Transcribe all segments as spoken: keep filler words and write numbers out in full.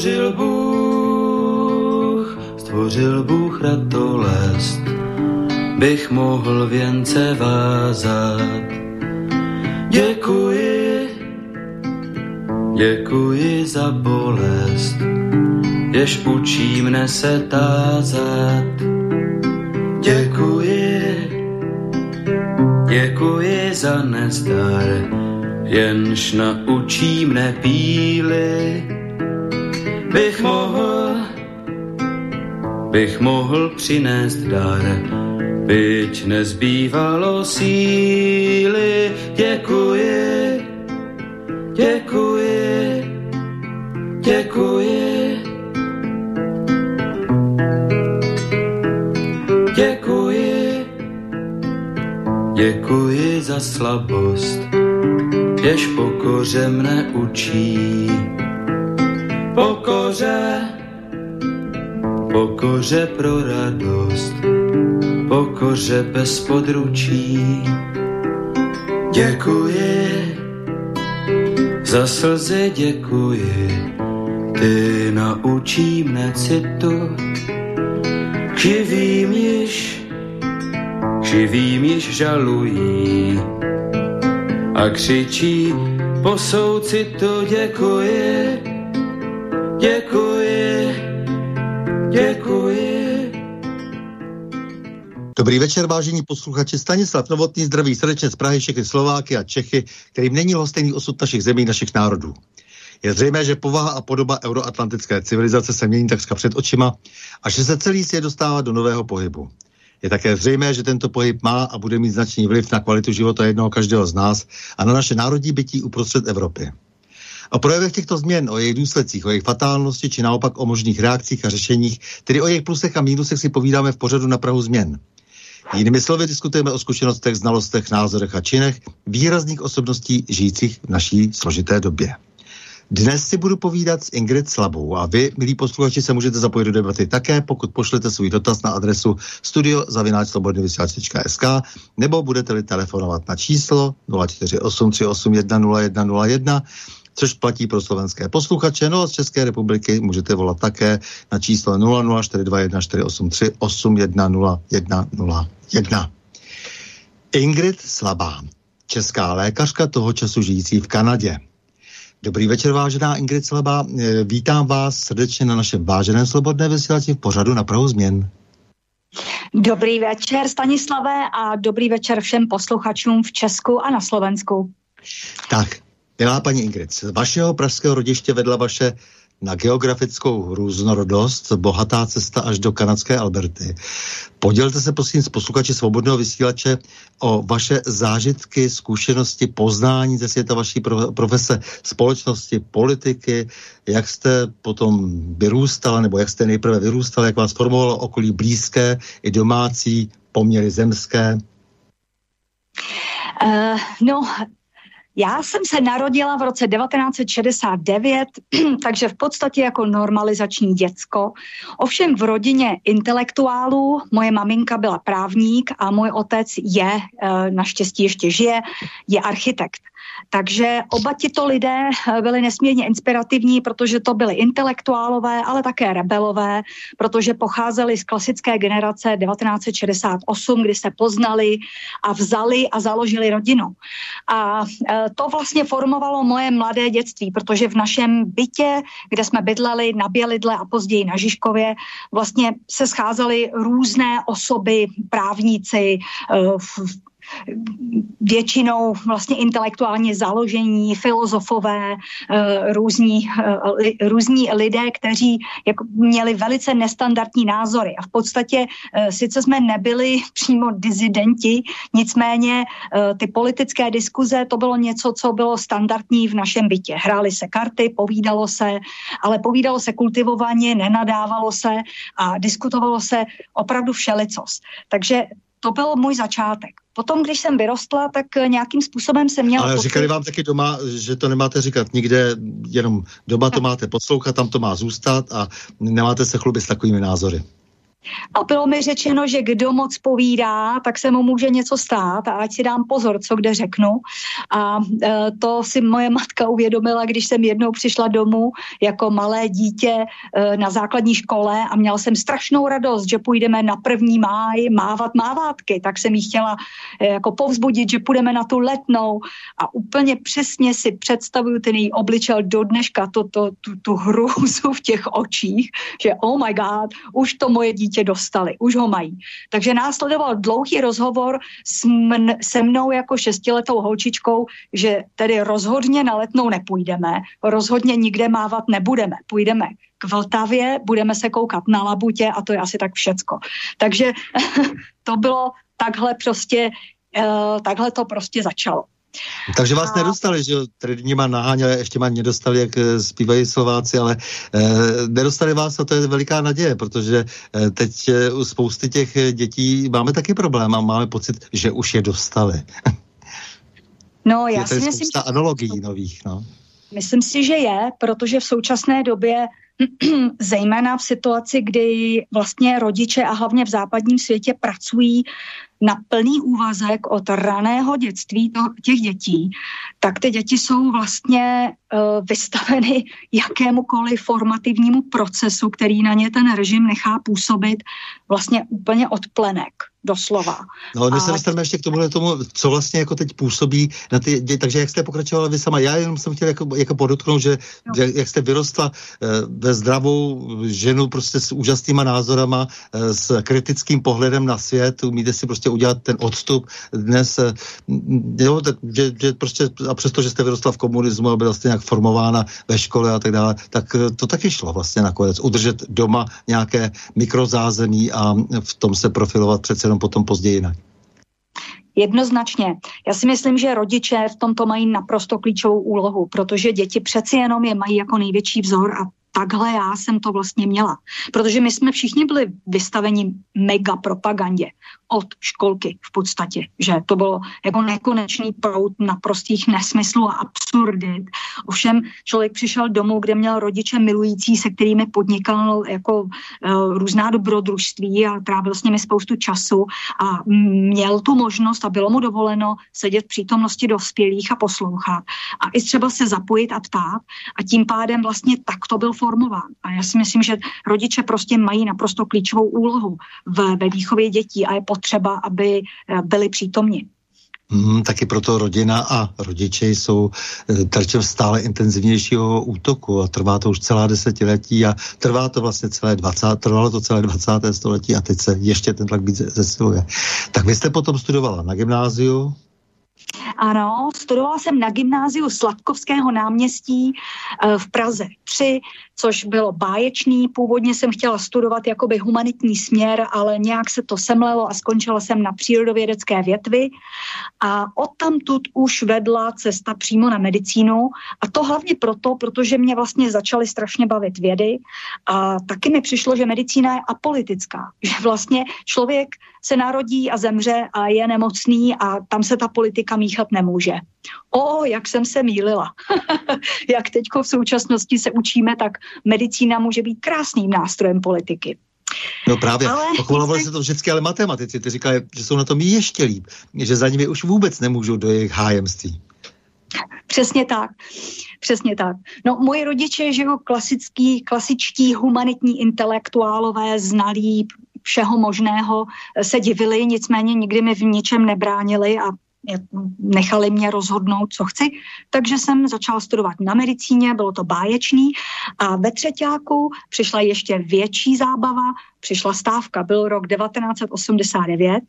Stvořil Bůh, stvořil Bůh ratolest, bych mohl věnce vázat. Děkuji, děkuji za bolest, jež učí mne se tázat. Děkuji, děkuji za nezdar, jenž naučí mne píly. Bych mohl, bych mohl přinést dar, byť nezbývalo síly. Děkuji, děkuji, děkuji, děkuji, děkuji za slabost, jež pokoře mne učí. Pokoře, pokoře pro radost, pokoře bez područí. Děkuji, za slzy děkuji, ty naučí mne citu. Živým již, živým již žalují a křičí po soucitu. Děkuji, děkuji, děkuji. Dobrý večer, vážení posluchači. Stanislav Novotný zdraví srdečně z Prahy všechny Slováky a Čechy, kterým není lhostejný osud našich zemí, našich národů. Je zřejmé, že povaha a podoba euroatlantické civilizace se mění takřka před očima a že se celý svět dostává do nového pohybu. Je také zřejmé, že tento pohyb má a bude mít značný vliv na kvalitu života jednoho každého z nás a na naše národní bytí uprostřed Evropy. O projevech těchto změn, o jejich důsledcích, o jejich fatálnosti či naopak o možných reakcích a řešeních, tedy o jejich plusech a mínusech si povídáme v pořadu Na prahu změn. Jinými slovy diskutujeme o zkušenostech, znalostech, názorech a činech výrazných osobností žijících v naší složité době. Dnes si budu povídat s Ingrid Slabou a vy, milí posluchači, se můžete zapojit do debaty také, pokud pošlete svůj dotaz na adresu studio zavináč slobodný vysílač tečka es ká nebo budete-li telefonovat na číslo nula čtyři osm tři osm jedna nula jedna nula jedna, což platí pro slovenské posluchače. No a z České republiky můžete volat také na číslo nula nula čtyři dva jedna čtyři osm tři osm jedna nula jedna nula jedna. Ingrid Slabá, česká lékařka toho času žijící v Kanadě. Dobrý večer, vážená Ingrid Slabá. Vítám vás srdečně na našem váženém slobodné vysílači v pořadu Na prahu změn. Dobrý večer, Stanislavé, a dobrý večer všem posluchačům v Česku a na Slovensku. Tak, milá paní Ingrid, z vašeho pražského rodiště vedla vaše na geografickou různorodost bohatá cesta až do kanadské Alberty. Podělte se prosím s posluchači svobodného vysílače o vaše zážitky, zkušenosti, poznání ze světa vaší profese, společnosti, politiky, jak jste potom vyrůstala, nebo jak jste nejprve vyrůstala, jak vás formovalo okolí blízké i domácí, poměry zemské. Uh, no... Já jsem se narodila v roce devatenáct set šedesát devět, takže v podstatě jako normalizační děcko. Ovšem v rodině intelektuálů, moje maminka byla právník a můj otec je, naštěstí ještě žije, je architekt. Takže oba tito lidé byli nesmírně inspirativní, protože to byli intelektuálové, ale také rebelové, protože pocházeli z klasické generace devatenáct set šedesát osm, kdy se poznali a vzali a založili rodinu. A to vlastně formovalo moje mladé dětství, protože v našem bytě, kde jsme bydleli na Bělidle a později na Žižkově, vlastně se scházely různé osoby, právníci, většinou vlastně intelektuálně založení, filozofové, různí, různí lidé, kteří jako měli velice nestandardní názory. A v podstatě sice jsme nebyli přímo dizidenti, nicméně ty politické diskuze, to bylo něco, co bylo standardní v našem bytě. Hrály se karty, povídalo se, ale povídalo se kultivovaně, nenadávalo se a diskutovalo se opravdu všelicos. Takže to byl můj začátek. Potom, když jsem vyrostla, tak nějakým způsobem jsem měla... Ale pocit... říkali vám taky doma, že to nemáte říkat nikde, jenom doma to máte poslouchat, tam to má zůstat a nemáte se chlubit s takovými názory. A bylo mi řečeno, že kdo moc povídá, tak se mu může něco stát a ať si dám pozor, co kde řeknu. A e, to si moje matka uvědomila, když jsem jednou přišla domů jako malé dítě e, na základní škole a měla jsem strašnou radost, že půjdeme na první máj mávat mávátky. Tak jsem jí chtěla e, jako povzbudit, že půjdeme na tu Letnou a úplně přesně si představuju ten její obličej do dneška, to, to, tu, tu hrůzu v těch očích, že oh my god, už to moje dítě dostali, už ho mají. Takže následoval dlouhý rozhovor s mn, se mnou jako šestiletou holčičkou, že tedy rozhodně na Letnou nepůjdeme, rozhodně nikde mávat nebudeme. Půjdeme k Vltavě, budeme se koukat na labutě a to je asi tak všecko. Takže to bylo takhle prostě, uh, takhle to prostě začalo. Takže vás a... nedostali, že jo, tedy nima naháněli, ještě má nedostali, jak zpívají Slováci, ale eh, nedostali vás a to je veliká naděje, protože eh, teď eh, u spousty těch dětí máme taky problém a máme pocit, že už je dostali. No, já je tady si myslím, spousta analogií nových, no. Myslím si, že je, protože v současné době zejména v situaci, kdy vlastně rodiče a hlavně v západním světě pracují na plný úvazek od raného dětství to, těch dětí, tak ty děti jsou vlastně uh, vystaveny jakémukoliv formativnímu procesu, který na ně ten režim nechá působit vlastně úplně od plenek, doslova. No, my se dostaneme ještě k tomu, tomu, co vlastně jako teď působí na ty děti, takže jak jste pokračovala vy sama, já jenom jsem chtěl jako, jako podotknout, že no. jak, jak jste vyrostla eh, ve zdravou ženu prostě s úžasnýma názorama, eh, s kritickým pohledem na svět, umíte si prostě udělat ten odstup dnes, eh, jo, tak, že, že prostě, a přesto, že jste vyrostla v komunismu a byla jste nějak formována ve škole a tak dále, tak eh, to taky šlo vlastně nakonec, udržet doma nějaké mikrozázemí a v tom se profilovat přece jenom potom později jinak. Jednoznačně. Já si myslím, že rodiče v tomto mají naprosto klíčovou úlohu, protože děti přeci jenom je mají jako největší vzor a takhle já jsem to vlastně měla. Protože my jsme všichni byli vystaveni mega propagandě od školky v podstatě, že to bylo jako nekonečný proud naprostých nesmyslů a absurdit. Ovšem člověk přišel domů, kde měl rodiče milující, se kterými podnikal jako uh, různá dobrodružství a trávil s nimi spoustu času a měl tu možnost a bylo mu dovoleno sedět v přítomnosti dospělých a poslouchat a i třeba se zapojit a ptát a tím pádem vlastně tak to byl formován. A já si myslím, že rodiče prostě mají naprosto klíčovou úlohu v, ve výchově dětí a je potřeba, aby byli přítomni. Hmm, taky proto rodina a rodiče jsou terčem stále intenzivnějšího útoku a trvá to už celá desetiletí a trvá to vlastně celé dvacáté trvalo to celé dvacáté století a teď se ještě ten tlak víc zesiluje. Tak vy jste potom studovala na gymnáziu? Ano, studovala jsem na gymnáziu Sladkovského náměstí v Praze tři, což bylo báječný. Původně jsem chtěla studovat jakoby humanitní směr, ale nějak se to semlelo a skončila jsem na přírodovědecké větvi. A odtamtud už vedla cesta přímo na medicínu. A to hlavně proto, protože mě vlastně začaly strašně bavit vědy. A taky mi přišlo, že medicína je apolitická. Že vlastně člověk se narodí a zemře a je nemocný a tam se ta politika míchat nemůže. O, jak jsem se mýlila. Jak teďko v současnosti se učíme, tak medicína může být krásným nástrojem politiky. No právě, pochvalovali se to vždycky, ale matematici, ty říkali, že jsou na tom ještě líp, že za nimi už vůbec nemůžou do jejich hájemství. Přesně tak, přesně tak. No, moji rodiče, že jo, klasický, klasičtí humanitní intelektuálové, znalí všeho možného, se divili, nicméně nikdy mi v ničem nebránili a nechali mě rozhodnout, co chci, takže jsem začala studovat na medicíně, bylo to báječný a ve třeťáku přišla ještě větší zábava, přišla stávka, byl rok devatenáct set osmdesát devět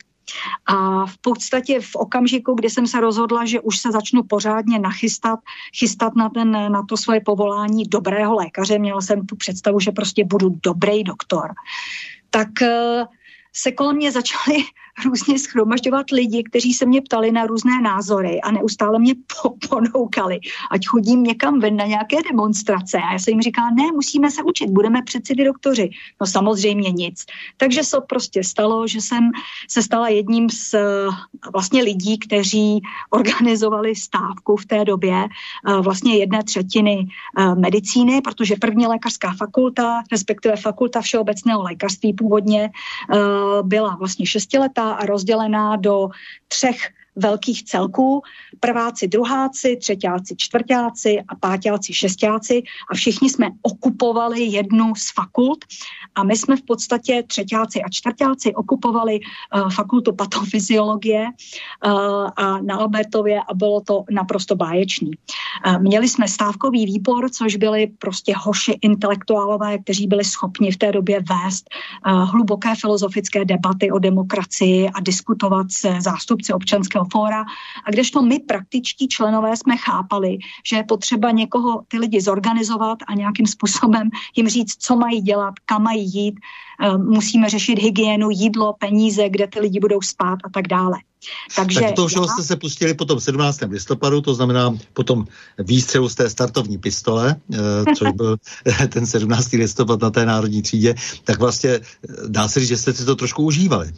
a v podstatě v okamžiku, kdy jsem se rozhodla, že už se začnu pořádně nachystat, chystat na, ten, na to svoje povolání dobrého lékaře, měla jsem tu představu, že prostě budu dobrý doktor, tak se kolem mě začaly různě shromažďovat lidi, kteří se mě ptali na různé názory a neustále mě ponoukali, ať chodím někam ven na nějaké demonstrace. A já jsem jim říkala, ne, musíme se učit, budeme přeci ty doktoři. No samozřejmě nic. Takže se prostě stalo, že jsem se stala jedním z vlastně lidí, kteří organizovali stávku v té době vlastně jedné třetiny medicíny, protože první lékařská fakulta, respektive fakulta všeobecného lékařství původně byla vlastně šestiletá a rozdělená do třech velkých celků, prváci, druháci, třetíáci, čtvrtáci a páťáci, šestáci a všichni jsme okupovali jednu z fakult a my jsme v podstatě třetíáci a čtvrtáci okupovali uh, fakultu patofyziologie uh, a na Albertově a bylo to naprosto báječný. Uh, měli jsme stávkový výbor, což byli prostě hoši intelektuálové, kteří byli schopni v té době vést uh, hluboké filozofické debaty o demokracii a diskutovat se zástupci občanského fóra. A kdežto my praktičtí členové jsme chápali, že je potřeba někoho ty lidi zorganizovat a nějakým způsobem jim říct, co mají dělat, kam mají jít, musíme řešit hygienu, jídlo, peníze, kde ty lidi budou spát a tak dále. Takže tak to všeho já... jste se pustili potom sedmnáctého listopadu, to znamená potom výstřelu z té startovní pistole, což byl ten sedmnáctého listopad na té národní třídě, tak vlastně dá se říct, že jste si to trošku užívali.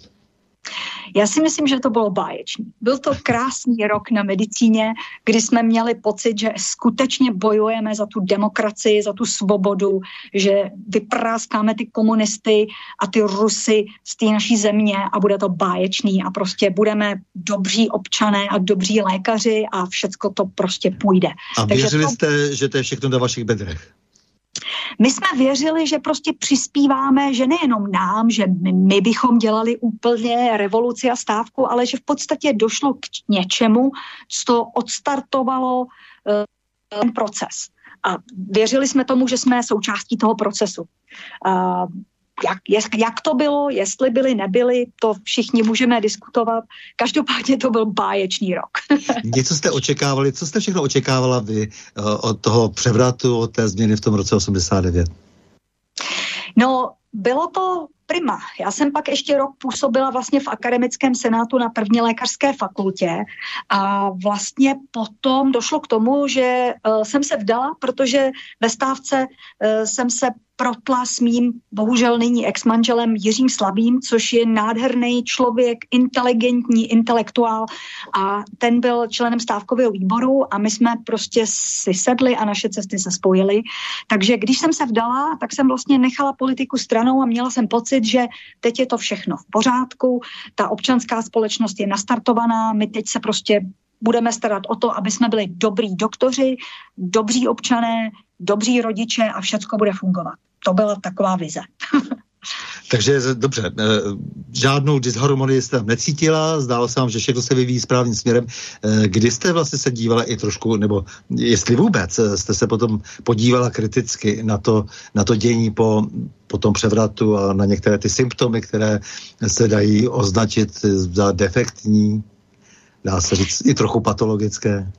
Já si myslím, že to bylo báječný. Byl to krásný rok na medicíně, kdy jsme měli pocit, že skutečně bojujeme za tu demokracii, za tu svobodu, že vypráskáme ty komunisty a ty Rusy z té naší země a bude to báječný a prostě budeme dobří občané a dobří lékaři a všecko to prostě půjde. A Takže věřili to... jste, že to je všechno na vašich bedrech? My jsme věřili, že prostě přispíváme, že nejenom nám, že my, my bychom dělali úplně revoluci a stávku, ale že v podstatě došlo k něčemu, co odstartovalo uh, ten proces. A věřili jsme tomu, že jsme součástí toho procesu. Uh, Jak, jak to bylo, jestli byli, nebyli, to všichni můžeme diskutovat. Každopádně to byl báječný rok. Něco jste očekávali, co jste všechno očekávala vy od toho převratu, od té změny v tom roce osmdesát devět? No, bylo to prima. Já jsem pak ještě rok působila vlastně v akademickém senátu na první lékařské fakultě a vlastně potom došlo k tomu, že uh, jsem se vdala, protože ve stávce uh, jsem se protla s mým, bohužel nyní ex-manželem Jiřím Slabým, což je nádherný člověk, inteligentní intelektuál a ten byl členem stávkového výboru a my jsme prostě si sedli a naše cesty se spojily. Takže když jsem se vdala, tak jsem vlastně nechala politiku stranou a měla jsem pocit, že teď je to všechno v pořádku, ta občanská společnost je nastartovaná, my teď se prostě budeme starat o to, aby jsme byli dobrý doktoři, dobří občané, dobří rodiče a všecko bude fungovat. To byla taková vize. Takže dobře, žádnou disharmonii jste tam necítila, zdálo se vám, že všechno se vyvíjí správným směrem. Kdy jste vlastně se dívala i trošku, nebo jestli vůbec jste se potom podívala kriticky na to, na to dění po, po tom převratu a na některé ty symptomy, které se dají označit za defektní, dá se říct i trochu patologické?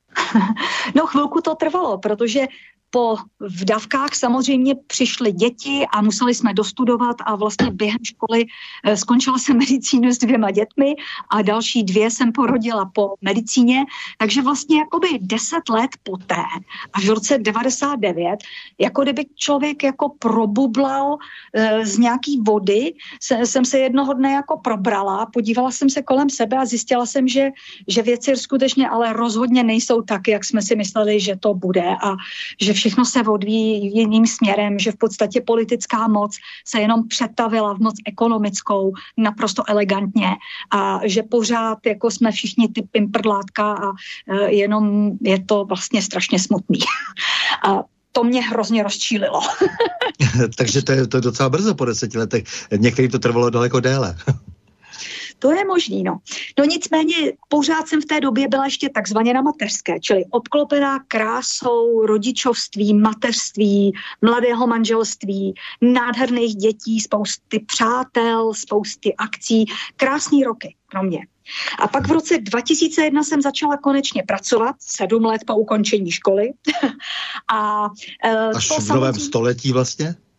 No chvilku to trvalo, protože po vdavkách samozřejmě přišly děti a museli jsme dostudovat a vlastně během školy eh, skončila jsem medicínu s dvěma dětmi a další dvě jsem porodila po medicíně, takže vlastně jakoby deset let poté, až v roce devadesát devět, jako kdyby člověk jako probublal eh, z nějaký vody, se, jsem se jednoho dne jako probrala, podívala jsem se kolem sebe a zjistila jsem, že, že věci skutečně ale rozhodně nejsou tak, jak jsme si mysleli, že to bude a že všechno se odvíjí jiným směrem, že v podstatě politická moc se jenom přetavila v moc ekonomickou, naprosto elegantně a že pořád jako jsme všichni ty pimprdlátka a uh, jenom je to vlastně strašně smutný. A to mě hrozně rozčílilo. Takže to je, to je docela brzo po deseti letech. Některým to trvalo daleko déle. To je možný, no. No nicméně pořád jsem v té době byla ještě takzvaně na mateřské, čili obklopená krásou, rodičovství, mateřství, mladého manželství, nádherných dětí, spousty přátel, spousty akcí, krásný roky pro mě. A pak v roce dva tisíce jedna jsem začala konečně pracovat, sedm let po ukončení školy. a, e, Až to v novém století vlastně?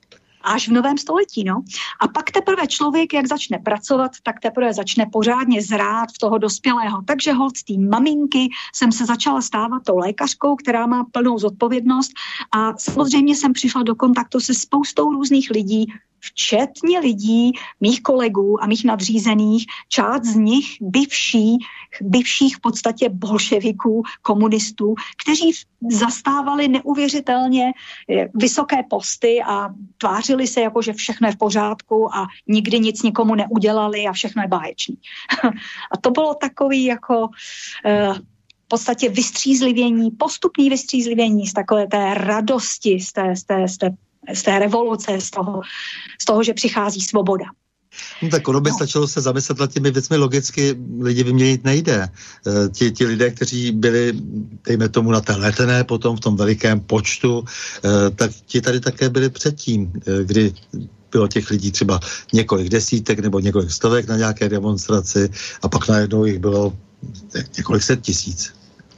až v novém století, no. A pak teprve člověk, jak začne pracovat, tak teprve začne pořádně zrát v toho dospělého. Takže holt z té maminky jsem se začala stávat tou lékařkou, která má plnou zodpovědnost a samozřejmě jsem přišla do kontaktu se spoustou různých lidí, včetně lidí, mých kolegů a mých nadřízených, část z nich byvší, byvších v podstatě bolševiků, komunistů, kteří zastávali neuvěřitelně vysoké posty a tvářili se jako, že všechno je v pořádku a nikdy nic nikomu neudělali a všechno je báječný. A to bylo takový jako uh, v podstatě vystřízlivění, postupný vystřízlivění z takové té radosti, z té, z té, z té z té revoluce, z toho, z toho, že přichází svoboda. No tak ono by no. stačilo se zamyslet nad těmi věcmi, logicky lidi vyměnit nejde. Ti, ti lidé, kteří byli, dejme tomu, na té Letné, potom v tom velikém počtu, tak ti tady také byli předtím, kdy bylo těch lidí třeba několik desítek nebo několik stovek na nějaké demonstraci a pak najednou jich bylo několik set tisíc.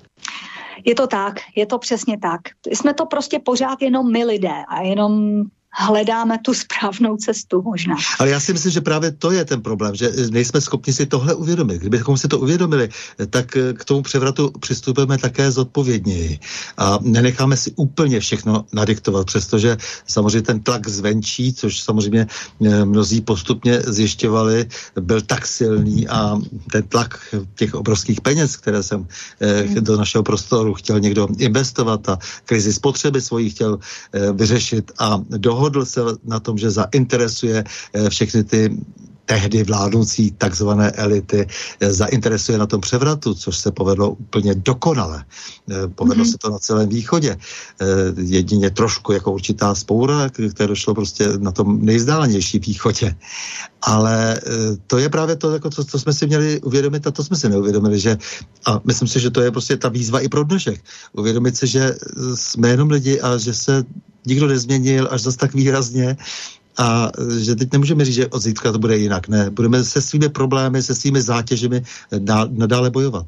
Je to tak, je to přesně tak. Jsme to prostě pořád jenom my lidé a jenom hledáme tu správnou cestu možná. Ale já si myslím, že právě to je ten problém, že nejsme schopni si tohle uvědomit. Kdybychom si to uvědomili, tak k tomu převratu přistupujeme také zodpovědněji a nenecháme si úplně všechno nadiktovat, přestože samozřejmě ten tlak zvenčí, což samozřejmě mnozí postupně zjišťovali, byl tak silný a ten tlak těch obrovských peněz, které jsem hmm. do našeho prostoru chtěl někdo investovat a krizi spotřeby svojí chtěl vyřešit a dohodl Dohodl se na tom, že zainteresuje všechny ty tehdy vládnoucí takzvané elity, zainteresuje na tom převratu, což se povedlo úplně dokonale. Povedlo mm-hmm. se to na celém východě. Jedině trošku jako určitá spoura, které došlo prostě na tom nejzdálenějším východě. Ale to je právě to, jako to, co jsme si měli uvědomit a to jsme si neuvědomili, že a myslím si, že to je prostě ta výzva i pro dnešek. Uvědomit si, že jsme jenom lidi a že se nikdo nezměnil až zas tak výrazně a že teď nemůžeme říct, že od zítra to bude jinak. Ne, budeme se svými problémy, se svými zátěžemi nadále bojovat.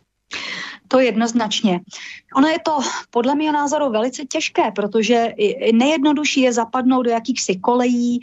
To jednoznačně. Ono je to podle mého názoru velice těžké, protože nejjednodušší je zapadnout do jakýchsi kolejí,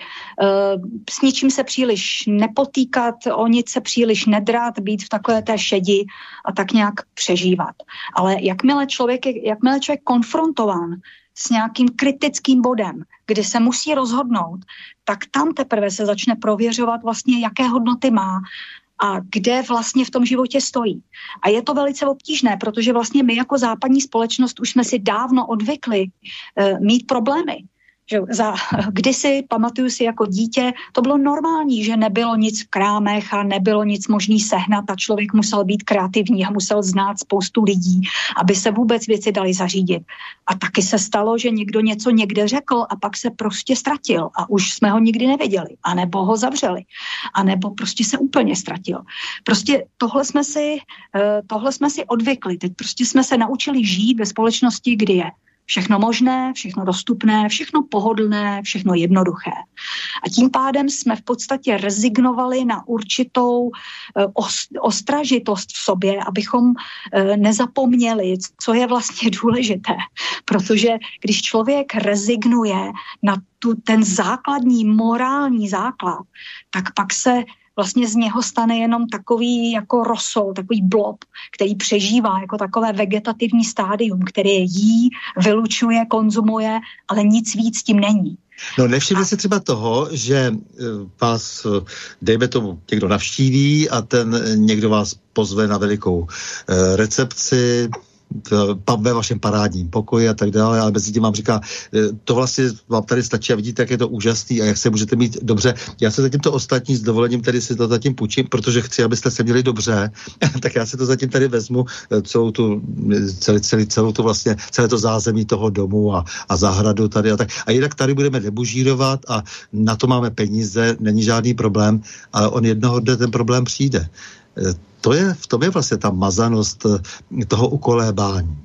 s ničím se příliš nepotýkat, o nic se příliš nedrát, být v takové té šedi a tak nějak přežívat. Ale jakmile člověk je, jakmile člověk konfrontován s nějakým kritickým bodem, kdy se musí rozhodnout, tak tam teprve se začne prověřovat vlastně, jaké hodnoty má a kde vlastně v tom životě stojí. A je to velice obtížné, protože vlastně my jako západní společnost už jsme si dávno odvykli uh, mít problémy. Že za, kdysi, pamatuju si jako dítě, to bylo normální, že nebylo nic v krámech a nebylo nic možný sehnat a člověk musel být kreativní a musel znát spoustu lidí, aby se vůbec věci daly zařídit. A taky se stalo, že někdo něco někde řekl a pak se prostě ztratil a už jsme ho nikdy neviděli, anebo ho zavřeli, anebo prostě se úplně ztratil. Prostě tohle jsme si, tohle jsme si odvykli, teď prostě jsme se naučili žít ve společnosti, kdy je všechno možné, všechno dostupné, všechno pohodlné, všechno jednoduché. A tím pádem jsme v podstatě rezignovali na určitou ostražitost v sobě, abychom nezapomněli, co je vlastně důležité. Protože když člověk rezignuje na tu, ten základní morální základ, tak pak se vlastně z něho stane jenom takový jako rosol, takový blob, který přežívá jako takové vegetativní stádium, které jí, vylučuje, konzumuje, ale nic víc tím není. No nevšimli si třeba toho, že vás, dejme tomu, někdo navštíví a ten někdo vás pozve na velikou recepci, ve vašem parádním pokoji a tak dále, ale mezi tím vám říká, to vlastně vám tady stačí a vidíte, jak je to úžasný a jak se můžete mít dobře. Já se zatím to ostatní s dovolením tady si to zatím půjčím, protože chci, abyste se měli dobře, tak já si to zatím tady vezmu, celou tu, celý, celý, celou tu vlastně, celé to zázemí toho domu a, a zahradu tady a tak. A jinak tady budeme debužírovat a na to máme peníze, není žádný problém, ale on jednoho dne ten problém přijde. To je, v tom je vlastně ta mazanost toho ukolébání.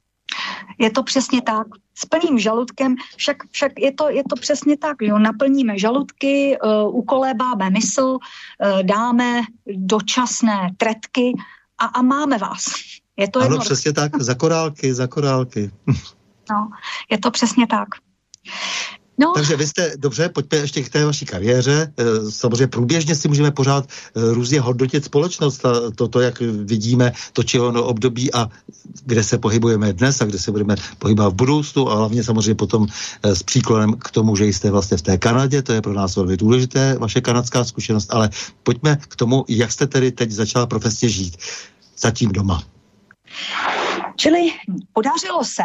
Je to přesně tak. S plným žaludkem, však, však je, to, je to přesně tak. Jo? Naplníme žaludky, uh, ukolébáme mysl, uh, dáme dočasné tretky a, a máme vás. Je to ano, jedno... přesně tak. Za korálky, za korálky. No, je to přesně tak. No. Takže vy jste, dobře, pojďme ještě k té vaší kariéře. Samozřejmě průběžně si můžeme pořád různě hodnotit společnost a to, to jak vidíme, to či ono období a kde se pohybujeme dnes a kde se budeme pohybovat v budoucnu a hlavně samozřejmě potom s příklonem k tomu, že jste vlastně v té Kanadě, to je pro nás velmi důležité, vaše kanadská zkušenost, ale pojďme k tomu, jak jste tedy teď začala profesně žít zatím doma. Čili podařilo se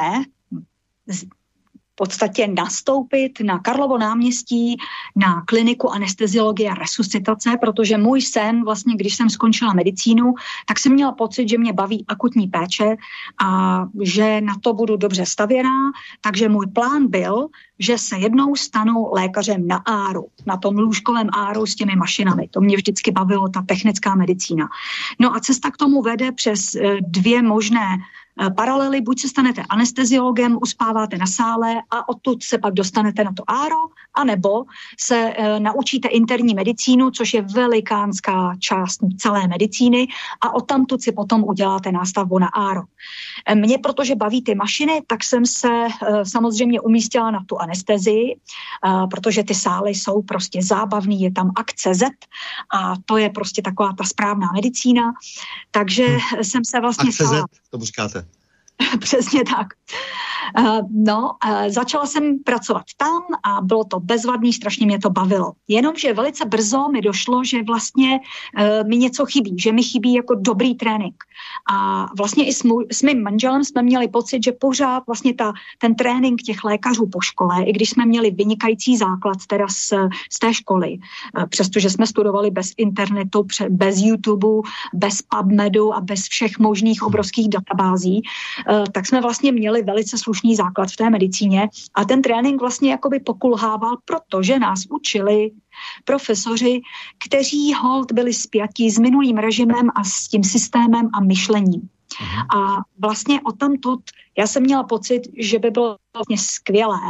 v podstatě nastoupit na Karlovo náměstí na kliniku anesteziologie a resuscitace, protože můj sen, vlastně když jsem skončila medicínu, tak jsem měla pocit, že mě baví akutní péče a že na to budu dobře stavěná, takže můj plán byl, že se jednou stanu lékařem na áru, na tom lůžkovém áru s těmi mašinami. To mě vždycky bavilo, ta technická medicína. No a cesta k tomu vede přes dvě možné paralely, buď se stanete anesteziologem, uspáváte na sále a odtud se pak dostanete na to áro, anebo se e, naučíte interní medicínu, což je velikánská část celé medicíny a odtamtud si potom uděláte nástavbu na áro. E, mě, protože baví ty mašiny, tak jsem se e, samozřejmě umístila na tu anestezii, e, protože ty sály jsou prostě zábavný, je tam akce Z a to je prostě taková ta správná medicína, takže hmm. jsem se vlastně akce stala... Z, to říkáte. Přesně tak. Uh, no, uh, začala jsem pracovat tam a bylo to bezvadný, strašně mě to bavilo. Jenomže velice brzo mi došlo, že vlastně uh, mi něco chybí, že mi chybí jako dobrý trénink. A vlastně i s, můj, s mým manželem jsme měli pocit, že pořád vlastně ta, ten trénink těch lékařů po škole, i když jsme měli vynikající základ teda z, z té školy, uh, přestože jsme studovali bez internetu, bez YouTube, bez PubMedu a bez všech možných obrovských databází, uh, tak jsme vlastně měli velice slušný základ v té medicíně a ten trénink vlastně jakoby pokulhával, protože nás učili profesoři, kteří holt byli spjatí s minulým režimem a s tím systémem a myšlením. A vlastně odtamtud já jsem měla pocit, že by bylo vlastně skvělé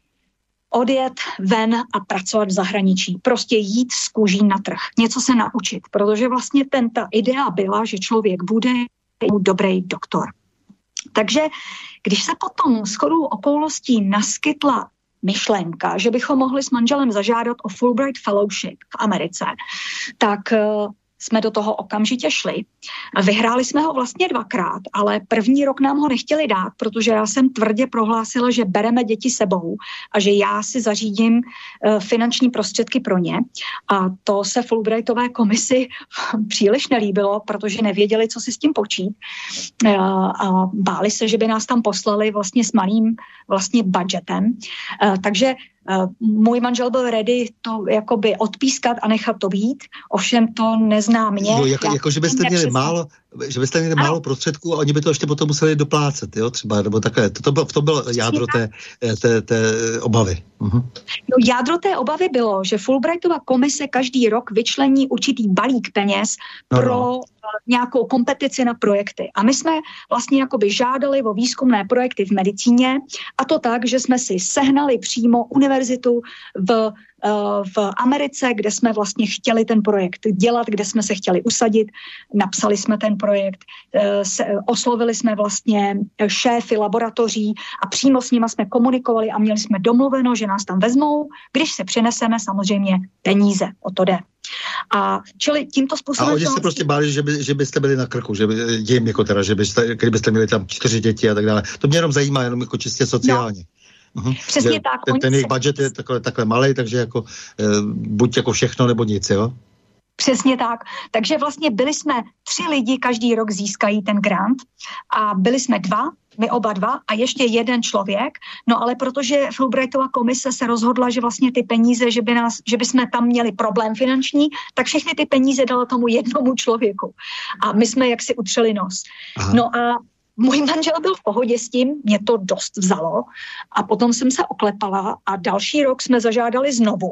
odjet ven a pracovat v zahraničí. Prostě jít z kůží na trh. Něco se naučit, protože vlastně ten, ta idea byla, že člověk bude dobrý doktor. Takže když se potom shodou okolností naskytla myšlenka, že bychom mohli s manželem zažádat o Fulbright Fellowship v Americe, tak uh, jsme do toho okamžitě šli. Vyhráli jsme ho vlastně dvakrát, ale první rok nám ho nechtěli dát, protože já jsem tvrdě prohlásila, že bereme děti sebou a že já si zařídím uh, finanční prostředky pro ně. A to se Fulbrightové komisi příliš nelíbilo, protože nevěděli, co si s tím počít. Uh, a báli se, že by nás tam poslali vlastně s malým vlastně budgetem. Uh, takže Uh, můj manžel byl ready to jakoby odpískat a nechat to být, ovšem to nezná mě. No, jako, jako že byste měli málo, že byste měli málo prostředků a oni by to ještě potom museli doplácet, jo, třeba, nebo takhle. To, to bylo, v tom bylo jádro té, té, té obavy. Uh-huh. No, jádro té obavy bylo, že Fulbrightova komise každý rok vyčlení určitý balík peněz no, pro no. nějakou kompetici na projekty. A my jsme vlastně jakoby žádali o výzkumné projekty v medicíně a to tak, že jsme si sehnali přímo univerzitu v v Americe, kde jsme vlastně chtěli ten projekt dělat, kde jsme se chtěli usadit, napsali jsme ten projekt, oslovili jsme vlastně šéfy laboratoří a přímo s nima jsme komunikovali a měli jsme domluveno, že nás tam vezmou, když se přineseme samozřejmě peníze, o to jde. A čili tímto způsobem... A oni se prostě báli, že, by, že byste byli na krku, že by, jim jako teda, že byste, kdybyste měli tam čtyři děti a tak dále. To mě jenom zajímá, jenom jako čistě sociálně. No. Uhum. Přesně že tak. Ten, ten jejich budget je takhle, takhle malej, takže jako e, buď jako všechno, nebo nic, jo? Přesně tak. Takže vlastně byli jsme tři lidi, každý rok získají ten grant a byli jsme dva, my oba dva a ještě jeden člověk, no ale protože Fulbrightova komise se rozhodla, že vlastně ty peníze, že by, nás, že by jsme tam měli problém finanční, tak všechny ty peníze dala tomu jednomu člověku. A my jsme jaksi utřeli nos. Aha. No a můj manžel byl v pohodě s tím, mě to dost vzalo a potom jsem se oklepala a další rok jsme zažádali znovu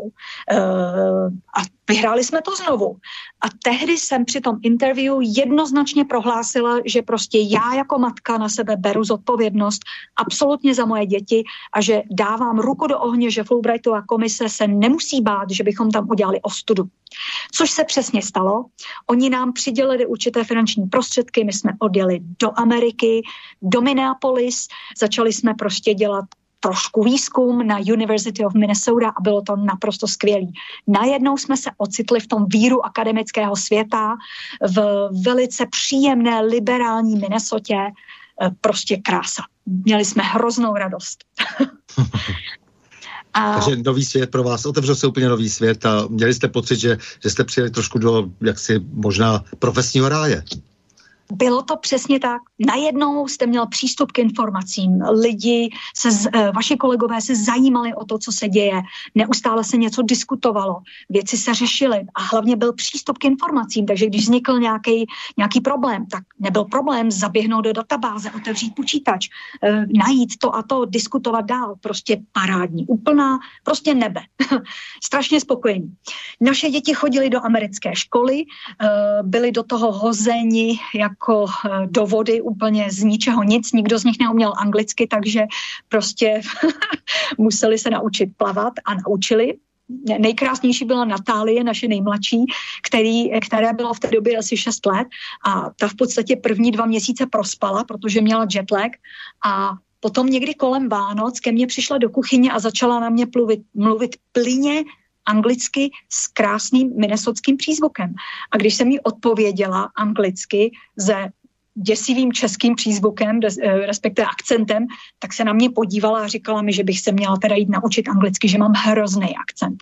uh, a vyhráli jsme to znovu. A tehdy jsem při tom interview jednoznačně prohlásila, že prostě já jako matka na sebe beru zodpovědnost absolutně za moje děti a že dávám ruku do ohně, že Fulbrightova komise se nemusí bát, že bychom tam udělali ostudu. Což se přesně stalo. Oni nám přidělili určité finanční prostředky, my jsme odjeli do Ameriky, do Minneapolis, začali jsme prostě dělat trošku výzkum na University of Minnesota a bylo to naprosto skvělý. Najednou jsme se ocitli v tom víru akademického světa, v velice příjemné, liberální Minnesotě, prostě krása. Měli jsme hroznou radost. A... Takže nový svět pro vás, otevřel se úplně nový svět a měli jste pocit, že, že jste přijeli trošku do jaksi možná profesního ráje. Bylo to přesně tak. Najednou jste měl přístup k informacím. Lidi, se, vaši kolegové se zajímali o to, co se děje. Neustále se něco diskutovalo. Věci se řešily a hlavně byl přístup k informacím. Takže když vznikl nějaký, nějaký problém, tak nebyl problém zaběhnout do databáze, otevřít počítač, najít to a to, diskutovat dál. Prostě parádní. Úplná, prostě nebe. Strašně spokojení. Naše děti chodily do americké školy, byly do toho hozeni jak jako do vody úplně z ničeho nic, nikdo z nich neuměl anglicky, takže prostě museli se naučit plavat a naučili. Nejkrásnější byla Natálie, naše nejmladší, který, které bylo v té době asi šest let a ta v podstatě první dva měsíce prospala, protože měla jetlag a potom někdy kolem Vánoc ke mně přišla do kuchyně a začala na mě mluvit, mluvit plyně anglicky s krásným minnesotským přízvukem. A když jsem jí odpověděla anglicky se děsivým českým přízvukem, respektive akcentem, tak se na mě podívala a říkala mi, že bych se měla teda jít naučit anglicky, že mám hrozný akcent.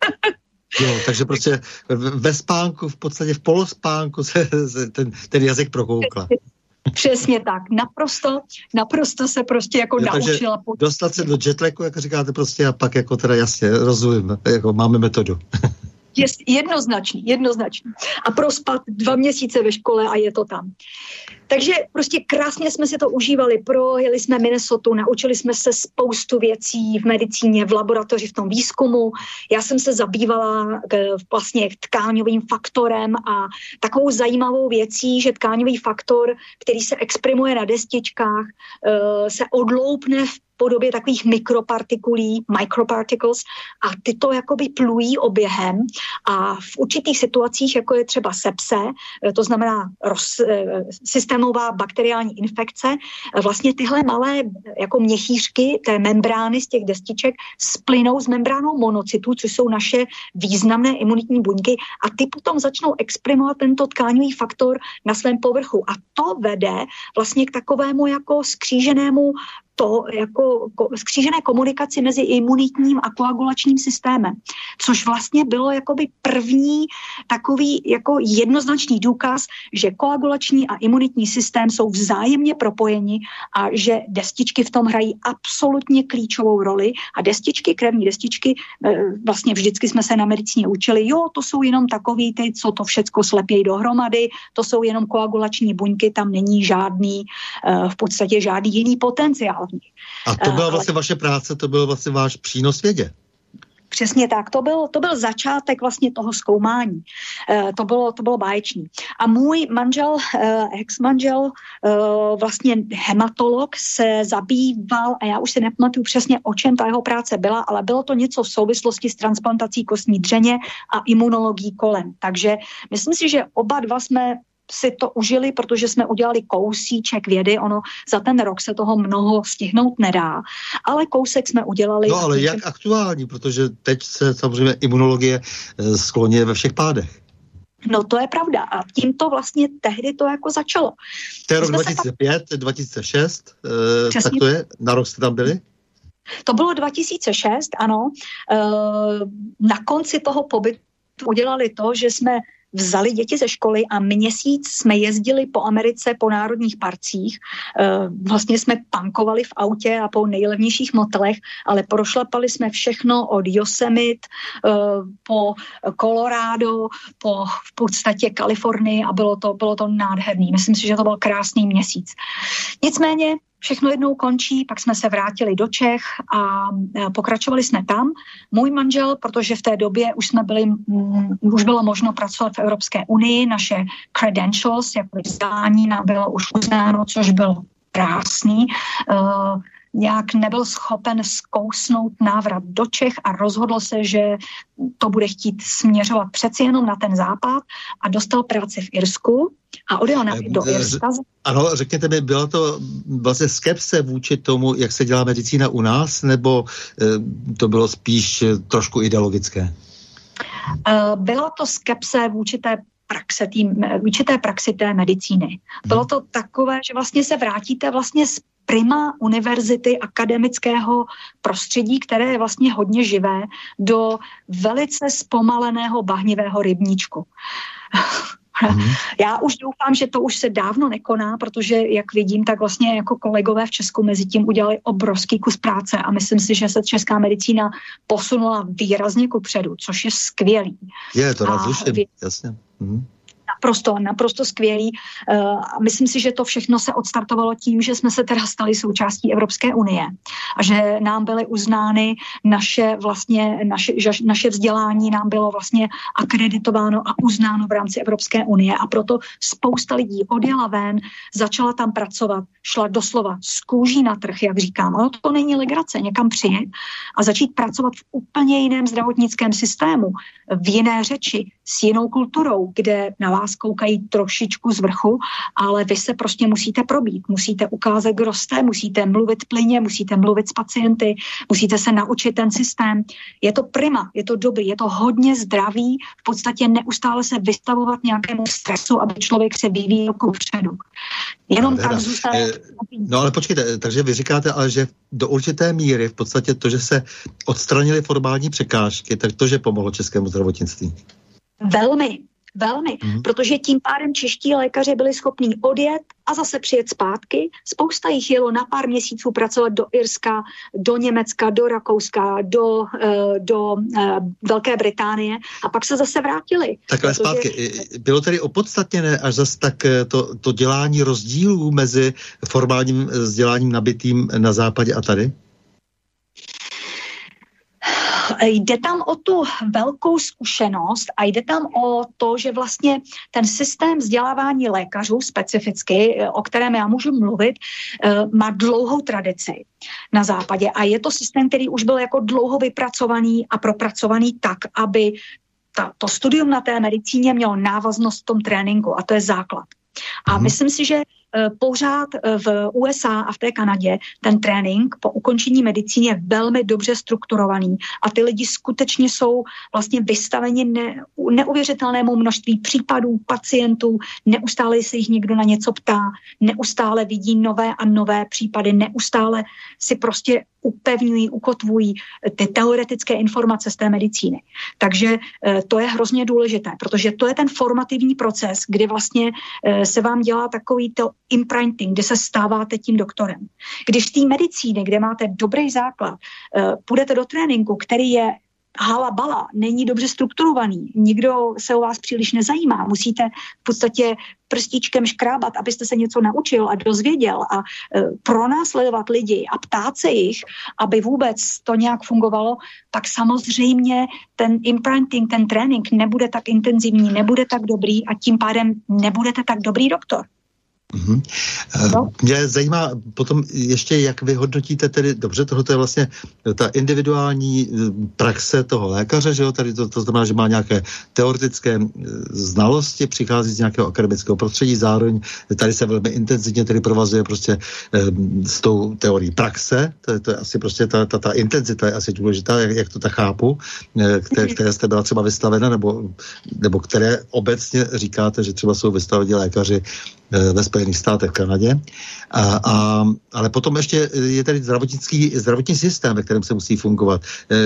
Jo, takže prostě ve spánku, v podstatě v polospánku se, se ten, ten jazyk prokoukla. Přesně tak, naprosto, naprosto se prostě jako jo, naučila. Dostat se do jetlagu, jak říkáte prostě, a pak jako teda jasně, rozumím, jako máme metodu. Je jednoznačný, jednoznačný. A prospat dva měsíce ve škole a je to tam. Takže prostě krásně jsme si to užívali, projeli jsme Minnesotu, naučili jsme se spoustu věcí v medicíně, v laboratoři, v tom výzkumu. Já jsem se zabývala vlastně tkáňovým faktorem a takovou zajímavou věcí, že tkáňový faktor, který se exprimuje na destičkách, se odloupne v podobě takových mikropartikulí, microparticles a tyto jakoby plují oběhem a v určitých situacích, jako je třeba sepse, to znamená roz, systémová bakteriální infekce, vlastně tyhle malé jako měchýřky té membrány z těch destiček splynou s membránou monocytů, což jsou naše významné imunitní buňky a ty potom začnou exprimovat tento tkáňový faktor na svém povrchu a to vede vlastně k takovému jako skříženému to jako skřížené komunikaci mezi imunitním a koagulačním systémem, což vlastně bylo jakoby první takový jako jednoznačný důkaz, že koagulační a imunitní systém jsou vzájemně propojeni a že destičky v tom hrají absolutně klíčovou roli a destičky, krevní destičky, vlastně vždycky jsme se na medicíně učili, jo, to jsou jenom takový ty, co to všecko slepějí dohromady, to jsou jenom koagulační buňky, tam není žádný, v podstatě žádný jiný potenciál. A to byla vlastně vaše práce, to byl vlastně váš přínos vědě. Přesně tak, to byl, to byl začátek vlastně toho zkoumání. E, to bylo, to bylo báječný. A můj manžel, e, ex-manžel, e, vlastně hematolog, se zabýval, a já už si nepamatuju přesně, o čem ta jeho práce byla, ale bylo to něco v souvislosti s transplantací kostní dřeně a imunologií kolem. Takže myslím si, že oba dva jsme si to užili, protože jsme udělali kousíček vědy, ono za ten rok se toho mnoho stihnout nedá, ale kousek jsme udělali. No ale jak aktuální, protože teď se samozřejmě imunologie skloně ve všech pádech. No to je pravda a tímto vlastně tehdy to jako začalo. To je rok dva tisíce pět, pak... dva tisíce šest, eh, tak to je, na rok jste tam byli? To bylo dva tisíce šest, ano. E, na konci toho pobytu udělali to, že jsme vzali děti ze školy a měsíc jsme jezdili po Americe, po národních parcích. Vlastně jsme pankovali v autě a po nejlevnějších motelech, ale prošlapali jsme všechno od Yosemite po Colorado, po v podstatě Kalifornii a bylo to, bylo to nádherný. Myslím si, že to byl krásný měsíc. Nicméně všechno jednou končí, pak jsme se vrátili do Čech a pokračovali jsme tam. Můj manžel, protože v té době už jsme byli, um, už bylo možno pracovat v Evropské unii, naše credentials, jako vzdělání nám bylo už uznáno, což bylo krásný. Uh, nějak nebyl schopen zkousnout návrat do Čech a rozhodl se, že to bude chtít směřovat přeci jenom na ten západ a dostal práci v Irsku a odjel na, do Irska. Ano, řekněte mi, byla to vlastně skepse vůči tomu, jak se dělá medicína u nás, nebo to bylo spíš trošku ideologické? Byla to skepse vůči té praxe, tý, vůči té praxi té medicíny. Bylo to takové, že vlastně se vrátíte vlastně z prima univerzity akademického prostředí, které je vlastně hodně živé, do velice zpomaleného bahnivého rybníčku. Mm. Já už doufám, že to už se dávno nekoná, protože, jak vidím, tak vlastně jako kolegové v Česku mezi tím udělali obrovský kus práce a myslím si, že se česká medicína posunula výrazně kupředu, což je skvělý. Je, to rozliším, vě- jasně. Mm. Naprosto, naprosto skvělý. A myslím si, že to všechno se odstartovalo tím, že jsme se teda stali součástí Evropské unie a že nám byly uznány naše vlastně, naše, naše vzdělání nám bylo vlastně akreditováno a uznáno v rámci Evropské unie a proto spousta lidí odjela ven, začala tam pracovat, šla doslova z kůží na trh, jak říkám. Ale to není legrace, někam přijet a začít pracovat v úplně jiném zdravotnickém systému, v jiné řeči, s jinou kulturou, kde na vás koukají trošičku z vrchu, ale vy se prostě musíte probít, musíte ukázat, kdo jste, musíte mluvit plyně, musíte mluvit s pacienty, musíte se naučit ten systém. Je to prima, je to dobrý, je to hodně zdravý, v podstatě neustále se vystavovat nějakému stresu, aby člověk se vyvíjel kupředu. Jenom no, tak zůstane... Eh, no ale počkejte, takže vy říkáte, ale že do určité míry v podstatě to, že se odstranily formální překážky, tak to, že pomohlo českému zdravotnictví. Velmi, velmi, mm. protože tím pádem čeští lékaři byli schopní odjet a zase přijet zpátky. Spousta jich jelo na pár měsíců pracovat do Irska, do Německa, do Rakouska, do, do Velké Británie a pak se zase vrátili. Tak ale protože... zpátky, bylo tedy opodstatněné až zase tak to, to dělání rozdílů mezi formálním vzděláním nabitým na západě a tady? Jde tam o tu velkou zkušenost a jde tam o to, že vlastně ten systém vzdělávání lékařů specificky, o kterém já můžu mluvit, má dlouhou tradici na západě a je to systém, který už byl jako dlouho vypracovaný a propracovaný tak, aby ta, to studium na té medicíně mělo návaznost v tom tréninku a to je základ. A hmm. myslím si, že pořád v U S A a v té Kanadě ten trénink po ukončení medicíny je velmi dobře strukturovaný a ty lidi skutečně jsou vlastně vystaveni ne, neuvěřitelnému množství případů, pacientů, neustále se jich někdo na něco ptá, neustále vidí nové a nové případy, neustále si prostě upevňují, ukotvují ty teoretické informace z té medicíny. Takže to je hrozně důležité, protože to je ten formativní proces, kdy vlastně se vám dělá takový to imprinting, kde se stáváte tím doktorem. Když v té medicíny, kde máte dobrý základ, půjdete do tréninku, který je halabala, není dobře strukturovaný, nikdo se o vás příliš nezajímá, musíte v podstatě prstíčkem škrábat, abyste se něco naučil a dozvěděl a e, pronásledovat lidi a ptát se jich, aby vůbec to nějak fungovalo, tak samozřejmě ten imprinting, ten trénink nebude tak intenzivní, nebude tak dobrý a tím pádem nebudete tak dobrý doktor. Mm-hmm. No. Mě zajímá potom ještě, jak vy hodnotíte tedy, dobře, tohle je vlastně ta individuální praxe toho lékaře, že jo, tady to, to znamená, že má nějaké teoretické znalosti, přichází z nějakého akademického prostředí, zároveň tady se velmi intenzivně tedy provazuje prostě um, s tou teorií praxe, to, to je asi prostě ta, ta, ta intenzita je asi důležitá, jak, jak to tak chápu, které, které jste byla třeba vystavena, nebo, nebo které obecně říkáte, že třeba jsou vystaveni lékaři ve Spojených státech, v Kanadě. A, a, ale potom ještě je tady zdravotnický, zdravotní systém, ve kterém se musí fungovat.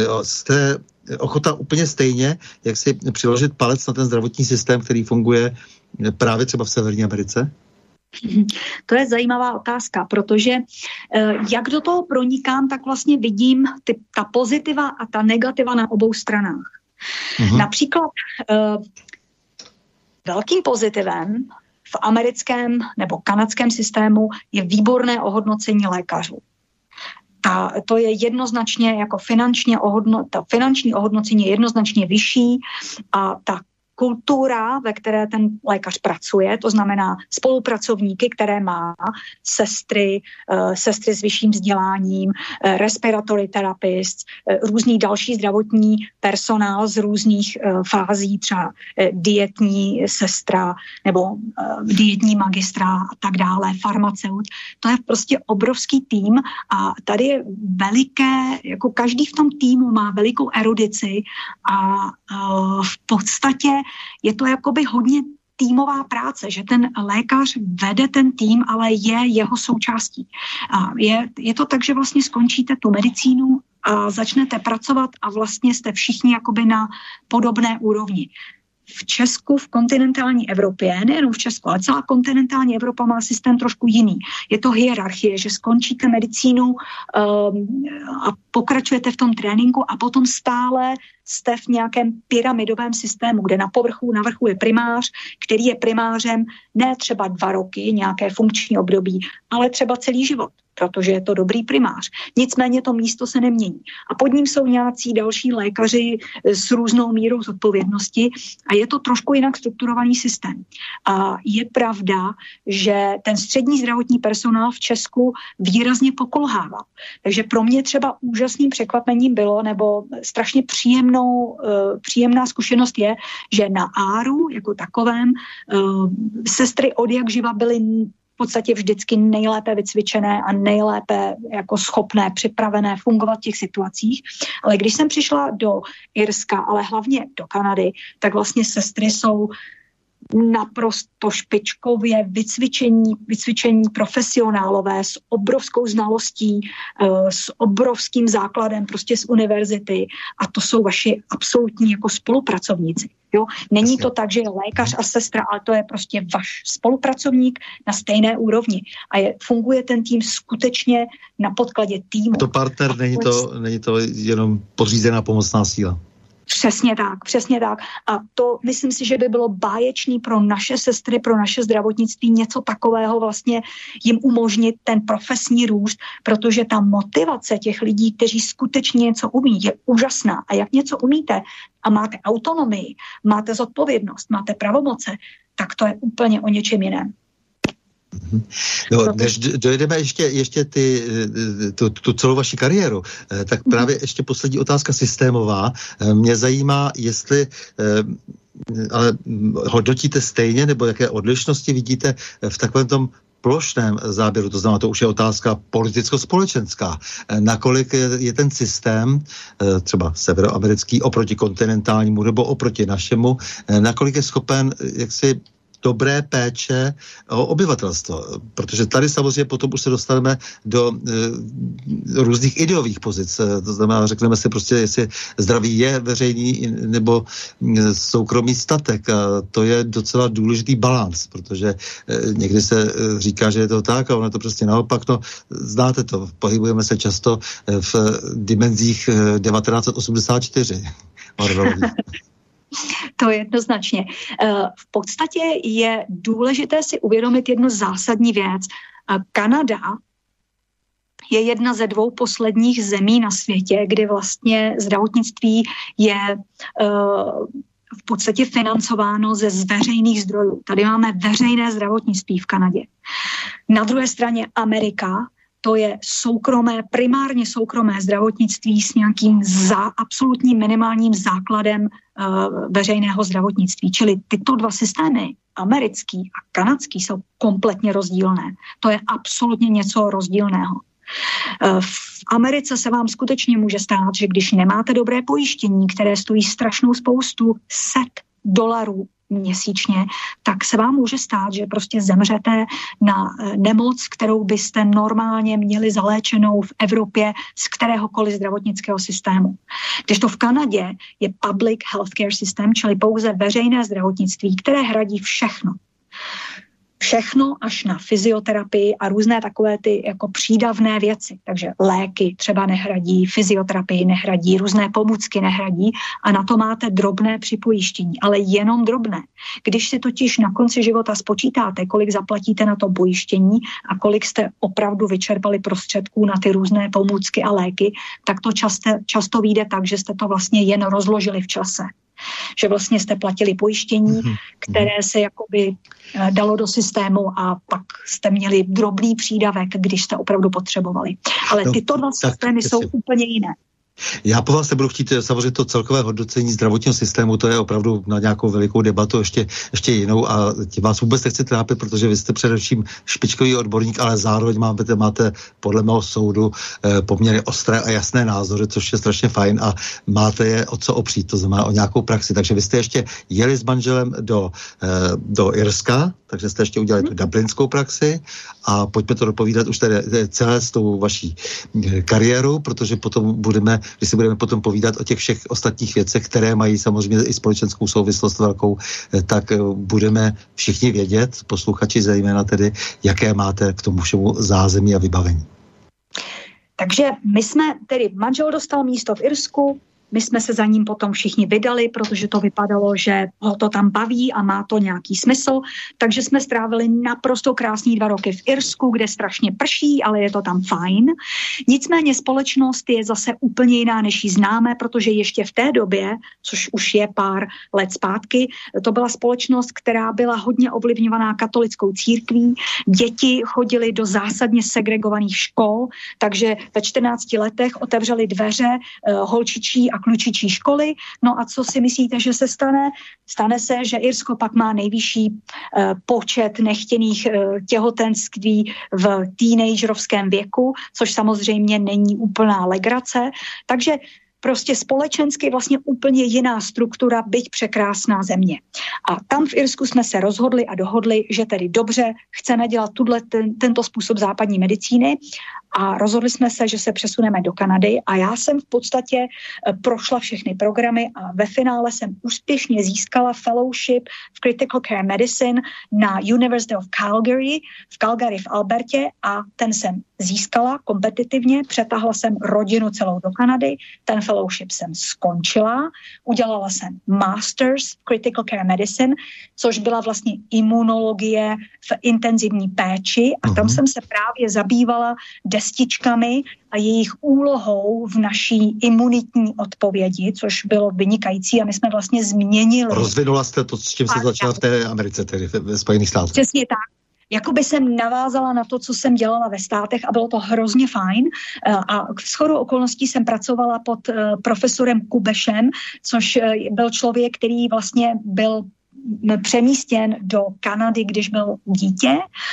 Jste ochota úplně stejně, jak si přiložit palec na ten zdravotní systém, který funguje právě třeba v Severní Americe? To je zajímavá otázka, protože jak do toho pronikám, tak vlastně vidím ty, ta pozitiva a ta negativa na obou stranách. Uh-huh. Například velkým pozitivem v americkém nebo kanadském systému je výborné ohodnocení lékařů. Ta, to je jednoznačně jako finančně ohodno, ta finanční ohodnocení je jednoznačně vyšší a ta kultura, ve které ten lékař pracuje, to znamená spolupracovníky, které má, sestry, sestry s vyšším vzděláním, respiratory terapist, různý další zdravotní personál z různých fází, třeba dietní sestra nebo dietní magistra a tak dále, farmaceut. To je prostě obrovský tým a tady je veliké, jako každý v tom týmu má velikou erudici a v podstatě je to jakoby hodně týmová práce, že ten lékař vede ten tým, ale je jeho součástí. A je, je to tak, že vlastně skončíte tu medicínu a začnete pracovat a vlastně jste všichni jakoby na podobné úrovni. V Česku, v kontinentální Evropě, nejenom v Česku, ale celá kontinentální Evropa má systém trošku jiný. Je to hierarchie, že skončíte medicínu um, a pokračujete v tom tréninku a potom stále jste v nějakém pyramidovém systému, kde na povrchu, na vrchu je primář, který je primářem ne třeba dva roky, nějaké funkční období, ale třeba celý život, protože je to dobrý primář. Nicméně to místo se nemění. A pod ním jsou nějací další lékaři s různou mírou zodpovědnosti a je to trošku jinak strukturovaný systém. A je pravda, že ten střední zdravotní personál v Česku výrazně pokulhával. Takže pro mě třeba úžasným překvapením bylo, nebo strašně příjemnou, příjemná zkušenost je, že na áru jako takovém sestry od jak živa byly v podstatě vždycky nejlépe vycvičené a nejlépe jako schopné, připravené fungovat v těch situacích. Ale když jsem přišla do Irska, ale hlavně do Kanady, tak vlastně sestry jsou naprosto špičkově vycvičení, vycvičení profesionálové s obrovskou znalostí, s obrovským základem prostě z univerzity a to jsou vaši absolutní jako spolupracovníci. Jo? Není to tak, že je lékař a sestra, ale to je prostě váš spolupracovník na stejné úrovni a je, funguje ten tým skutečně na podkladě týmu. To partner, není to, není to jenom podřízená pomocná síla. Přesně tak, přesně tak. A to myslím si, že by bylo báječný pro naše sestry, pro naše zdravotnictví něco takového vlastně jim umožnit ten profesní růst, protože ta motivace těch lidí, kteří skutečně něco umí, je úžasná. A jak něco umíte a máte autonomii, máte zodpovědnost, máte pravomoce, tak to je úplně o něčem jiném. No, než dojedeme ještě, ještě ty, tu, tu celou vaši kariéru, tak právě ještě poslední otázka systémová. Mě zajímá, jestli ale hodnotíte stejně, nebo jaké odlišnosti vidíte v takovém tom plošném záběru, to znamená, to už je otázka politicko-společenská. Nakolik je ten systém, třeba severoamerický, oproti kontinentálnímu nebo oproti našemu, nakolik je schopen jaksi dobré péče o obyvatelstvo. Protože tady samozřejmě potom už se dostaneme do e, různých ideových pozic. To znamená, řekneme si prostě, jestli zdraví je veřejný nebo e, soukromý statek. A to je docela důležitý balans, protože e, někdy se e, říká, že je to tak a ono je to prostě naopak. No, znáte to, pohybujeme se často v dimenzích e, devatenáct osmdesát čtyři. To jednoznačně. V podstatě je důležité si uvědomit jednu zásadní věc. Kanada je jedna ze dvou posledních zemí na světě, kdy vlastně zdravotnictví je v podstatě financováno ze veřejných zdrojů. Tady máme veřejné zdravotnictví v Kanadě. Na druhé straně Amerika, to je soukromé, primárně soukromé zdravotnictví s nějakým za, absolutním minimálním základem uh, veřejného zdravotnictví. Čili tyto dva systémy, americký a kanadský, jsou kompletně rozdílné. To je absolutně něco rozdílného. Uh, v Americe se vám skutečně může stát, že když nemáte dobré pojištění, které stojí strašnou spoustu set dolarů měsíčně, tak se vám může stát, že prostě zemřete na nemoc, kterou byste normálně měli zaléčenou v Evropě z kteréhokoliv zdravotnického systému. Když to v Kanadě je public healthcare system, čili pouze veřejné zdravotnictví, které hradí všechno. Všechno až na fyzioterapii a různé takové ty jako přídavné věci. Takže léky třeba nehradí, fyzioterapii nehradí, různé pomůcky nehradí a na to máte drobné připojištění, ale jenom drobné. Když si totiž na konci života spočítáte, kolik zaplatíte na to pojištění a kolik jste opravdu vyčerpali prostředků na ty různé pomůcky a léky, tak to často, často vyjde tak, že jste to vlastně jen rozložili v čase. že vlastně jste platili pojištění, které se jakoby dalo do systému a pak jste měli drobný přídavek, když jste opravdu potřebovali. Ale no, tyto dva systémy jsou úplně jiné. Já po vás nebudu chtít samozřejmě to celkové hodnocení zdravotního systému, to je opravdu na nějakou velikou debatu ještě, ještě jinou a tím vás vůbec nechci trápit, protože vy jste především špičkový odborník, ale zároveň máte, máte podle mého soudu eh, poměrně ostré a jasné názory, což je strašně fajn a máte je o co opřít, to znamená o nějakou praxi. Takže vy jste ještě jeli s manželem do, eh, do Irska, takže jste ještě udělali tu dublinskou praxi a pojďme to dopovídat už tady celé s tou vaší kariéru, protože potom budeme, když si budeme potom povídat o těch všech ostatních věcech, které mají samozřejmě i společenskou souvislost velkou, tak budeme všichni vědět, posluchači zejména tedy, jaké máte k tomu všemu zázemí a vybavení. Takže my jsme, tedy manžel dostal místo v Irsku, my jsme se za ním potom všichni vydali, protože to vypadalo, že ho to tam baví a má to nějaký smysl. Takže jsme strávili naprosto krásný dva roky v Irsku, kde strašně prší, ale je to tam fajn. Nicméně společnost je zase úplně jiná, než ji známe, protože ještě v té době, což už je pár let zpátky, to byla společnost, která byla hodně ovlivňovaná katolickou církví. Děti chodily do zásadně segregovaných škol, takže ve čtrnácti letech otevřeli dveře holčičí a klučičí školy. No a co si myslíte, že se stane? Stane se, že Irsko pak má nejvyšší uh, počet nechtěných uh, těhotenství v teenagerovském věku, což samozřejmě není úplná legrace. Takže prostě společensky vlastně úplně jiná struktura, byť překrásná země. A tam v Irsku jsme se rozhodli a dohodli, že tedy dobře chceme dělat tuhle, ten, tento způsob západní medicíny a rozhodli jsme se, že se přesuneme do Kanady a já jsem v podstatě prošla všechny programy a ve finále jsem úspěšně získala fellowship v Critical Care Medicine na University of Calgary, v Calgary v Albertě a ten jsem získala kompetitivně, přetáhla jsem rodinu celou do Kanady, ten fellowship jsem skončila, udělala jsem Masters Critical Care Medicine, což byla vlastně imunologie v intenzivní péči a tam jsem se právě zabývala destičkami a jejich úlohou v naší imunitní odpovědi, což bylo vynikající a my jsme vlastně změnili. Rozvinula jste to, s čím se začala v té Americe, tedy ve Spojených státech. Přesně tak. Jakoby jsem navázala na to, co jsem dělala ve státech a bylo to hrozně fajn. A shodou okolností jsem pracovala pod profesorem Kubešem, což byl člověk, který vlastně byl přemístěn do Kanady, když byl dítě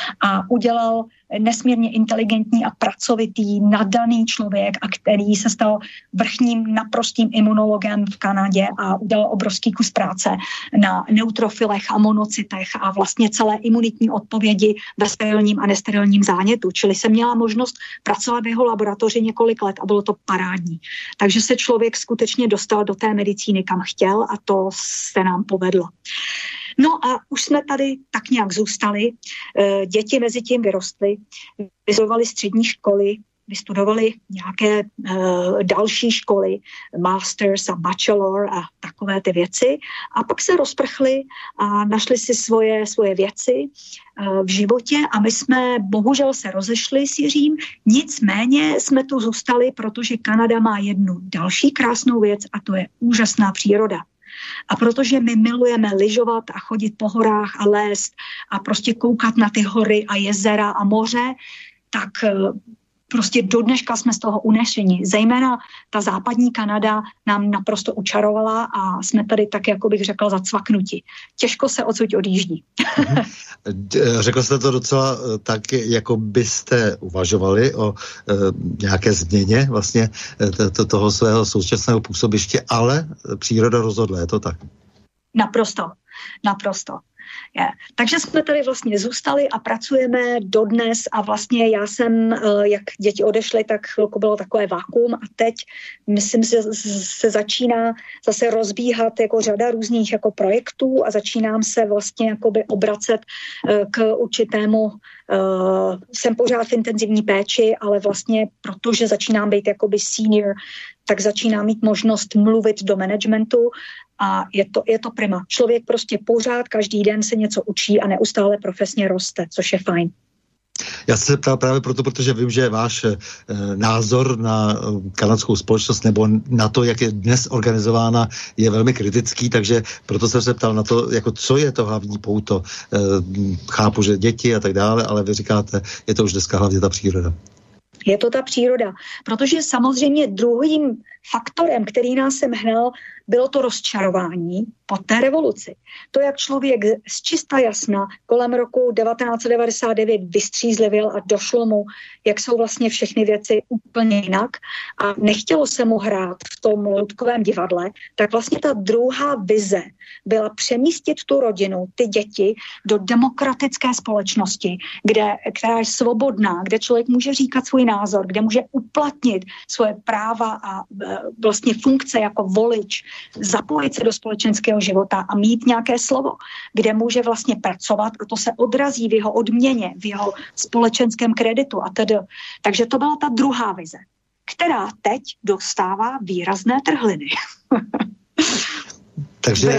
a udělal nesmírně inteligentní a pracovitý, nadaný člověk, a který se stal vrchním naprostým imunologem v Kanadě a udělal obrovský kus práce na neutrofilech a monocytech a vlastně celé imunitní odpovědi ve sterilním a nesterilním zánětu. Čili jsem měla možnost pracovat v jeho laboratoři několik let a bylo to parádní. Takže se člověk skutečně dostal do té medicíny, kam chtěl a to se nám povedlo. No a už jsme tady tak nějak zůstali. Děti mezi tím vyrostly, vystudovali střední školy, vystudovali nějaké uh, další školy, masters a bachelor a takové ty věci. A pak se rozprchli a našli si svoje, svoje věci uh, v životě a my jsme bohužel se rozešli s Jiřím. Nicméně jsme tu zůstali, protože Kanada má jednu další krásnou věc a to je úžasná příroda. A protože my milujeme lyžovat a chodit po horách a lézt a prostě koukat na ty hory a jezera a moře, tak prostě do dneška jsme z toho unešeni. Zejména ta západní Kanada nám naprosto učarovala a jsme tady tak, jako bych řekla, zacvaknuti. Těžko se odsud odjíždí. Řekl jste to docela tak, jako byste uvažovali o e, nějaké změně vlastně to, to, toho svého současného působiště, ale příroda rozhodla, je to tak? Naprosto, naprosto. Yeah. Takže jsme tady vlastně zůstali a pracujeme dodnes a vlastně já jsem, jak děti odešly, tak chvilku bylo takové vákuum a teď myslím, že se začíná zase rozbíhat jako řada různých jako projektů a začínám se vlastně jakoby obracet k určitému, uh, jsem pořád v intenzivní péči, ale vlastně protože začínám být jakoby senior, tak začínám mít možnost mluvit do managementu a je to, je to prima. Člověk prostě pořád každý den se něco učí a neustále profesně roste, což je fajn. Já jsem se ptal právě proto, protože vím, že váš e, názor na e, kanadskou společnost nebo na to, jak je dnes organizována, je velmi kritický, takže proto jsem se ptal na to, jako co je to hlavní pouto. E, chápu, že děti a tak dále, ale vy říkáte, je to už dneska hlavně ta příroda. Je to ta příroda, protože samozřejmě druhým faktorem, který nás sem hnal, bylo to rozčarování po té revoluci. To, jak člověk z čista jasna kolem roku devatenáct set devadesát devět vystřízlivěl a došlo mu, jak jsou vlastně všechny věci úplně jinak a nechtělo se mu hrát v tom loutkovém divadle, tak vlastně ta druhá vize byla přemístit tu rodinu, ty děti do demokratické společnosti, kde, která je svobodná, kde člověk může říkat svůj názor, kde může uplatnit svoje práva a e, vlastně funkce jako volič, zapojit se do společenského života a mít nějaké slovo, kde může vlastně pracovat a to se odrazí v jeho odměně, v jeho společenském kreditu a tedy. Takže to byla ta druhá vize, která teď dostává výrazné trhliny. Takže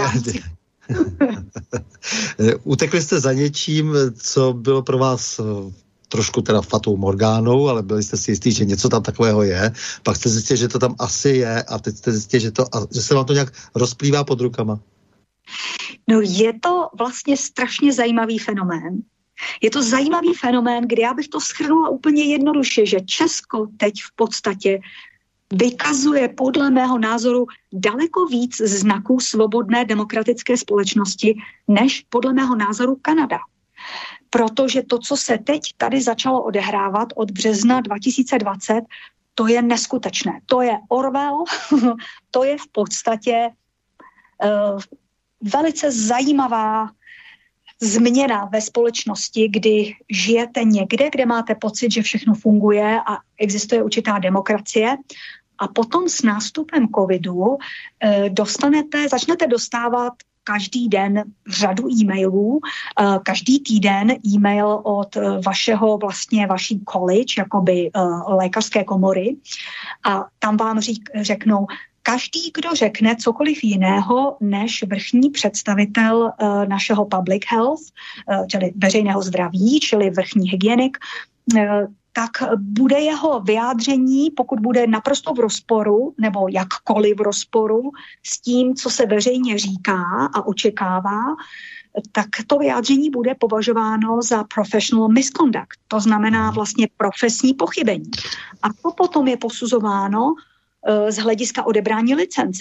utekli jste za něčím, co bylo pro vás trošku teda fatou morgánou, ale byli jste si jistí, že něco tam takového je. Pak jste zjistili, že to tam asi je a teď jste zjistili, že, to, že se vám to nějak rozplývá pod rukama. No je to vlastně strašně zajímavý fenomén. Je to zajímavý fenomén, kdy já bych to shrnula úplně jednoduše, že Česko teď v podstatě vykazuje podle mého názoru daleko víc znaků svobodné demokratické společnosti, než podle mého názoru Kanada. Protože to, co se teď tady začalo odehrávat od března dva tisíce dvacet, to je neskutečné. To je Orwell, to je v podstatě uh, velice zajímavá změna ve společnosti, kdy žijete někde, kde máte pocit, že všechno funguje a existuje určitá demokracie. A potom s nástupem covidu eh, dostanete, začnete dostávat každý den řadu e-mailů, eh, každý týden e-mail od eh, vašeho vlastně vaší college, jakoby eh, lékařské komory a tam vám řík, řeknou, každý, kdo řekne cokoliv jiného než vrchní představitel uh, našeho public health, uh, čili veřejného zdraví, čili vrchní hygienik, uh, tak bude jeho vyjádření, pokud bude naprosto v rozporu nebo jakkoliv v rozporu s tím, co se veřejně říká a očekává, tak to vyjádření bude považováno za professional misconduct. To znamená vlastně profesní pochybení. A to potom je posuzováno z hlediska odebrání licence.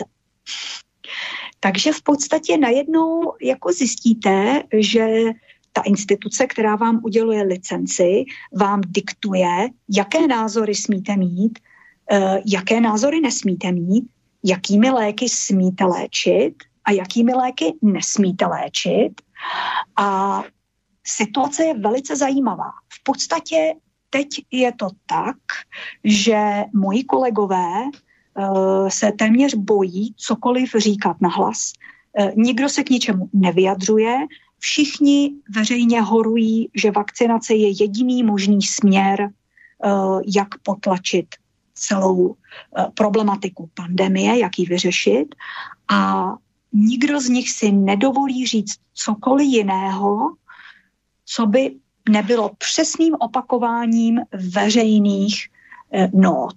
Takže v podstatě najednou jako zjistíte, že ta instituce, která vám uděluje licenci, vám diktuje, jaké názory smíte mít, jaké názory nesmíte mít, jakými léky smíte léčit a jakými léky nesmíte léčit. A situace je velice zajímavá. V podstatě teď je to tak, že moji kolegové se téměř bojí cokoliv říkat nahlas. Nikdo se k ničemu nevyjadřuje, všichni veřejně horují, že vakcinace je jediný možný směr, jak potlačit celou problematiku pandemie, jak ji vyřešit a nikdo z nich si nedovolí říct cokoliv jiného, co by nebylo přesným opakováním veřejných nót.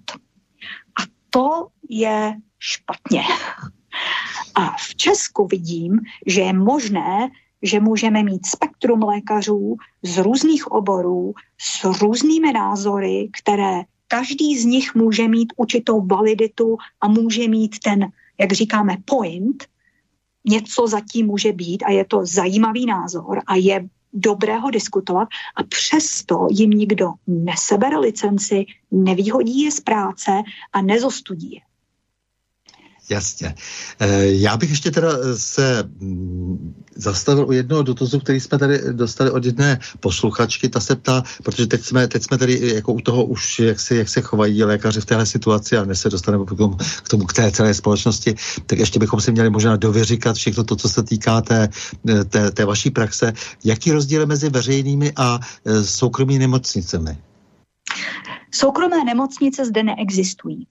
To je špatně. A v Česku vidím, že je možné, že můžeme mít spektrum lékařů z různých oborů, s různými názory, které každý z nich může mít určitou validitu a může mít ten, jak říkáme, point. Něco zatím může být a je to zajímavý názor a je dobré ho diskutovat a přesto jim nikdo nesebere licenci, nevyhodí je z práce a nezostudí je. Jasně. Já bych ještě teda se zastavil u jednoho dotazu, který jsme tady dostali od jedné posluchačky. Ta se ptá, protože teď jsme, teď jsme tady jako u toho už, jak se, jak se chovají lékaři v téhle situaci a než se dostaneme k tomu, k tomu, k té celé společnosti, tak ještě bychom si měli možná dovyříkat všechno to, co se týká té, té, té vaší praxe. Jaký rozdíl je mezi veřejnými a soukromými nemocnicemi? Soukromé nemocnice zde neexistují.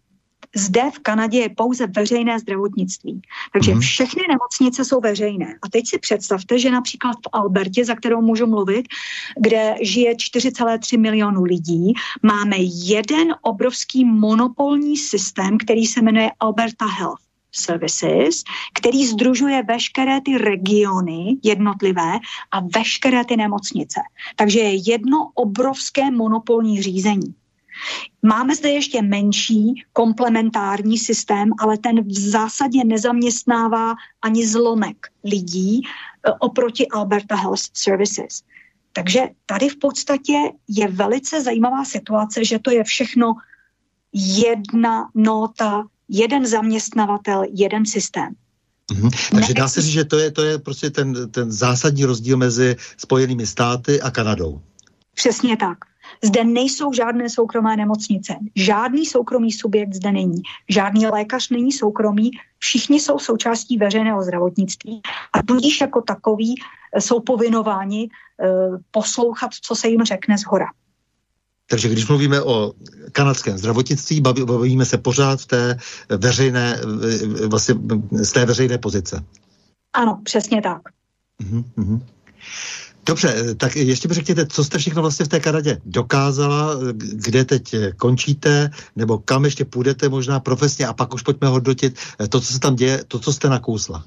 zde v Kanadě je pouze veřejné zdravotnictví. Takže mm. všechny nemocnice jsou veřejné. A teď si představte, že například v Albertě, za kterou můžu mluvit, kde žije čtyři celé tři milionu lidí, máme jeden obrovský monopolní systém, který se jmenuje Alberta Health Services, který sdružuje veškeré ty regiony jednotlivé a veškeré ty nemocnice. Takže je jedno obrovské monopolní řízení. Máme zde ještě menší komplementární systém, ale ten v zásadě nezaměstnává ani zlomek lidí oproti Alberta Health Services. Takže tady v podstatě je velice zajímavá situace, že to je všechno jedna nota, jeden zaměstnavatel, jeden systém. Mhm. Takže dá se říct, že to je, to je prostě ten, ten zásadní rozdíl mezi Spojenými státy a Kanadou. Přesně tak. Zde nejsou žádné soukromé nemocnice. Žádný soukromý subjekt zde není. Žádný lékař není soukromý. Všichni jsou součástí veřejného zdravotnictví a tudíž jako takoví jsou povinováni uh, poslouchat, co se jim řekne zhora. Takže když mluvíme o kanadském zdravotnictví, bavíme se pořád v té veřejné, vlastně z té veřejné pozice. Ano, přesně tak. Uhum, uhum. Dobře, tak ještě mi řekněte, co jste všechno vlastně v té Kanadě dokázala, kde teď končíte, nebo kam ještě půjdete možná profesně a pak už pojďme hodnotit to, co se tam děje, to, co jste nakousla.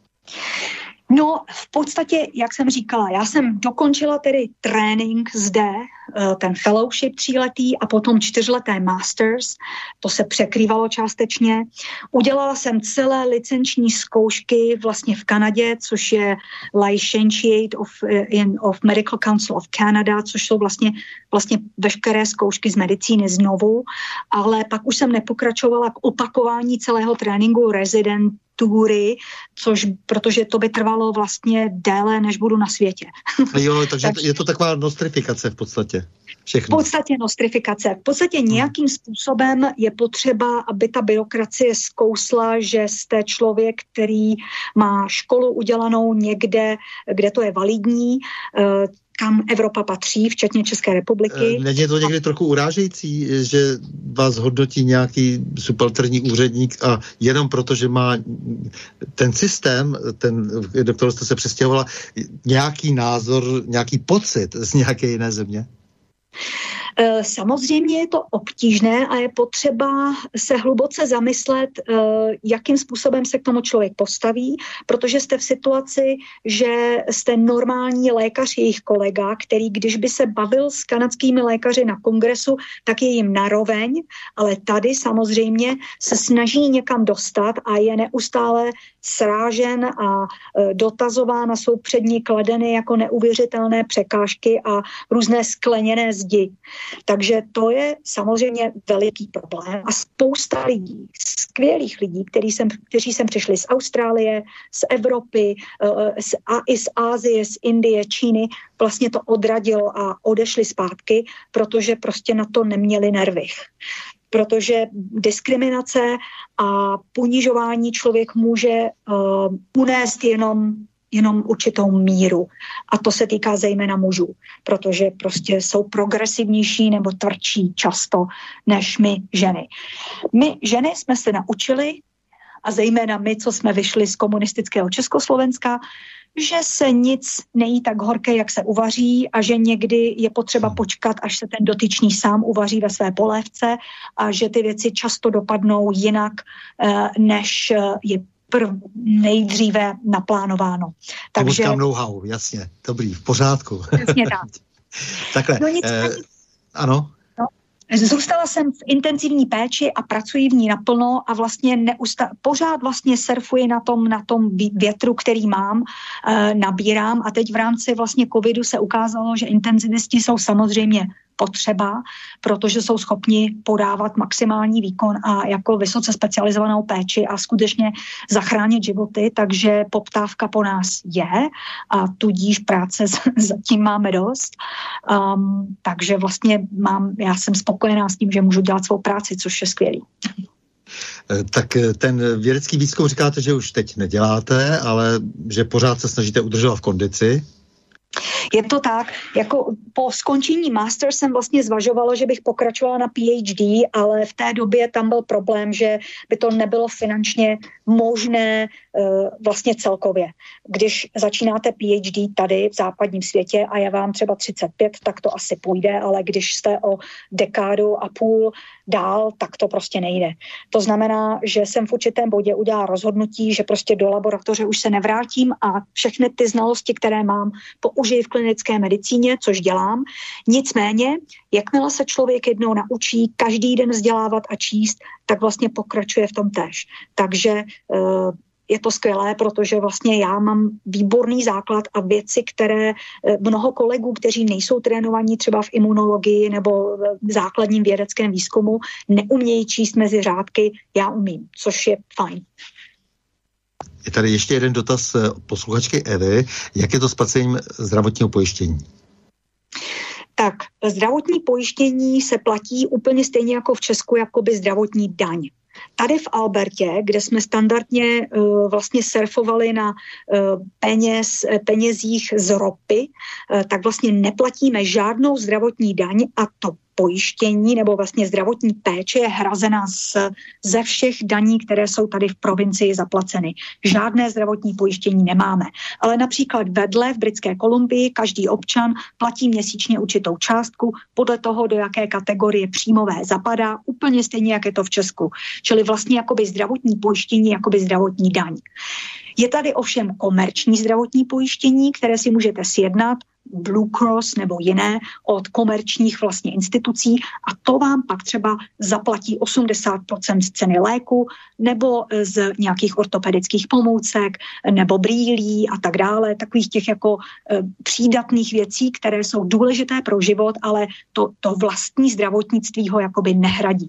No, v podstatě, jak jsem říkala, já jsem dokončila tedy trénink zde, ten fellowship tříletý a potom čtyřleté masters, to se překrývalo částečně. Udělala jsem celé licenční zkoušky vlastně v Kanadě, což je Licentiate of, in, of Medical Council of Canada, což jsou vlastně, vlastně veškeré zkoušky z medicíny znovu, ale pak už jsem nepokračovala k opakování celého tréninku resident tury, což, protože to by trvalo vlastně déle, než budu na světě. Jo, takže tak, je to taková nostrifikace v podstatě. Všechno. V podstatě nostrifikace. V podstatě nějakým způsobem je potřeba, aby ta byrokracie zkousla, že jste člověk, který má školu udělanou někde, kde to je validní, kam Evropa patří, včetně České republiky. Není to někdy trochu urážející, že vás hodnotí nějaký subalterní úředník a jenom proto, že má ten systém, ten, do kterého jste se přestěhovala, nějaký názor, nějaký pocit z nějaké jiné země? Samozřejmě je to obtížné a je potřeba se hluboce zamyslet, jakým způsobem se k tomu člověk postaví, protože jste v situaci, že jste normální lékař, jejich kolega, který když by se bavil s kanadskými lékaři na kongresu, tak je jim naroveň, ale tady samozřejmě se snaží někam dostat a je neustále srážen a dotazován a jsou před ní kladeny jako neuvěřitelné překážky a různé skleněné zdi. Takže to je samozřejmě veliký problém a spousta lidí, skvělých lidí, kteří sem, kteří sem přišli z Austrálie, z Evropy, z, a i z Asie, z Indie, Číny, vlastně to odradilo a odešli zpátky, protože prostě na to neměli nervy. Protože diskriminace a ponižování člověk může uh, unést jenom jenom určitou míru. A to se týká zejména mužů, protože prostě jsou progresivnější nebo tvrdší často než my ženy. My ženy jsme se naučili, a zejména my, co jsme vyšli z komunistického Československa, že se nic nejí tak horké, jak se uvaří a že někdy je potřeba počkat, až se ten dotyčný sám uvaří ve své polévce a že ty věci často dopadnou jinak, než je prv, nejdříve naplánováno. Takže know-how, jasně, dobrý, v pořádku. Jasně tak. Takhle, no nic, eh, ano. No, zůstala jsem v intenzivní péči a pracuji v ní naplno a vlastně neusta- pořád vlastně surfuji na tom, na tom větru, který mám, eh, nabírám a teď v rámci vlastně covidu se ukázalo, že intenzivisti jsou samozřejmě potřeba, protože jsou schopni podávat maximální výkon a jako vysoce specializovanou péči a skutečně zachránit životy, takže poptávka po nás je a tudíž práce zatím máme dost. Um, takže vlastně mám, já jsem spokojená s tím, že můžu dělat svou práci, což je skvělý. Tak ten vědecký výzkum říkáte, že už teď neděláte, ale že pořád se snažíte udržovat v kondici. Je to tak, jako po skončení master jsem vlastně zvažovala, že bych pokračovala na PhD, ale v té době tam byl problém, že by to nebylo finančně možné uh, vlastně celkově. Když začínáte PhD tady v západním světě a je vám třeba třicet pět, tak to asi půjde, ale když jste o dekádu a půl dál, tak to prostě nejde. To znamená, že jsem v určitém bodě udělala rozhodnutí, že prostě do laboratoře už se nevrátím a všechny ty znalosti, které mám, použiji v klinické medicíně, což dělám. Nicméně, jakmile se člověk jednou naučí každý den vzdělávat a číst, tak vlastně pokračuje v tom též. Takže uh, je to skvělé, protože vlastně já mám výborný základ a věci, které mnoho kolegů, kteří nejsou trénovaní třeba v imunologii nebo v základním vědeckém výzkumu, neumějí číst mezi řádky, já umím, což je fajn. Je tady ještě jeden dotaz posluchačky Evy. Jak je to s placením zdravotního pojištění? Tak, zdravotní pojištění se platí úplně stejně jako v Česku, jako by zdravotní daň. Tady v Albertě, kde jsme standardně uh, vlastně surfovali na uh, peněz, penězích z ropy, uh, tak vlastně neplatíme žádnou zdravotní daň a to pojištění nebo vlastně zdravotní péče je hrazena z, ze všech daní, které jsou tady v provincii zaplaceny. Žádné zdravotní pojištění nemáme. Ale například vedle v Britské Kolumbii každý občan platí měsíčně určitou částku podle toho, do jaké kategorie příjmové zapadá, úplně stejně, jak je to v Česku. Čili vlastně jakoby zdravotní pojištění, jakoby zdravotní daň. Je tady ovšem komerční zdravotní pojištění, které si můžete sjednat, Blue Cross nebo jiné od komerčních vlastně institucí a to vám pak třeba zaplatí osmdesát procent z ceny léku nebo z nějakých ortopedických pomůcek nebo brýlí a tak dále, takových těch jako e, přídatných věcí, které jsou důležité pro život, ale to, to vlastní zdravotnictví ho jakoby nehradí.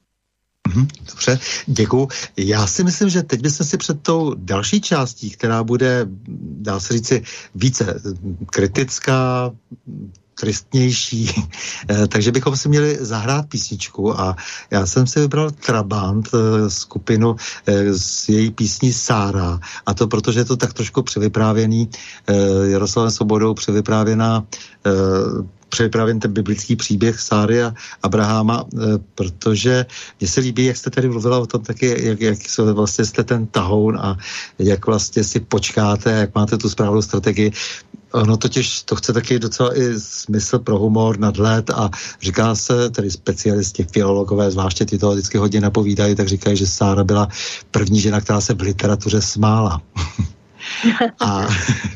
Dobře, děkuju. Já si myslím, že teď bychom si před tou další částí, která bude, dá se říci, více kritická, tristnější, takže bychom si měli zahrát písničku a já jsem si vybral Trabant, skupinu s její písní Sára a to protože je to tak trošku převyprávěný Jaroslavem Svobodou, převyprávěná převyprávěn ten biblický příběh Sáry a Abraháma, protože mně se líbí, jak jste tady mluvila o tom taky, jak, jak vlastně jste ten tahoun a jak vlastně si počkáte, jak máte tu správnou strategii. Ono totiž to chce taky docela i smysl pro humor, nadhled a říká se, tedy specialisti, filologové, zvláště ty toho vždycky hodně napovídají, tak říkají, že Sára byla první žena, která se v literatuře smála. A,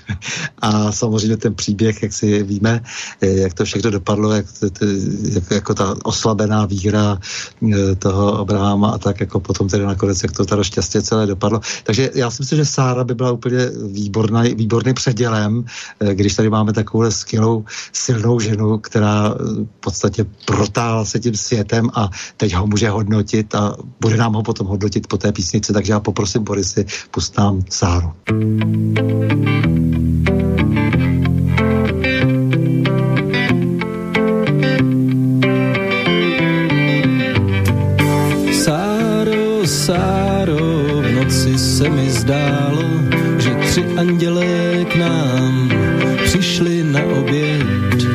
a samozřejmě ten příběh, jak si víme, jak to všechno dopadlo, jak, jak, jako ta oslabená víra toho Abraháma a tak jako potom tedy nakonec, jak to tady šťastně celé dopadlo. Takže já si myslím, že Sára by byla úplně výborný, výborný předělem, když tady máme takovou skvělou, silnou ženu, která v podstatě protáhla se tím světem a teď ho může hodnotit a bude nám ho potom hodnotit po té písnici, takže já poprosím Borisy, pust nám Sáru. Sáro, Sáro, v noci se mi zdálo, že tři andělé k nám přišli na oběd.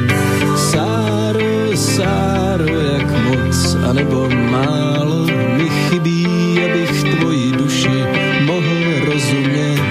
Sáro, Sáro, jak moc anebo málo mi chybí, abych tvoji duši mohl rozumět.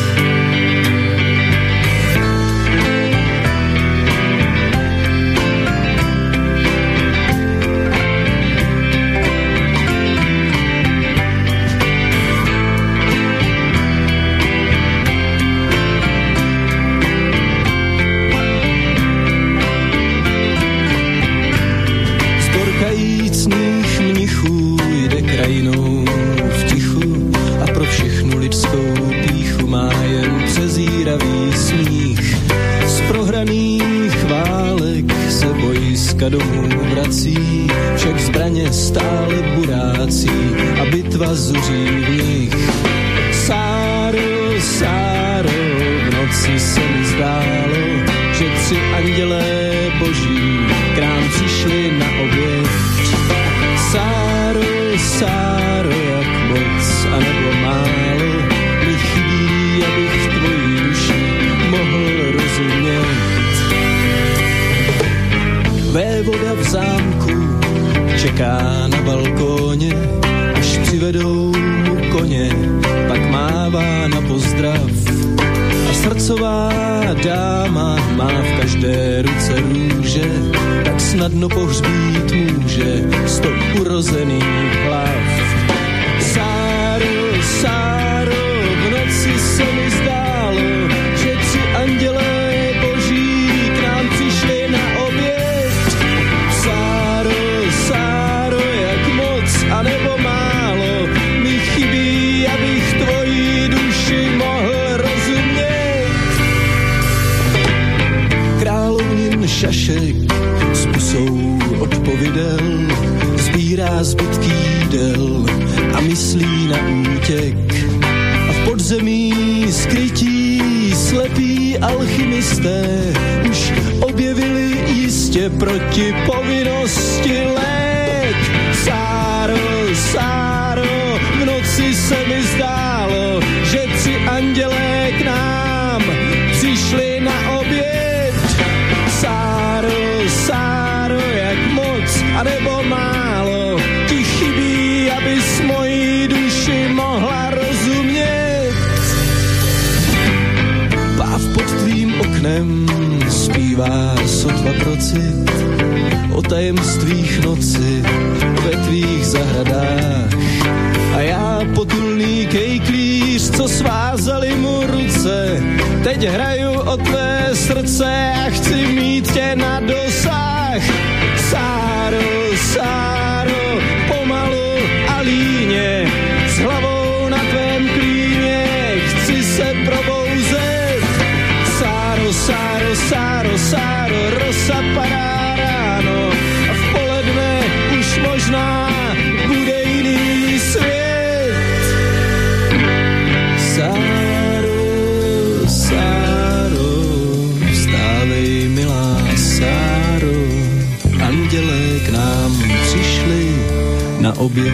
Krajinou v tichu a pro všechnu lidskou pýchu má jen přezíravý smích. Z prohraných válek se vojska domů vrací, však zbraně stále burácí a bitva zuří v nich. Sáro, Sáro, v noci se mi zdálo, že tři andělé boží k nám přišli na oběd. Sáro, Sáro, jak moc anebo málo mi chybí, abych tvoji duši mohl rozumět. přivedou mu koně, pak mává na pozdrav. A srdcová dáma má v každé ruce růže, tak snadno pohřbít může sto urozených hlav. Sáro, Sáro, v noci se mi zdálo, že tři andělé boží k nám přišli na oběd. Sáro, Sáro, jak moc anebo málo mi chybí, abych tvojí duši mohl rozumět. Královnin šašek s pusou odpovědel sbírá zbytky jídel a myslí na útěk. A v podzemí skrytí slepí alchymisté už objevili jistě proti povinnosti lék. Sáro, Sáro, v noci se mi zdálo, že tři andělé k nám přišli na oběd. Sáro, Sáro, jak moc anebo málo ti chybí, abys mojí duši mohla rozumět. Páv pod tvým oknem zpívá sotva procit o tajemstvích noci ve tvých zahradách. A já potulný kejklíř, co svázali mu ruce, teď hraju o tvé srdce a chci mít tě na dosah. Sáro, Sáro, pomalu a líně, s hlavou na tvém klíně chci se probouzet. Sáro, Sáro, Sáro, Sáro, rosa padá ráno a v poledne už možná bude jiný svět. Sáro, Sáro, vstávej milá Sáro, andělé k nám přišli na oběd.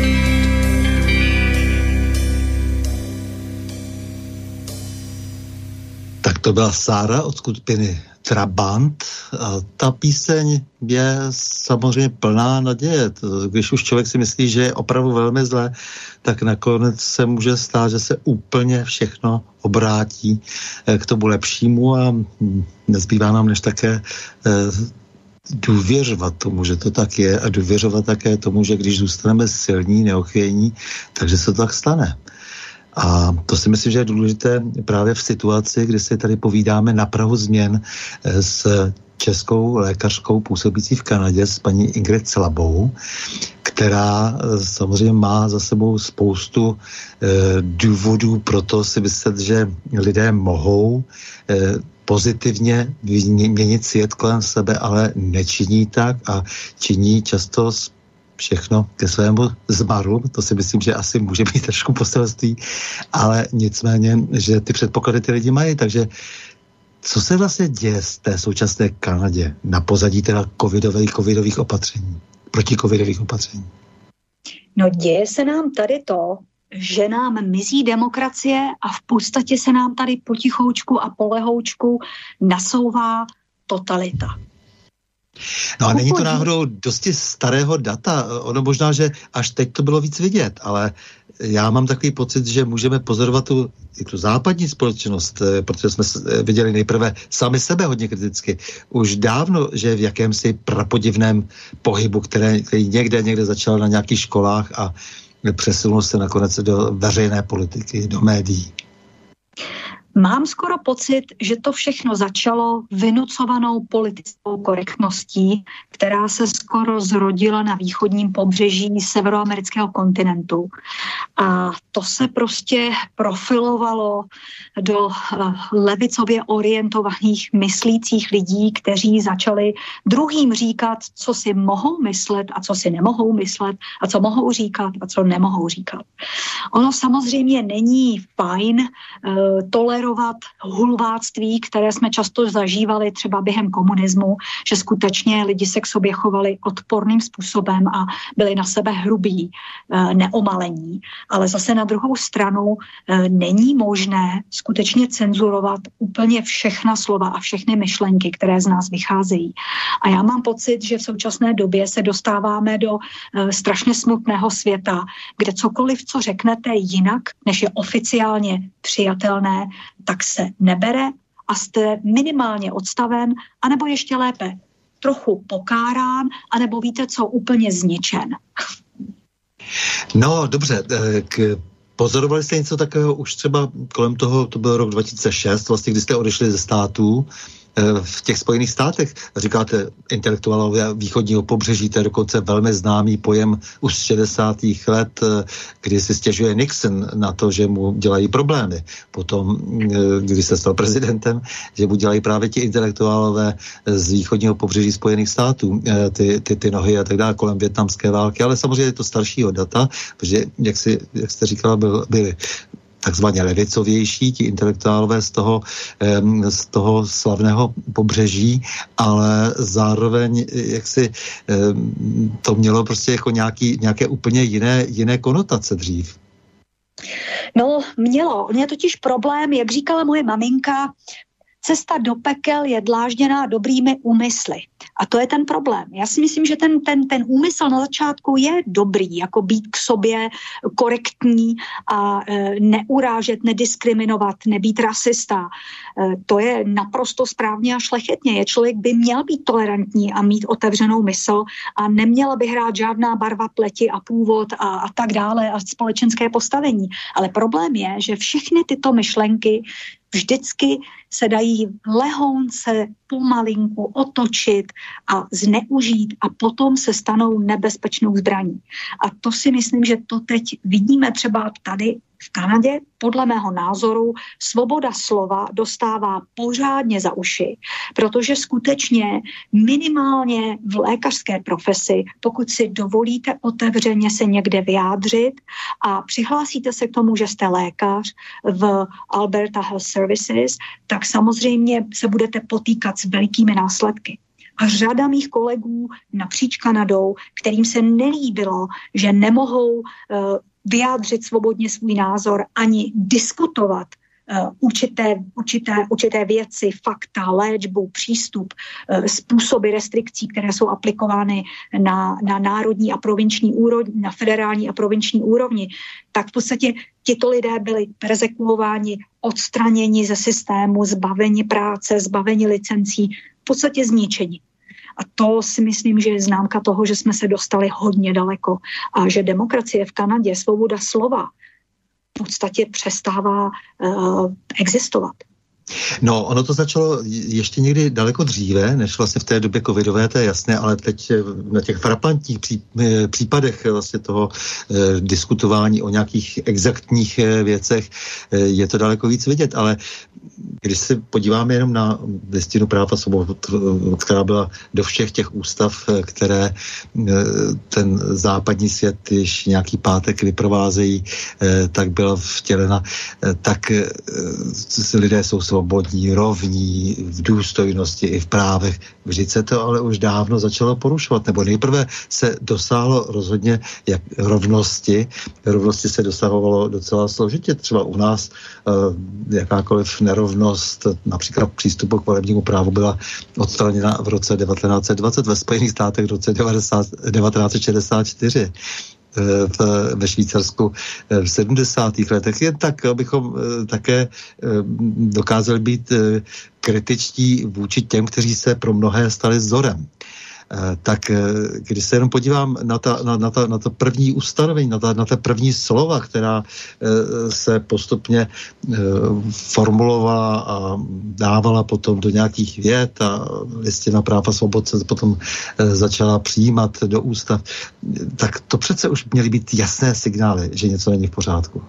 Tak to byla Sára od skupiny Trabant. A ta píseň je samozřejmě plná naděje. Když už člověk si myslí, že je opravdu velmi zlé, tak nakonec se může stát, že se úplně všechno obrátí k tomu lepšímu a nezbývá nám než také důvěřovat tomu, že to tak je a důvěřovat také tomu, že když zůstaneme silní, neochvějní, takže se to tak stane. A to si myslím, že je důležité právě v situaci, kdy si tady povídáme na prahu změn s českou lékařkou působící v Kanadě, s paní Ingrid Slabou, která samozřejmě má za sebou spoustu eh, důvodů pro to si myslet, že lidé mohou eh, pozitivně měnit svět kolem sebe, ale nečiní tak a činí často všechno ke svému zmaru. To si myslím, že asi může být trošku poselství, ale nicméně, že ty předpoklady ty lidi mají, takže co se vlastně děje z té současné Kanadě na pozadí teda covidových, covidových opatření, protikovidových opatření? No děje se nám tady to, že nám mizí demokracie a v podstatě se nám tady potichoučku a polehoučku nasouvá totalita. No a není to náhodou dosti starého data? Ono možná, že až teď to bylo víc vidět, ale já mám takový pocit, že můžeme pozorovat tu, tu západní společnost, protože jsme viděli nejprve sami sebe hodně kriticky. Už dávno, že v jakémsi prapodivném pohybu, které, který někde, někde začal na nějakých školách a přesunul se nakonec do veřejné politiky, do médií. Mám skoro pocit, že to všechno začalo vynucovanou politickou korektností, která se skoro zrodila na východním pobřeží severoamerického kontinentu. A to se prostě profilovalo do levicově orientovaných myslících lidí, kteří začali druhým říkat, co si mohou myslet a co si nemohou myslet a co mohou říkat a co nemohou říkat. Ono samozřejmě není fajn uh, tolerovat tolerovat hulváctví, které jsme často zažívali třeba během komunismu, že skutečně lidi se k sobě chovali odporným způsobem a byli na sebe hrubí, neomalení. Ale zase na druhou stranu není možné skutečně cenzurovat úplně všechna slova a všechny myšlenky, které z nás vycházejí. A já mám pocit, že v současné době se dostáváme do strašně smutného světa, kde cokoliv, co řeknete jinak, než je oficiálně přijatelné, tak se nebere a jste minimálně odstaven, anebo ještě lépe trochu pokárán, anebo víte co, úplně zničen. No, dobře, k pozorovali jste něco takového už třeba kolem toho, to byl rok dva tisíce šest, vlastně, kdy jste odešli ze států, v těch Spojených státech, říkáte intelektuálové východního pobřeží, to je dokonce velmi známý pojem už z šedesátých let, kdy si stěžuje Nixon na to, že mu dělají problémy. Potom, když se stal prezidentem, že mu dělají právě ti intelektuálové z východního pobřeží Spojených států, ty, ty, ty nohy a tak dále kolem vietnamské války, ale samozřejmě je to staršího data, protože, jak, si, jak jste říkala, byl, byli takzvaně levicovější, ti intelektuálové z toho, z toho slavného pobřeží, ale zároveň jak si to mělo prostě jako nějaký, nějaké úplně jiné, jiné konotace dřív. No, mělo. On je totiž problém, jak říkala moje maminka, cesta do pekel je dlážděná dobrými úmysly. A to je ten problém. Já si myslím, že ten, ten, ten úmysl na začátku je dobrý, jako být k sobě korektní a e, neurážet, nediskriminovat, nebýt rasista. E, to je naprosto správně a šlechetně. Je člověk by měl být tolerantní a mít otevřenou mysl a neměla by hrát žádná barva pleti a původ a, a tak dále a společenské postavení. Ale problém je, že všechny tyto myšlenky vždycky se dají lehounce pomalinku otočit a zneužít a potom se stanou nebezpečnou zbraní. A to si myslím, že to teď vidíme třeba tady v Kanadě. Podle mého názoru svoboda slova dostává pořádně za uši, protože skutečně minimálně v lékařské profesi, pokud si dovolíte otevřeně se někde vyjádřit a přihlásíte se k tomu, že jste lékař v Alberta Health Services, tak samozřejmě se budete potýkat s velikými následky. A řada mých kolegů napříč Kanadou, kterým se nelíbilo, že nemohou uh, vyjádřit svobodně svůj názor ani diskutovat uh, určité, určité, určité věci, fakta, léčbu, přístup, uh, způsoby restrikcí, které jsou aplikovány na, na národní a provinční úrovni, na federální a provinční úrovni, tak v podstatě tito lidé byli perzekuováni, odstraněni ze systému, zbaveni práce, zbaveni licencí, v podstatě zničeni. A to si myslím, že je známka toho, že jsme se dostali hodně daleko a že demokracie v Kanadě, svoboda slova v podstatě přestává uh, existovat. No, ono to začalo ještě někdy daleko dříve, než vlastně v té době covidové, to je jasné, ale teď na těch frapantních pří, případech vlastně toho eh, diskutování o nějakých exaktních eh, věcech eh, je to daleko víc vidět, ale když se podíváme jenom na listinu práv a svobod, která byla do všech těch ústav, které ten západní svět již nějaký pátek vyprovázejí, tak byla vtělena, tak lidé jsou svobodní, rovní, v důstojnosti i v právech. Vždyť se to ale už dávno začalo porušovat, nebo nejprve se dosáhlo rozhodně jak rovnosti. Rovnosti se dosahovalo docela složitě. Třeba u nás jakákoliv nerovnost, například přístupu k volebnímu právu byla odstraněna v roce devatenáct set dvacet, ve Spojených státech v roce devatenáct set šedesát čtyři. V, ve Švýcarsku v sedmdesátých letech. Jen tak, abychom také dokázali být kritičtí vůči těm, kteří se pro mnohé stali vzorem. Tak když se jenom podívám na ta, na, na ta, na ta první ustanovení, na ta, na ta první slova, která se postupně formulovala a dávala potom do nějakých vět a listina práv a svobod se potom začala přijímat do ústav, tak to přece už měly být jasné signály, že něco není v pořádku.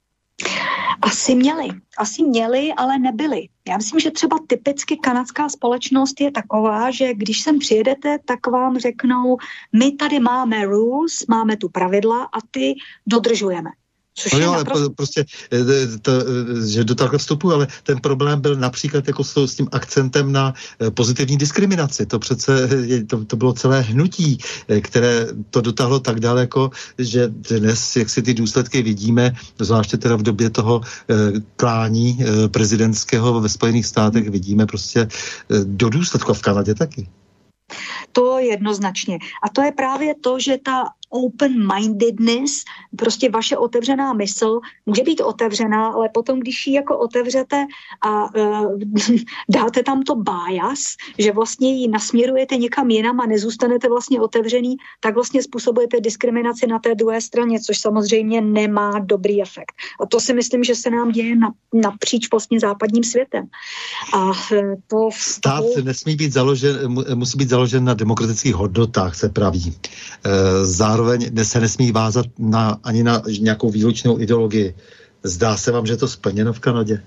Asi měli, asi měli, ale nebyli. Já myslím, že třeba typicky kanadská společnost je taková, že když sem přijedete, tak vám řeknou, my tady máme rules, máme tu pravidla a ty dodržujeme. Což no je jo, ale naprosto... prostě, to, že do toho vstupu, ale ten problém byl například jako s, s tím akcentem na pozitivní diskriminaci. To přece, to, to bylo celé hnutí, které to dotáhlo tak daleko, že dnes, jak si ty důsledky vidíme, zvláště teda v době toho klání prezidentského ve Spojených státech, vidíme prostě do důsledku, a v Kanadě taky. To jednoznačně. A to je právě to, že ta open-mindedness, prostě vaše otevřená mysl může být otevřená, ale potom, když ji jako otevřete a uh, dáte tam to bias, že vlastně ji nasměrujete někam jinam a nezůstanete vlastně otevřený, tak vlastně způsobujete diskriminaci na té druhé straně, což samozřejmě nemá dobrý efekt. A to si myslím, že se nám děje na, napříč vlastně západním světem. A to... Stát nesmí být založen, musí být založen na demokratických hodnotách, se praví. Zároveň se nesmí vázat na, ani na nějakou výlučnou ideologii. Zdá se vám, že je to splněno v Kanadě?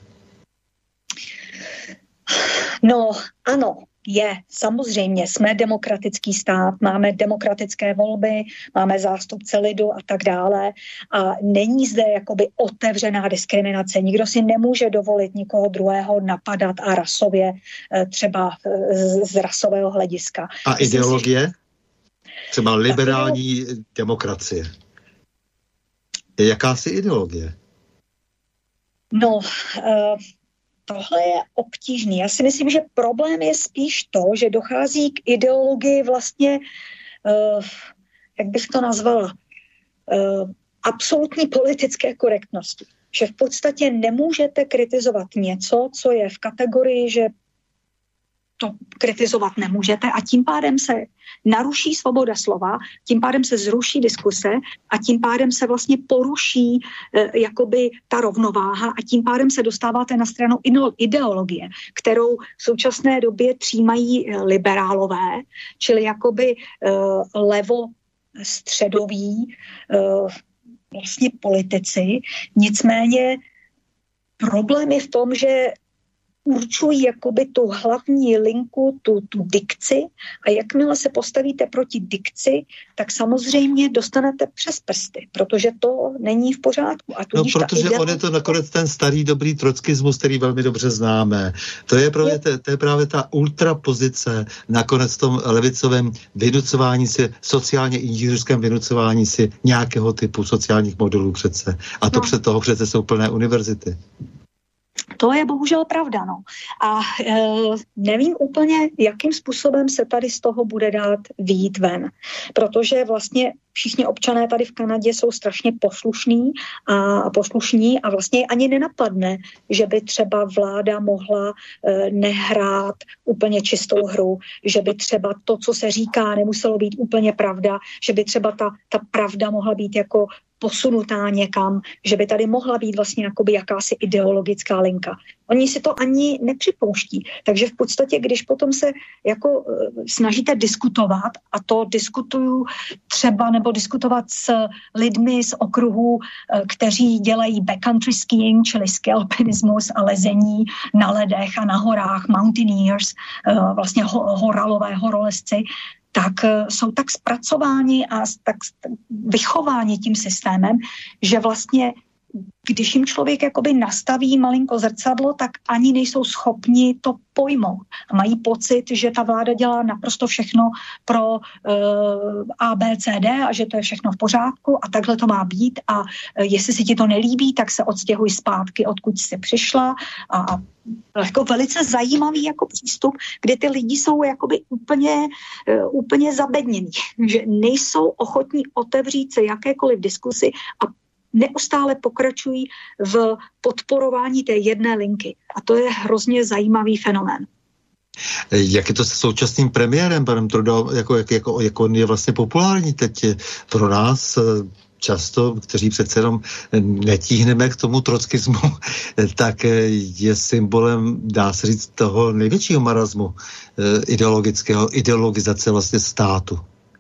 No, ano, je. Samozřejmě, jsme demokratický stát, máme demokratické volby, máme zástupce lidu a tak dále a není zde jakoby otevřená diskriminace. Nikdo si nemůže dovolit nikoho druhého napadat a rasově, třeba z, z rasového hlediska. A ideologie? Si, třeba liberální tak, demokracie. Je jakási ideologie? No, uh, tohle je obtížný. Já si myslím, že problém je spíš to, že dochází k ideologii vlastně, uh, jak bych to nazvala, uh, absolutní politické korektnosti. Že v podstatě nemůžete kritizovat něco, co je v kategorii, že to kritizovat nemůžete a tím pádem se naruší svoboda slova, tím pádem se zruší diskuse a tím pádem se vlastně poruší e, jakoby ta rovnováha a tím pádem se dostáváte na stranu ideologie, kterou v současné době přijímají liberálové, čili jakoby e, levo středoví e, vlastně politici. Nicméně problém je v tom, že určují jakoby tu hlavní linku, tu, tu dikci a jakmile se postavíte proti dikci, tak samozřejmě dostanete přes prsty, protože to není v pořádku. A no, protože ideál... on je to nakonec ten starý dobrý trockismus, který velmi dobře známe. To je právě, to, to je právě ta ultrapozice nakonec v tom levicovém vynucování si, sociálně inženýrském vynucování si nějakého typu sociálních modelů přece. A to no. před toho přece jsou plné univerzity. To je bohužel pravda, no. A e, nevím úplně, jakým způsobem se tady z toho bude dát vyjít ven. Protože vlastně všichni občané tady v Kanadě jsou strašně poslušní a poslušní a vlastně ani nenapadne, že by třeba vláda mohla e, nehrát úplně čistou hru, že by třeba to, co se říká, nemuselo být úplně pravda, že by třeba ta, ta pravda mohla být jako posunutá někam, že by tady mohla být vlastně jakoby jakási ideologická linka. Oni si to ani nepřipouští. Takže v podstatě, když potom se jako uh, snažíte diskutovat, a to diskutuju třeba nebo diskutovat s lidmi z okruhu, uh, kteří dělají backcountry skiing, čili ski alpinismus a lezení na ledech a na horách, mountaineers, uh, vlastně ho- horalové horolezci, tak jsou tak zpracováni a tak vychováni tím systémem, že vlastně když jim člověk jakoby nastaví malinko zrcadlo, tak ani nejsou schopni to pojmout. A mají pocit, že ta vláda dělá naprosto všechno pro uh, A, B, C, D a že to je všechno v pořádku a takhle to má být a uh, jestli si ti to nelíbí, tak se odstěhuj zpátky, odkud jsi přišla a, a jako velice zajímavý jako přístup, kde ty lidi jsou jakoby úplně, uh, úplně zabednění, že nejsou ochotní otevřít se jakékoliv diskusi a neustále pokračují v podporování té jedné linky. A to je hrozně zajímavý fenomén. Jak je to se současným premiérem, panem Trudeau, jako, jak, jako, jako on je vlastně populární teď pro nás často, kteří přece jenom netíhneme k tomu trockismu, tak je symbolem, dá se říct, toho největšího marazmu ideologického, ideologizace vlastně státu.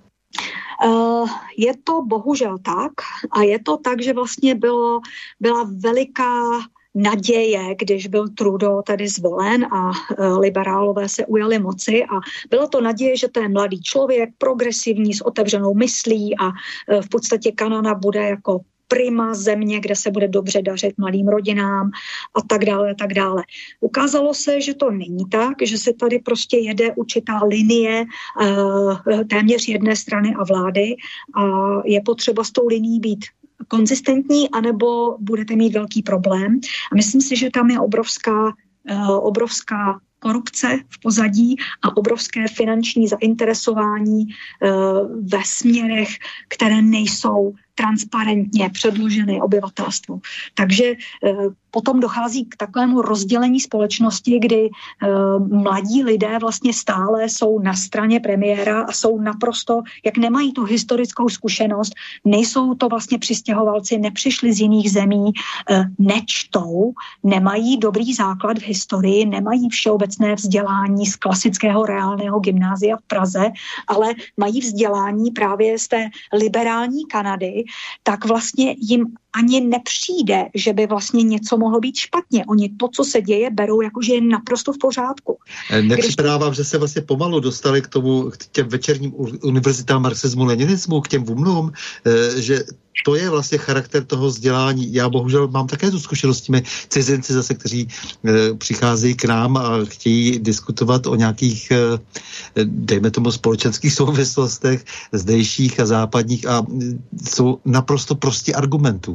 Uh, je to bohužel tak a je to tak, že vlastně bylo, byla veliká naděje, když byl Trudeau tady zvolen a uh, liberálové se ujali moci a byla to naděje, že to je mladý člověk, progresivní, s otevřenou myslí a uh, v podstatě Kanada bude jako prima země, kde se bude dobře dařit mladým rodinám a tak dále a tak dále. Ukázalo se, že to není tak, že se tady prostě jede určitá linie uh, téměř jedné strany a vlády a je potřeba s tou linií být konzistentní, anebo budete mít velký problém. A myslím si, že tam je obrovská, uh, obrovská korupce v pozadí a obrovské finanční zainteresování uh, ve směrech, které nejsou transparentně předloženy obyvatelstvu. Takže uh, potom dochází k takovému rozdělení společnosti, kdy uh, mladí lidé vlastně stále jsou na straně premiéra a jsou naprosto, jak nemají tu historickou zkušenost, nejsou to vlastně přistěhovalci, nepřišli z jiných zemí, uh, nečtou, nemají dobrý základ v historii, nemají všeobecné vzdělání z klasického reálného gymnázia v Praze, ale mají vzdělání právě z té liberální Kanady, tak vlastně jim ani nepřijde, že by vlastně něco mohlo být špatně. Oni to, co se děje, berou jako, že je naprosto v pořádku. Nepřipadá vám, že se vlastně pomalu dostali k tomu, k těm večerním univerzitám marxismu, leninismu, k těm vumnům, že to je vlastně charakter toho vzdělání. Já bohužel mám také tu zkušenost s těmi cizinci zase, kteří e, přicházejí k nám a chtějí diskutovat o nějakých, e, dejme tomu, společenských souvislostech zdejších a západních a jsou naprosto prostí argumentů.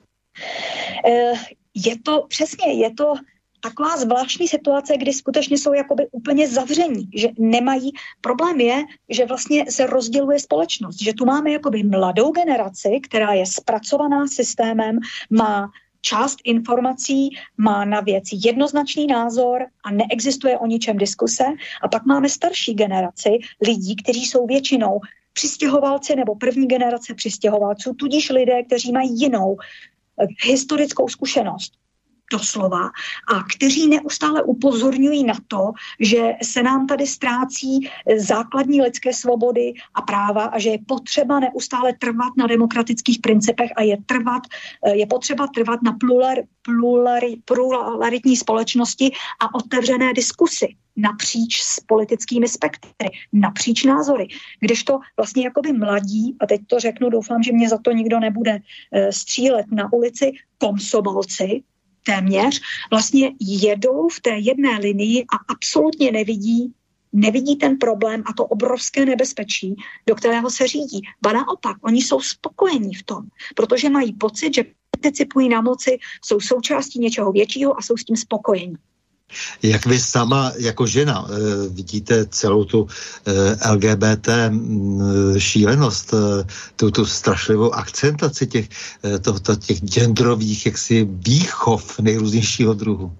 Je to přesně, je to taková zvláštní situace, kdy skutečně jsou jakoby úplně zavření, že nemají, problém je, že vlastně se rozděluje společnost, že tu máme jakoby mladou generaci, která je zpracovaná systémem, má část informací, má na věc jednoznačný názor a neexistuje o ničem diskuse a pak máme starší generaci lidí, kteří jsou většinou přistěhovalci nebo první generace přistěhovalců, tudíž lidé, kteří mají jinou historickou zkušenost, doslova, a kteří neustále upozorňují na to, že se nám tady ztrácí základní lidské svobody a práva a že je potřeba neustále trvat na demokratických principech a je, trvat, je potřeba trvat na plular, plular, pluralitní společnosti a otevřené diskusy napříč s politickými spektry, napříč názory. Kdežto vlastně jakoby mladí, a teď to řeknu, doufám, že mě za to nikdo nebude střílet na ulici, komsomolci, téměř, vlastně jedou v té jedné linii a absolutně nevidí, nevidí ten problém a to obrovské nebezpečí, do kterého se řídí. Ba naopak, oni jsou spokojení v tom, protože mají pocit, že participují na moci, jsou součástí něčeho většího a jsou s tím spokojení. Jak vy sama jako žena e, vidíte celou tu e, L G B T e, šílenost, e, tu, tu strašlivou akcentaci těch, e, to, to, těch genderových jaksi výchov nejrůznějšího druhu?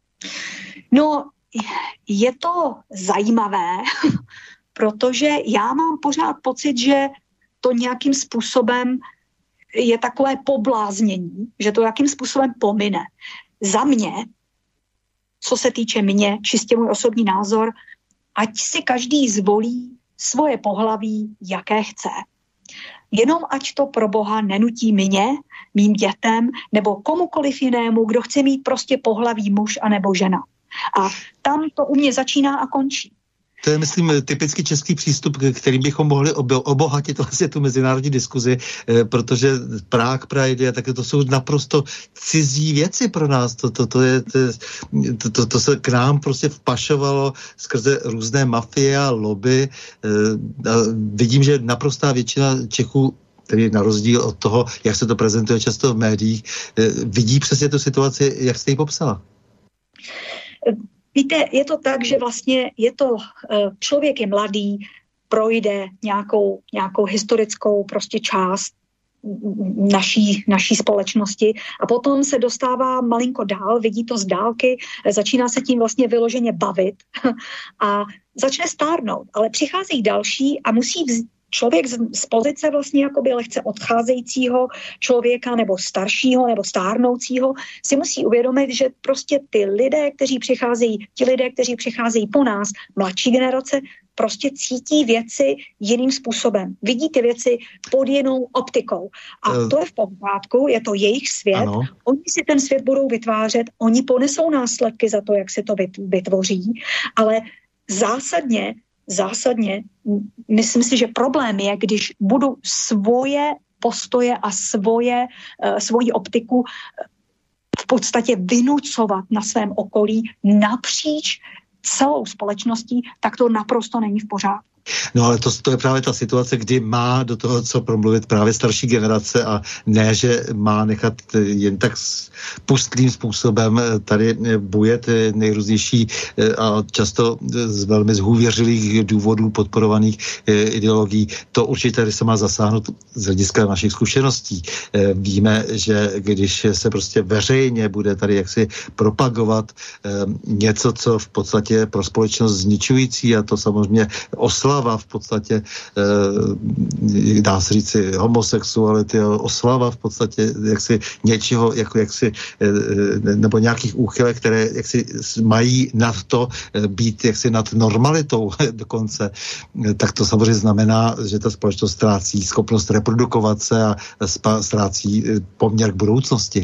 No, je to zajímavé, protože já mám pořád pocit, že to nějakým způsobem je takové pobláznění, že to jakým způsobem pomine. Za mě, co se týče mě, čistě můj osobní názor, ať si každý zvolí svoje pohlaví, jaké chce. Jenom ať to pro Boha nenutí mě, mým dětem, nebo komukoliv jinému, kdo chce mít prostě pohlaví muž anebo žena. A tam to u mě začíná a končí. To je, myslím, typický český přístup, kterým bychom mohli obohatit vlastně tu mezinárodní diskuzi, protože Prague Pride, tak to jsou naprosto cizí věci pro nás. To, to, to, je, to, to, to se k nám prostě vpašovalo skrze různé mafie a lobby. A vidím, že naprostá většina Čechů, tedy na rozdíl od toho, jak se to prezentuje často v médiích, vidí přesně tu situaci, jak jste ji popsala. Víte, je to tak, že vlastně je to, člověk je mladý, projde nějakou, nějakou historickou prostě část naší, naší společnosti a potom se dostává malinko dál, vidí to z dálky, začíná se tím vlastně vyloženě bavit a začne stárnout, ale přichází další a musí vz... člověk z, z pozice vlastně jakoby lehce odcházejícího člověka nebo staršího nebo stárnoucího si musí uvědomit, že prostě ty lidé, kteří přicházejí, ti lidé, kteří přicházejí po nás, mladší generace, prostě cítí věci jiným způsobem. Vidí ty věci pod jinou optikou. A uh, to je v pořádku, je to jejich svět. Ano. Oni si ten svět budou vytvářet, oni ponesou následky za to, jak se to vytvoří, ale zásadně Zásadně, myslím si, že problém je, když budu svoje postoje a svoje, svoji optiku v podstatě vynucovat na svém okolí napříč celou společností, tak to naprosto není v pořádku. No ale to, to je právě ta situace, kdy má do toho co promluvit právě starší generace a ne, že má nechat jen tak pustlým způsobem tady bujet nejrůznější a často z velmi zhůvěřilých důvodů podporovaných ideologií. To určitě se má zasáhnout z hlediska našich zkušeností. Víme, že když se prostě veřejně bude tady jaksi propagovat něco, co v podstatě je pro společnost zničující, a to samozřejmě oslava v podstatě, dá se říci, homosexuality, oslava v podstatě jaksi něčeho, jako jaksi, nebo nějakých úchylek, které jaksi mají nad to být jaksi nad normalitou dokonce, tak to samozřejmě znamená, že ta společnost ztrácí schopnost reprodukovat se a ztrácí poměr k budoucnosti.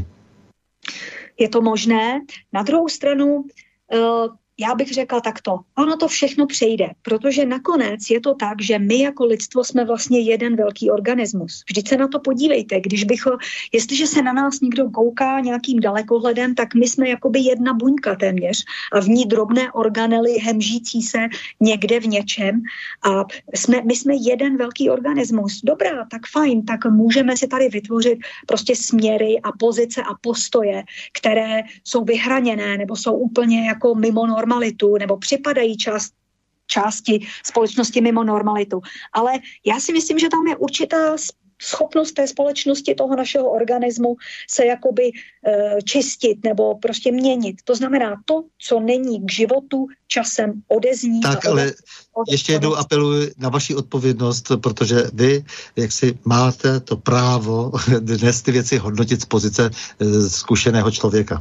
Je to možné. Na druhou stranu uh... já bych řekla takto, ono to všechno přejde, protože nakonec je to tak, že my jako lidstvo jsme vlastně jeden velký organismus. Vždyť se na to podívejte, když bych, jestliže se na nás někdo kouká nějakým dalekohledem, tak my jsme jakoby jedna buňka téměř a v ní drobné organely hemžící se někde v něčem a jsme, my jsme jeden velký organismus. Dobrá, tak fajn, tak můžeme si tady vytvořit prostě směry a pozice a postoje, které jsou vyhraněné nebo jsou úplně jako mimo normalitu, nebo připadají část, části společnosti mimo normalitu. Ale já si myslím, že tam je určitá schopnost té společnosti, toho našeho organismu se jakoby e, čistit nebo prostě měnit. To znamená, to, co není k životu, časem odezní. Tak, ale odezní. Ještě jednou apeluji na vaši odpovědnost, protože vy, jak si máte to právo dnes ty věci hodnotit z pozice e, zkušeného člověka.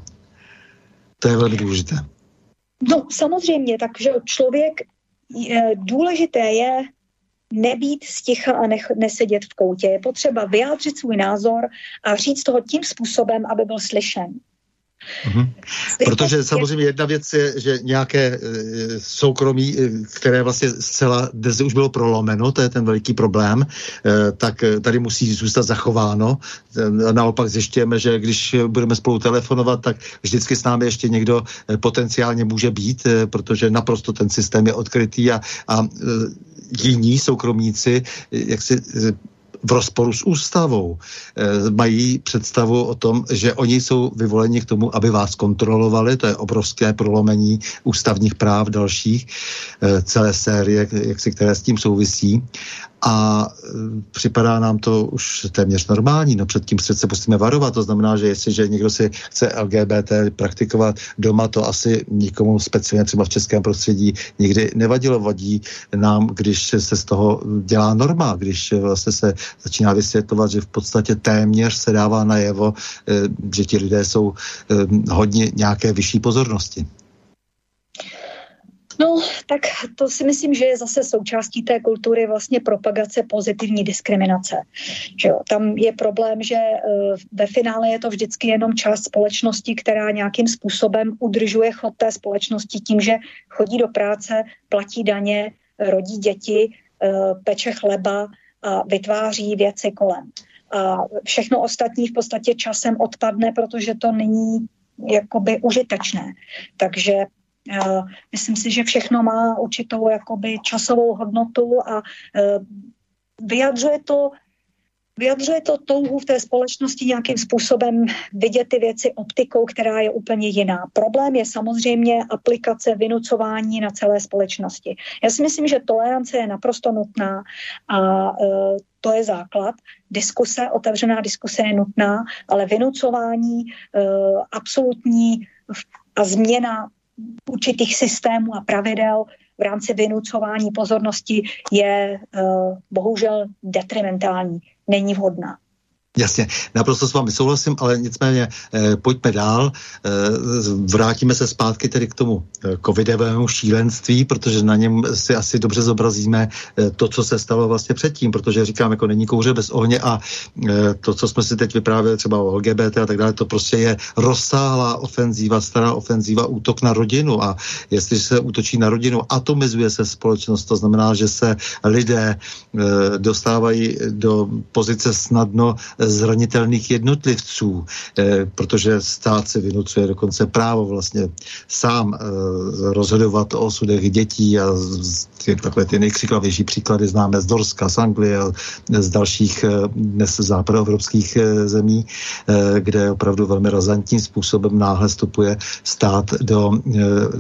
To je velmi důležité. No samozřejmě, takže člověk, je, důležité je nebýt sticha a nech, nesedět v koutě. Je potřeba vyjádřit svůj názor a říct toho tím způsobem, aby byl slyšen. Mhm. Protože samozřejmě jedna věc je, že nějaké e, soukromí, které vlastně zcela dnes už bylo prolomeno, to je ten veliký problém, e, tak tady musí zůstat zachováno. E, naopak zjišťujeme, že když budeme spolu telefonovat, tak vždycky s námi ještě někdo e, potenciálně může být, e, protože naprosto ten systém je odkrytý a, a e, jiní soukromníci, e, jak si e, v rozporu s ústavou e, mají představu o tom, že oni jsou vyvoleni k tomu, aby vás kontrolovali. To je obrovské prolomení ústavních práv dalších, e, celé série, jak si, které s tím souvisí. A e, připadá nám to už téměř normální. No před tím se musíme varovat. To znamená, že jestliže někdo si chce L G B T praktikovat doma, to asi nikomu speciálně třeba v českém prostředí nikdy nevadilo. Vadí nám, když se z toho dělá norma, když vlastně se začíná vysvětlovat, že v podstatě téměř se dává najevo, e, že ti lidé jsou e, hodně nějaké vyšší pozornosti. No, tak to si myslím, že je zase součástí té kultury vlastně propagace pozitivní diskriminace. Že jo? Tam je problém, že uh, ve finále je to vždycky jenom část společnosti, která nějakým způsobem udržuje chod té společnosti tím, že chodí do práce, platí daně, rodí děti, uh, peče chleba a vytváří věci kolem. A všechno ostatní v podstatě časem odpadne, protože to není jakoby užitečné. Takže Uh, myslím si, že všechno má určitou jakoby časovou hodnotu a uh, vyjadřuje to, vyjadřuje to touhu v té společnosti nějakým způsobem vidět ty věci optikou, která je úplně jiná. Problém je samozřejmě aplikace vynucování na celé společnosti. Já si myslím, že tolerance je naprosto nutná a uh, to je základ. Diskuse, otevřená diskuse je nutná, ale vynucování uh, absolutní a změna určitých systémů a pravidel v rámci vynucování pozornosti je uh, bohužel detrimentální, není vhodná. Jasně, naprosto s vámi souhlasím, ale nicméně eh, pojďme dál, eh, vrátíme se zpátky tedy k tomu eh, covidovému šílenství, protože na něm si asi dobře zobrazíme eh, to, co se stalo vlastně předtím, protože říkám, jako není kouře bez ohně a eh, to, co jsme si teď vyprávěli třeba o L G B T a tak dále, to prostě je rozsáhlá ofenzíva, stará ofenzíva, útok na rodinu a jestli se útočí na rodinu, atomizuje se společnost, to znamená, že se lidé eh, dostávají do pozice snadno zranitelných jednotlivců, eh, protože stát si vynucuje dokonce právo vlastně sám eh, rozhodovat o osudech dětí a z, ty, takové ty nejkřiklavější příklady známe z Norska, z Anglie a z dalších eh, dnes západoevropských eh, zemí, eh, kde opravdu velmi razantním způsobem náhle vstupuje stát do eh,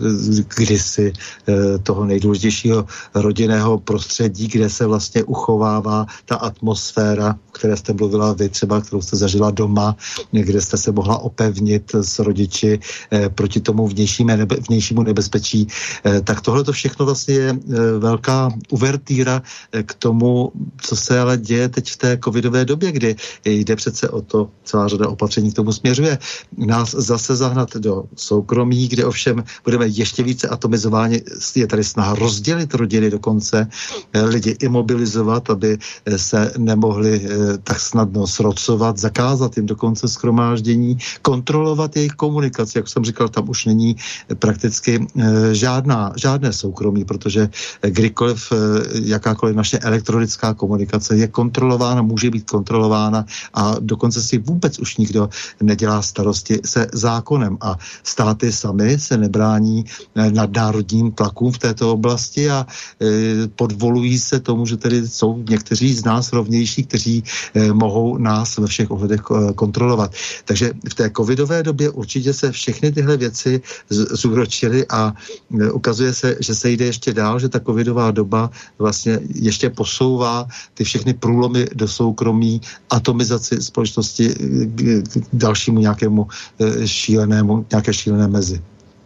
kdysi eh, toho nejdůležitějšího rodinného prostředí, kde se vlastně uchovává ta atmosféra, o které jste mluvila vy, třeba, kterou jste zažila doma, kde jste se mohla opevnit s rodiči eh, proti tomu vnějšímu, nebe, vnějšímu nebezpečí. Eh, tak tohle to všechno vlastně je eh, velká uvertýra eh, k tomu, co se ale děje teď v té covidové době, kdy jde přece o to, celá řada opatření k tomu směřuje. Nás zase zahnat do soukromí, kde ovšem budeme ještě více atomizováni. Je tady snaha rozdělit rodiny dokonce, eh, lidi imobilizovat, aby eh, se nemohli eh, tak snadno srocovat, zakázat jim dokonce shromáždění, kontrolovat jejich komunikaci. Jak jsem říkal, tam už není prakticky e, žádná, žádné soukromí, protože kdykoliv e, jakákoliv naše elektronická komunikace je kontrolována, může být kontrolována a dokonce si vůbec už nikdo nedělá starosti se zákonem a státy sami se nebrání e, nadnárodním tlakům v této oblasti a e, podvolují se tomu, že tedy jsou někteří z nás rovnější, kteří e, mohou nás ve všech ohledech kontrolovat. Takže v té covidové době určitě se všechny tyhle věci zúročily a ukazuje se, že se jde ještě dál, že ta covidová doba vlastně ještě posouvá ty všechny průlomy do soukromí, atomizaci společnosti k dalšímu nějakému šílenému, nějaké šílené mezi.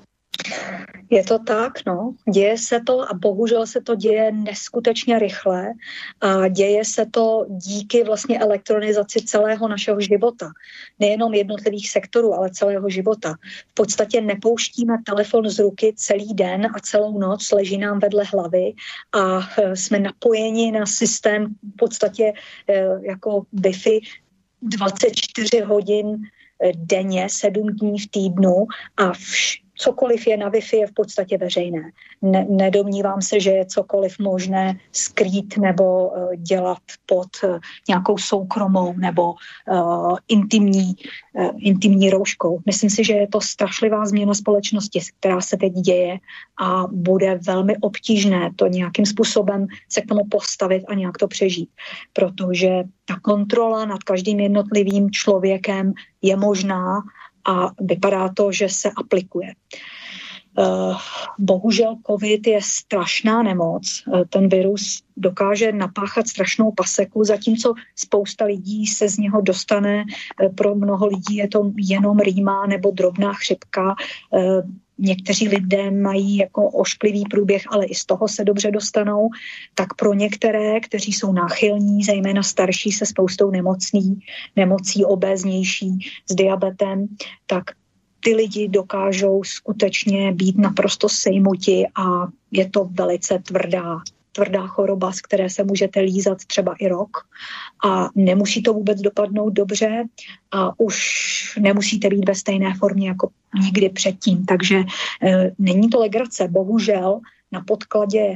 Je to tak, no. Děje se to a bohužel se to děje neskutečně rychle a děje se to díky vlastně elektronizaci celého našeho života. Nejenom jednotlivých sektorů, ale celého života. V podstatě nepouštíme telefon z ruky celý den a celou noc, leží nám vedle hlavy a jsme napojeni na systém v podstatě jako Wi-Fi dvacet čtyři hodin denně, sedm dní v týdnu a vš- cokoliv je na Wi-Fi je v podstatě veřejné. Ne, nedomnívám se, že je cokoliv možné skrýt nebo uh, dělat pod uh, nějakou soukromou nebo uh, intimní, uh, intimní rouškou. Myslím si, že je to strašlivá změna společnosti, která se teď děje a bude velmi obtížné to nějakým způsobem se k tomu postavit a nějak to přežít. Protože ta kontrola nad každým jednotlivým člověkem je možná a vypadá to, že se aplikuje. Uh, bohužel covid je strašná nemoc. Uh, ten virus dokáže napáchat strašnou paseku, zatímco spousta lidí se z něho dostane. Uh, pro mnoho lidí je to jenom rýma nebo drobná chřipka. Uh, Někteří lidé mají jako ošklivý průběh, ale i z toho se dobře dostanou. Tak pro některé, kteří jsou náchylní, zejména starší se spoustou nemocný, nemocí obéznější, s diabetem, tak ty lidi dokážou skutečně být naprosto sejmuti a je to velice tvrdá, tvrdá choroba, z které se můžete lízat třeba i rok a nemusí to vůbec dopadnout dobře a už nemusíte být ve stejné formě jako nikdy předtím. Takže e, není to legrace. Bohužel na podkladě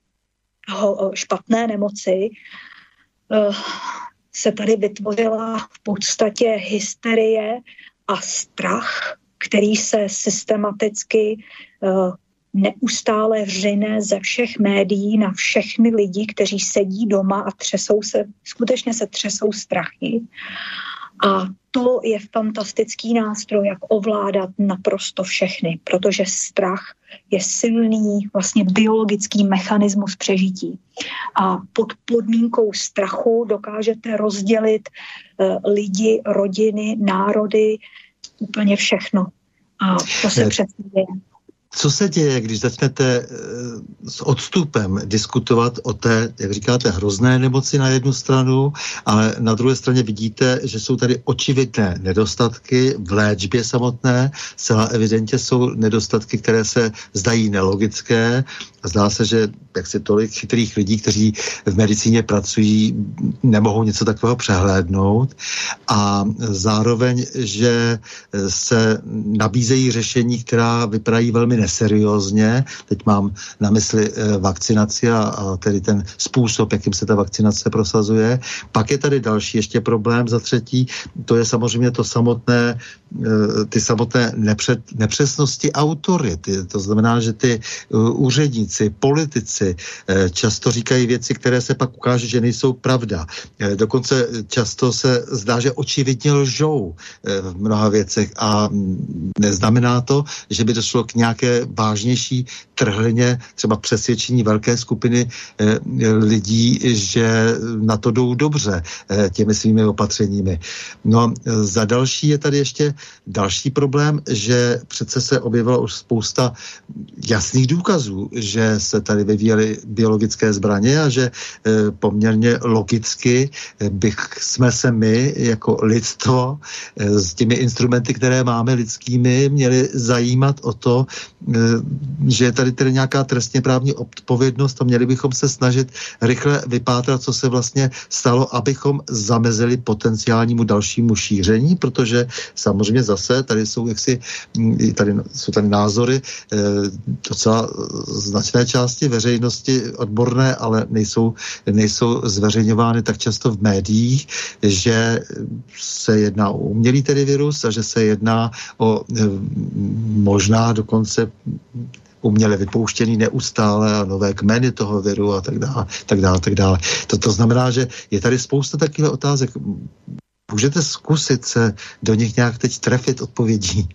ho, špatné nemoci e, se tady vytvořila v podstatě hysterie a strach, který se systematicky uh, neustále řine ze všech médií na všechny lidi, kteří sedí doma a třesou se, skutečně se třesou strachy. A to je fantastický nástroj, jak ovládat naprosto všechny, protože strach je silný vlastně biologický mechanismus přežití. A pod podmínkou strachu dokážete rozdělit uh, lidi, rodiny, národy, úplně všechno. A to se přesně děje. Co se děje, když začnete s odstupem diskutovat o té, jak říkáte, hrozné nemoci na jednu stranu, ale na druhé straně vidíte, že jsou tady očividné nedostatky v léčbě samotné. Zcela evidentně jsou nedostatky, které se zdají nelogické. Zdá se, že jak si tolik chytrých lidí, kteří v medicíně pracují, nemohou něco takového přehlédnout. A zároveň, že se nabízejí řešení, která vypadají velmi neseriózně. Teď mám na mysli vakcinaci a, a tedy ten způsob, jakým se ta vakcinace prosazuje. Pak je tady další ještě problém za třetí, to je samozřejmě to samotné, ty samotné nepřed, nepřesnosti autority. To znamená, že ty úředníci, politici často říkají věci, které se pak ukáže, že nejsou pravda. Dokonce často se zdá, že očividně lžou v mnoha věcech a neznamená to, že by došlo k nějaké vážnější trhlině, třeba přesvědčení velké skupiny lidí, že na to jdou dobře těmi svými opatřeními. No za další je tady ještě další problém, že přece se objevila už spousta jasných důkazů, že se tady vyvíjely biologické zbraně a že poměrně logicky bych jsme se my jako lidstvo s těmi instrumenty, které máme lidskými, měli zajímat o to, že je tady tedy nějaká trestně právní odpovědnost a měli bychom se snažit rychle vypátrat, co se vlastně stalo, abychom zamezili potenciálnímu dalšímu šíření, protože samozřejmě zase tady jsou jaksi, tady jsou tady názory docela značné části veřejnosti odborné, ale nejsou, nejsou zveřejňovány tak často v médiích, že se jedná o umělý tedy virus a že se jedná o možná dokonce uměle vypouštěný neustále a nové kmeny toho viru a tak dále, tak dále, tak dále. To, to znamená, že je tady spousta takových otázek. Můžete zkusit se do nich nějak teď trefit odpovědí?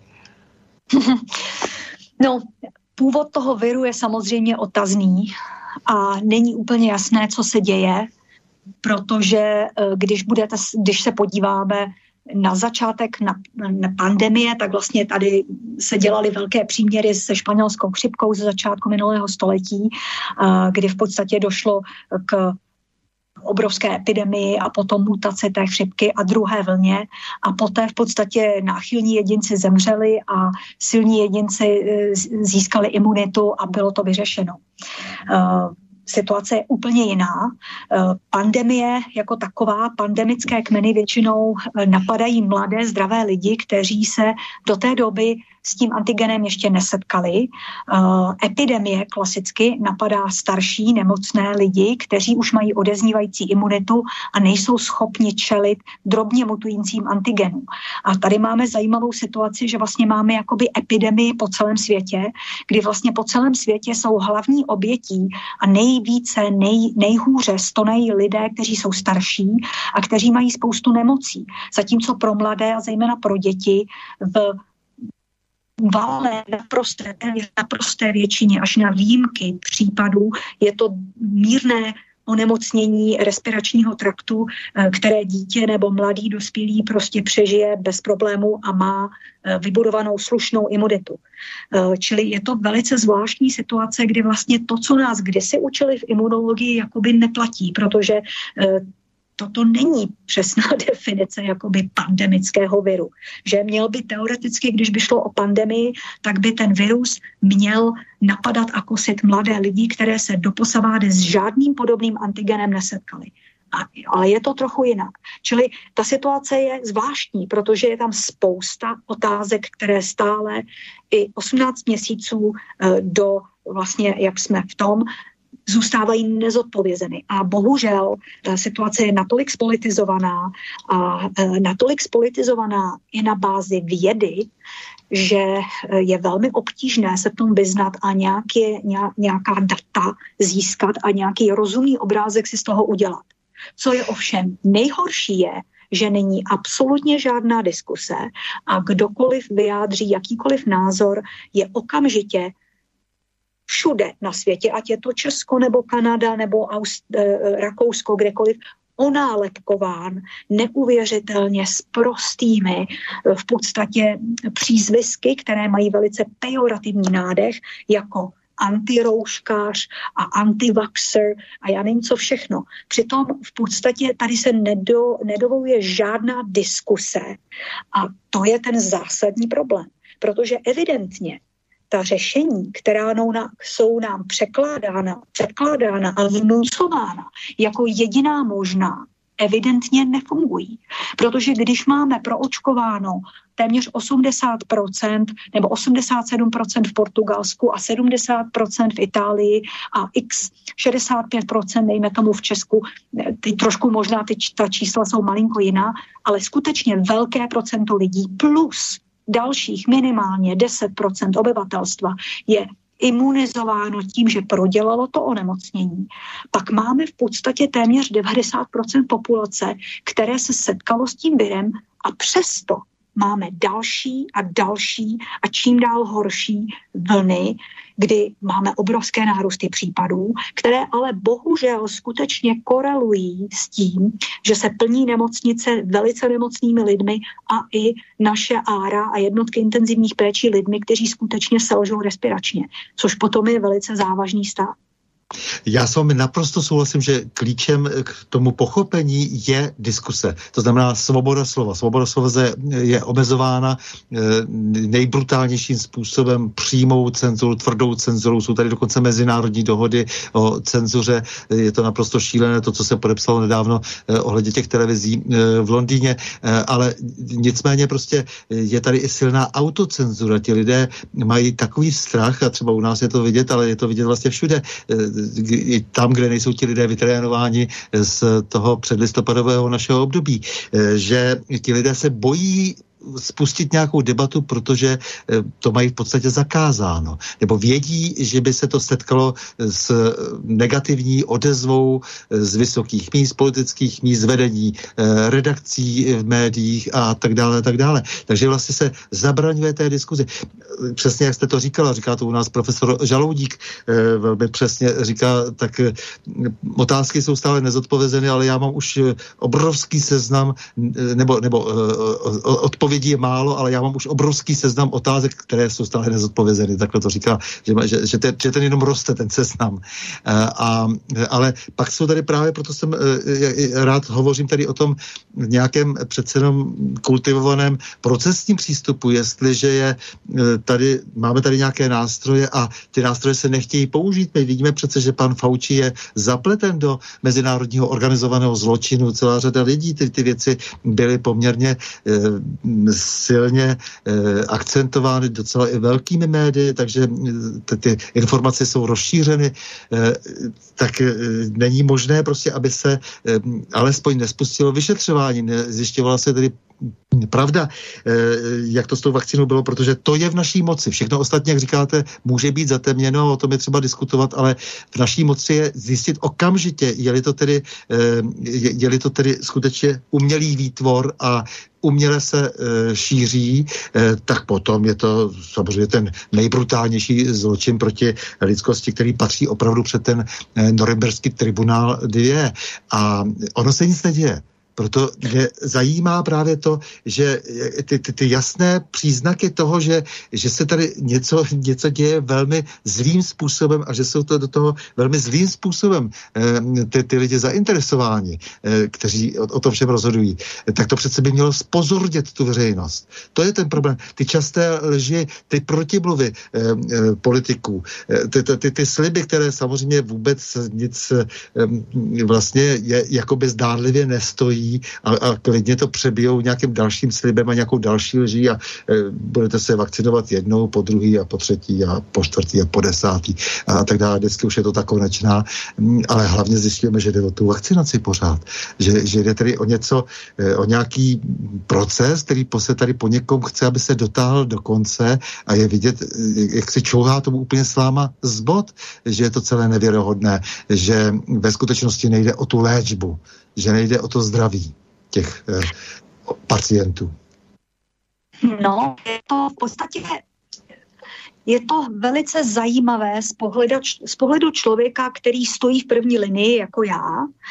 No, původ toho viru je samozřejmě otazný a není úplně jasné, co se děje, protože když, budete, když se podíváme na začátek na, na pandemie, tak vlastně tady se dělaly velké příměry se španělskou chřipkou ze začátku minulého století, kdy v podstatě došlo k obrovské epidemii a potom mutace té chřipky a druhé vlně a poté v podstatě náchylní jedinci zemřeli a silní jedinci získali imunitu a bylo to vyřešeno. Situace je úplně jiná. Pandemie jako taková, pandemické kmeny většinou napadají mladé, zdravé lidi, kteří se do té doby s tím antigenem ještě nesetkali. Epidemie klasicky napadá starší, nemocné lidi, kteří už mají odeznívající imunitu a nejsou schopni čelit drobně mutujícím antigenům. A tady máme zajímavou situaci, že vlastně máme jakoby epidemii po celém světě, kdy vlastně po celém světě jsou hlavní obětí a nejvíce, nej, nejhůře stonají lidé, kteří jsou starší a kteří mají spoustu nemocí. Zatímco pro mladé a zejména pro děti v valné naprosté, naprosté většině až na výjimky případů je to mírné onemocnění respiračního traktu, které dítě nebo mladý dospělý prostě přežije bez problému a má vybudovanou slušnou imunitu. Čili je to velice zvláštní situace, kdy vlastně to, co nás kdysi učili v imunologii, jakoby neplatí, protože toto není přesná definice jakoby pandemického viru. Že měl by teoreticky, když by šlo o pandemii, tak by ten virus měl napadat a kosit mladé lidi, které se doposavády s žádným podobným antigenem nesetkali. A, ale je to trochu jinak. Čili ta situace je zvláštní, protože je tam spousta otázek, které stále i osmnáct měsíců do vlastně, jak jsme v tom, zůstávají nezodpovězeny. A bohužel ta situace je natolik spolitizovaná a natolik spolitizovaná i na bázi vědy, že je velmi obtížné se v tom vyznat a nějaké, nějaká data získat a nějaký rozumný obrázek si z toho udělat. Co je ovšem nejhorší je, že není absolutně žádná diskuse a kdokoliv vyjádří jakýkoliv názor, je okamžitě všude na světě, ať je to Česko nebo Kanada nebo Aust- Rakousko, kdekoliv, onálepkován neuvěřitelně s prostými v podstatě přízvisky, které mají velice pejorativní nádech, jako antirouškář a antivaxer a já nevím co všechno. Přitom v podstatě tady se nedo, nedovoluje žádná diskuse a to je ten zásadní problém, protože evidentně ta řešení, která jsou nám překládána, předkládána a vnucována jako jediná možná, evidentně nefungují. Protože když máme proočkováno téměř osmdesát procent nebo osmdesát sedm procent v Portugalsku a sedmdesát procent v Itálii a x šedesát pět procent dejme tomu v Česku, ty trošku možná ty, ta čísla jsou malinko jiná, ale skutečně velké procento lidí plus dalších minimálně deset procent obyvatelstva je imunizováno tím, že prodělalo to onemocnění, pak máme v podstatě téměř devadesát procent populace, které se setkalo s tím virem a přesto máme další a další a čím dál horší vlny, kdy máme obrovské nárůsty případů, které ale bohužel skutečně korelují s tím, že se plní nemocnice velice nemocnými lidmi a i naše ára a jednotky intenzivních péčí lidmi, kteří skutečně selžou respiračně, což potom je velice závažný stav. Já s vámi naprosto souhlasím, že klíčem k tomu pochopení je diskuse. To znamená svoboda slova. Svoboda slova je omezována nejbrutálnějším způsobem přímou cenzuru, tvrdou cenzurou. Jsou tady dokonce mezinárodní dohody o cenzuře. Je to naprosto šílené, to, co se podepsalo nedávno ohledně těch televizí v Londýně. Ale nicméně prostě je tady i silná autocenzura. Ti lidé mají takový strach, a třeba u nás je to vidět, ale je to vidět vlastně všude, tam, kde nejsou ti lidé vytrénováni z toho předlistopadového našeho období, že ti lidé se bojí spustit nějakou debatu, protože to mají v podstatě zakázáno. Nebo vědí, že by se to setkalo s negativní odezvou z vysokých míst, politických míst, vedení redakcí v médiích a tak dále, tak dále. Takže vlastně se zabraňuje té diskuzi. Přesně jak jste to říkala, říká to u nás profesor Žaloudík, velmi přesně říká, tak otázky jsou stále nezodpovězeny, ale já mám už obrovský seznam, nebo, nebo odpověď je málo, ale já mám už obrovský seznam otázek, které jsou stále nezodpovězeny. Takhle to říká, že, že, že, ten, že ten jenom roste, ten seznam. A, ale pak jsou tady právě, proto jsem rád hovořím tady o tom nějakém přece jenom kultivovaném procesním přístupu, jestliže je tady, máme tady nějaké nástroje a ty nástroje se nechtějí použít. My vidíme přece, že pan Fauci je zapleten do mezinárodního organizovaného zločinu. Celá řada lidí, ty, ty věci byly poměrně silně eh, akcentovány docela i velkými médii, takže ty, ty informace jsou rozšířeny, eh, tak eh, není možné prostě, aby se eh, alespoň nespustilo vyšetřování, nezjišťovala se tedy pravda, jak to s tou vakcínou bylo, protože to je v naší moci. Všechno ostatně, jak říkáte, může být zatemněno, o tom je třeba diskutovat, ale v naší moci je zjistit okamžitě, je-li to tedy, je-li to tedy skutečně umělý výtvor a uměle se e, šíří, e, tak potom je to samozřejmě ten nejbrutálnější zločin proti lidskosti, který patří opravdu před ten e, Norimberský tribunál dva. A ono se nic neděje. Proto mě zajímá právě to, že ty, ty, ty jasné příznaky toho, že, že se tady něco, něco děje velmi zlým způsobem a že jsou to do toho velmi zlým způsobem eh, ty, ty lidi zainteresováni, eh, kteří o, o tom všem rozhodují, tak to přece by mělo spozornět tu veřejnost. To je ten problém. Ty časté lži, ty protimluvy eh, eh, politiků, eh, ty, ty, ty, ty sliby, které samozřejmě vůbec nic eh, vlastně je, jakoby zdánlivě nestojí, A, a klidně to přebijou nějakým dalším slibem a nějakou další lží a e, budete se vakcinovat jednou, po druhý a po třetí a po čtvrtý a po desátý a, a tak dále. Dneska už je to tak konečná, ale hlavně zjišťujeme, že jde o tu vakcinaci pořád. Že, že jde tedy o něco, e, o nějaký proces, který se tady po někom chce, aby se dotáhl do konce a je vidět, jak se čouhá tomu úplně s váma zbod, že je to celé nevěrohodné, že ve skutečnosti nejde o tu léčbu, že nejde o to zdraví těch eh, pacientů. No, je to v podstatě je to velice zajímavé z pohledu, z pohledu člověka, který stojí v první linii, jako já.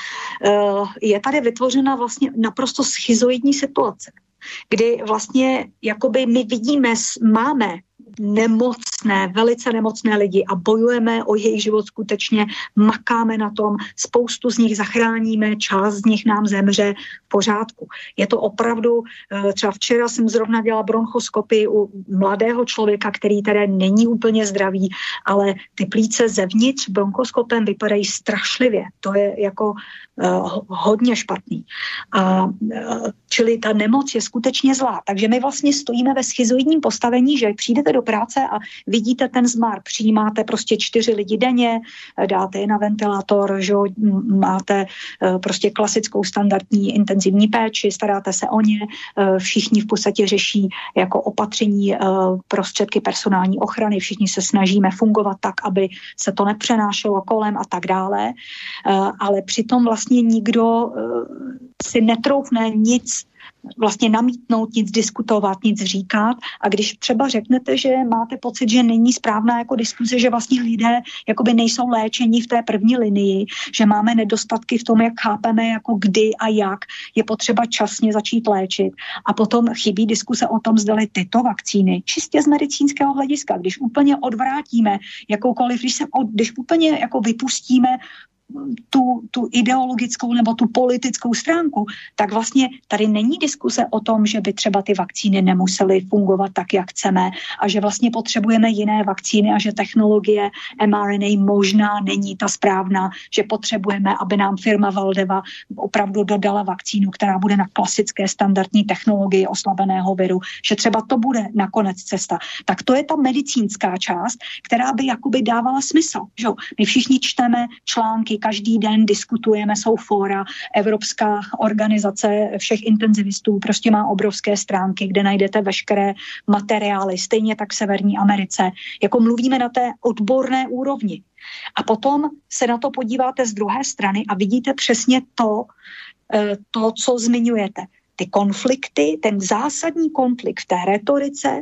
Je tady vytvořena vlastně naprosto schizoidní situace, kdy vlastně jakoby my vidíme, máme nemocné, velice nemocné lidi a bojujeme o jejich život skutečně, makáme na tom, spoustu z nich zachráníme, část z nich nám zemře v pořádku. Je to opravdu, třeba včera jsem zrovna dělala bronchoskopii u mladého člověka, který tedy není úplně zdravý, ale ty plíce zevnitř bronchoskopem vypadají strašlivě. To je jako uh, hodně špatný. A, uh, čili ta nemoc je skutečně zlá. Takže my vlastně stojíme ve schizoidním postavení, že přijdete do práce a vidíte ten zmar, přijímáte prostě čtyři lidi denně, dáte je na ventilátor, že máte prostě klasickou standardní intenzivní péči, staráte se o ně, všichni v podstatě řeší jako opatření prostředky personální ochrany, všichni se snažíme fungovat tak, aby se to nepřenášelo kolem a tak dále, ale přitom vlastně nikdo si netroufne nic vlastně namítnout, nic diskutovat, nic říkat a když třeba řeknete, že máte pocit, že není správná jako diskuze, že vlastně lidé jakoby nejsou léčení v té první linii, že máme nedostatky v tom, jak chápeme, jako kdy a jak je potřeba časně začít léčit a potom chybí diskuse o tom, zdali tyto vakcíny, čistě z medicínského hlediska, když úplně odvrátíme jakoukoliv, když se od, když úplně jako vypustíme Tu, tu ideologickou nebo tu politickou stránku, tak vlastně tady není diskuse o tom, že by třeba ty vakcíny nemusely fungovat tak, jak chceme a že vlastně potřebujeme jiné vakcíny a že technologie em er en á možná není ta správná, že potřebujeme, aby nám firma Valdeva opravdu dodala vakcínu, která bude na klasické standardní technologii oslabeného viru, že třeba to bude nakonec cesta. Tak to je ta medicínská část, která by jakoby dávala smysl. Že? My všichni čteme články, každý den diskutujeme, jsou fóra, Evropská organizace všech intenzivistů prostě má obrovské stránky, kde najdete veškeré materiály, stejně tak v Severní Americe. Jako mluvíme na té odborné úrovni. A potom se na to podíváte z druhé strany a vidíte přesně to, to, co zmiňujete. Ty konflikty, ten zásadní konflikt v té retorice,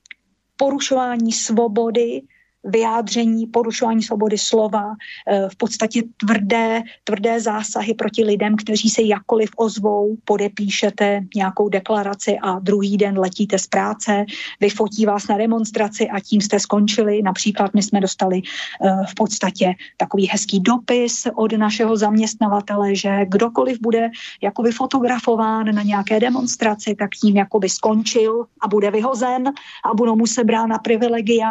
porušování svobody, vyjádření, porušování svobody slova, v podstatě tvrdé, tvrdé zásahy proti lidem, kteří se jakkoliv ozvou, podepíšete nějakou deklaraci a druhý den letíte z práce, vyfotí vás na demonstraci a tím jste skončili. Například my jsme dostali v podstatě takový hezký dopis od našeho zaměstnavatele, že kdokoliv bude jakoby fotografován na nějaké demonstraci, tak tím jakoby skončil a bude vyhozen a budou mu se brát na privilegia.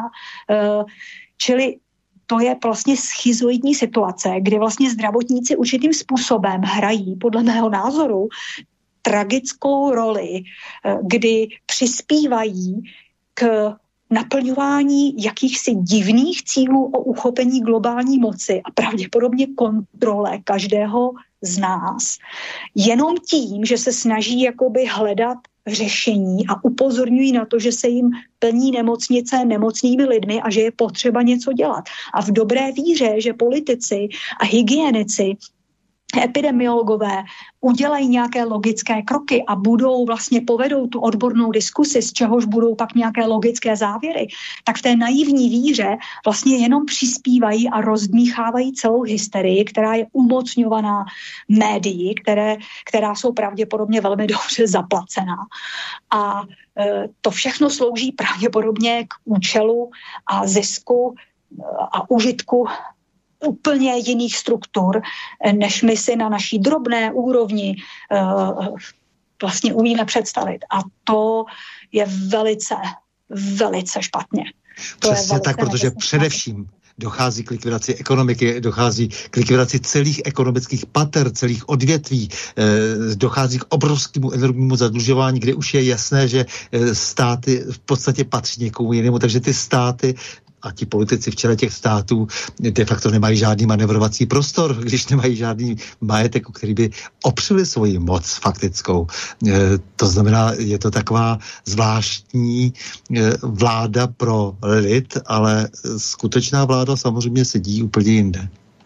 Čili to je vlastně schizoidní situace, kde vlastně zdravotníci určitým způsobem hrají, podle mého názoru, tragickou roli, kdy přispívají k naplňování jakýchsi divných cílů o uchopení globální moci a pravděpodobně kontrole každého z nás. Jenom tím, že se snaží jakoby hledat řešení a upozorňují na to, že se jim plní nemocnice nemocnými lidmi a že je potřeba něco dělat. A v dobré víře, že politici a hygienici, epidemiologové udělají nějaké logické kroky a budou vlastně povedou tu odbornou diskusi, z čehož budou pak nějaké logické závěry, tak v té naivní víře vlastně jenom přispívají a rozdmíchávají celou hysterii, která je umocňovaná médií, které, která jsou pravděpodobně velmi dobře zaplacená. A e, to všechno slouží pravděpodobně k účelu a zisku a užitku úplně jiných struktur, než my si na naší drobné úrovni uh, vlastně umíme představit. A to je velice, velice špatně. To Přesně tak, protože především dochází k likvidaci ekonomiky, dochází k likvidaci celých ekonomických pater, celých odvětví, eh, dochází k obrovskému enormnímu zadlužování, kde už je jasné, že eh, státy v podstatě patří někomu jinému, takže ty státy a ti politici v čele těch států de facto nemají žádný manevrovací prostor, když nemají žádný majetek, který by opřili svoji moc faktickou. E, to znamená, je to taková zvláštní e, vláda pro lid, ale skutečná vláda samozřejmě sedí úplně jinde.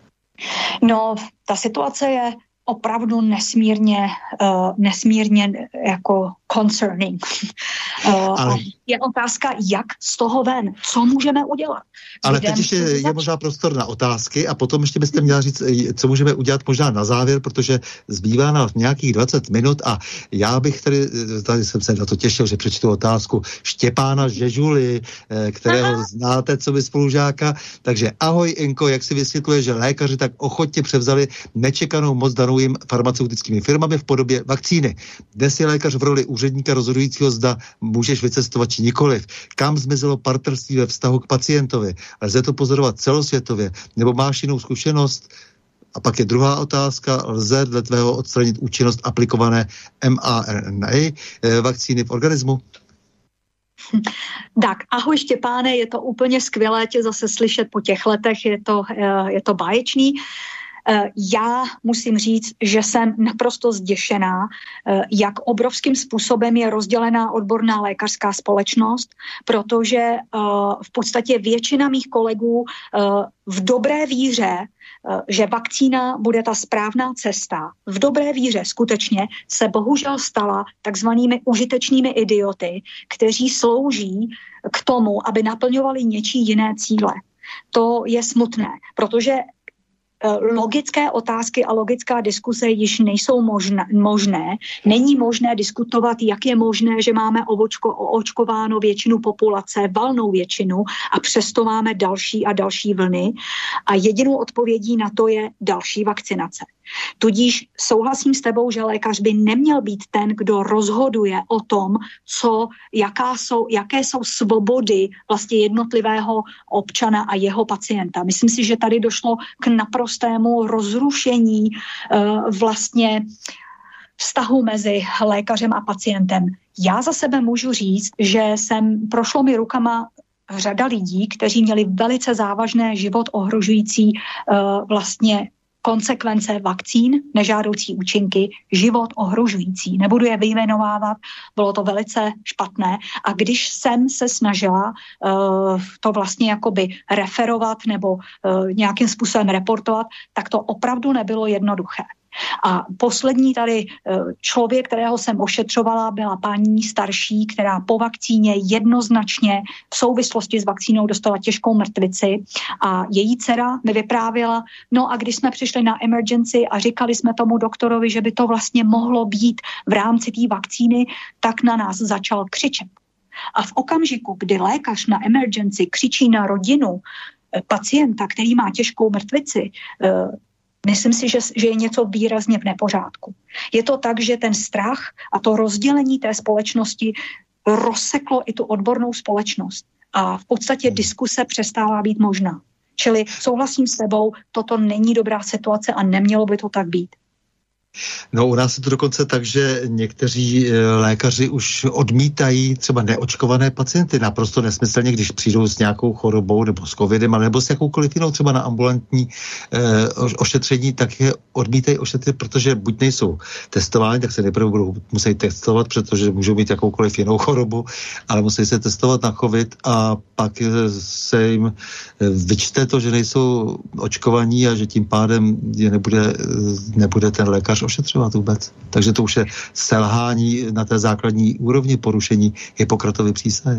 No, ta situace je opravdu nesmírně, uh, nesmírně jako concerning. Uh, ale je otázka, jak z toho ven, co můžeme udělat. Ale teď ještě je možná prostor na otázky a potom ještě byste měla říct, co můžeme udělat možná na závěr, protože zbývá nám nějakých dvacet minut a já bych tady, tady jsem se na to těšil, že přečtu otázku Štěpána Žežuly, kterého Aha. znáte, co by spolužáka. Takže ahoj Inko, jak si vysvětluje, že lékaři tak ochotně převzali nečekanou moc danou jim farmaceutickými firmami v podobě vakcíny. Dnes je lékař v roli úředníka rozhodujícího, zda můžeš vycestovat či nikoliv. Kam zmizelo partnerství ve vztahu k pacientovi? Lze to pozorovat celosvětově? Nebo máš jinou zkušenost? A pak je druhá otázka. Lze dle tvého odstranit účinnost aplikované em á er en á vakcíny v organismu? Tak, ahoj Štěpáne, je to úplně skvělé tě zase slyšet po těch letech, je to, je to báječný. Já musím říct, že jsem naprosto zděšená, jak obrovským způsobem je rozdělená odborná lékařská společnost, protože v podstatě většina mých kolegů v dobré víře, že vakcína bude ta správná cesta, v dobré víře skutečně se bohužel stala takzvanými užitečnými idioty, kteří slouží k tomu, aby naplňovali něčí jiné cíle. To je smutné, protože logické otázky a logická diskuse již nejsou možné, možné. Není možné diskutovat, jak je možné, že máme ovočko, oočkováno většinu populace, valnou většinu a přesto máme další a další vlny. A jedinou odpovědí na to je další vakcinace. Tudíž souhlasím s tebou, že lékař by neměl být ten, kdo rozhoduje o tom, co, jaká jsou, jaké jsou svobody vlastně jednotlivého občana a jeho pacienta. Myslím si, že tady došlo k naprostému rozrušení uh, vlastně vztahu mezi lékařem a pacientem. Já za sebe můžu říct, že jsem prošlo mi rukama řada lidí, kteří měli velice závažné život ohrožující uh, vlastně konsekvence vakcín, nežádoucí účinky, život ohrožující. Nebudu je vyjmenovávat, bylo to velice špatné. A když jsem se snažila uh, to vlastně jakoby referovat nebo uh, nějakým způsobem reportovat, tak to opravdu nebylo jednoduché. A poslední tady člověk, kterého jsem ošetřovala, byla paní starší, která po vakcíně jednoznačně v souvislosti s vakcínou dostala těžkou mrtvici a její dcera mi vyprávěla, no a když jsme přišli na emergency a říkali jsme tomu doktorovi, že by to vlastně mohlo být v rámci té vakcíny, tak na nás začal křičet. A v okamžiku, kdy lékař na emergency křičí na rodinu pacienta, který má těžkou mrtvici, myslím si, že, že je něco výrazně v nepořádku. Je to tak, že ten strach a to rozdělení té společnosti rozseklo i tu odbornou společnost. A v podstatě diskuse přestává být možná. Čili souhlasím s tebou, toto není dobrá situace a nemělo by to tak být. No u nás je to dokonce tak, že někteří lékaři už odmítají třeba neočkované pacienty naprosto nesmyslně, když přijdou s nějakou chorobou nebo s covidem, ale nebo s jakoukoliv jinou třeba na ambulantní eh, ošetření, tak je odmítají ošetřit, protože buď nejsou testováni, tak se nejprve budou muset testovat, protože můžou mít jakoukoliv jinou chorobu, ale musí se testovat na covid a pak se jim vyčte to, že nejsou očkovaní a že tím pádem je nebude, nebude ten lékař ošetřovat vůbec. Takže to už je selhání na té základní úrovni porušení Hippokratovy přísahy.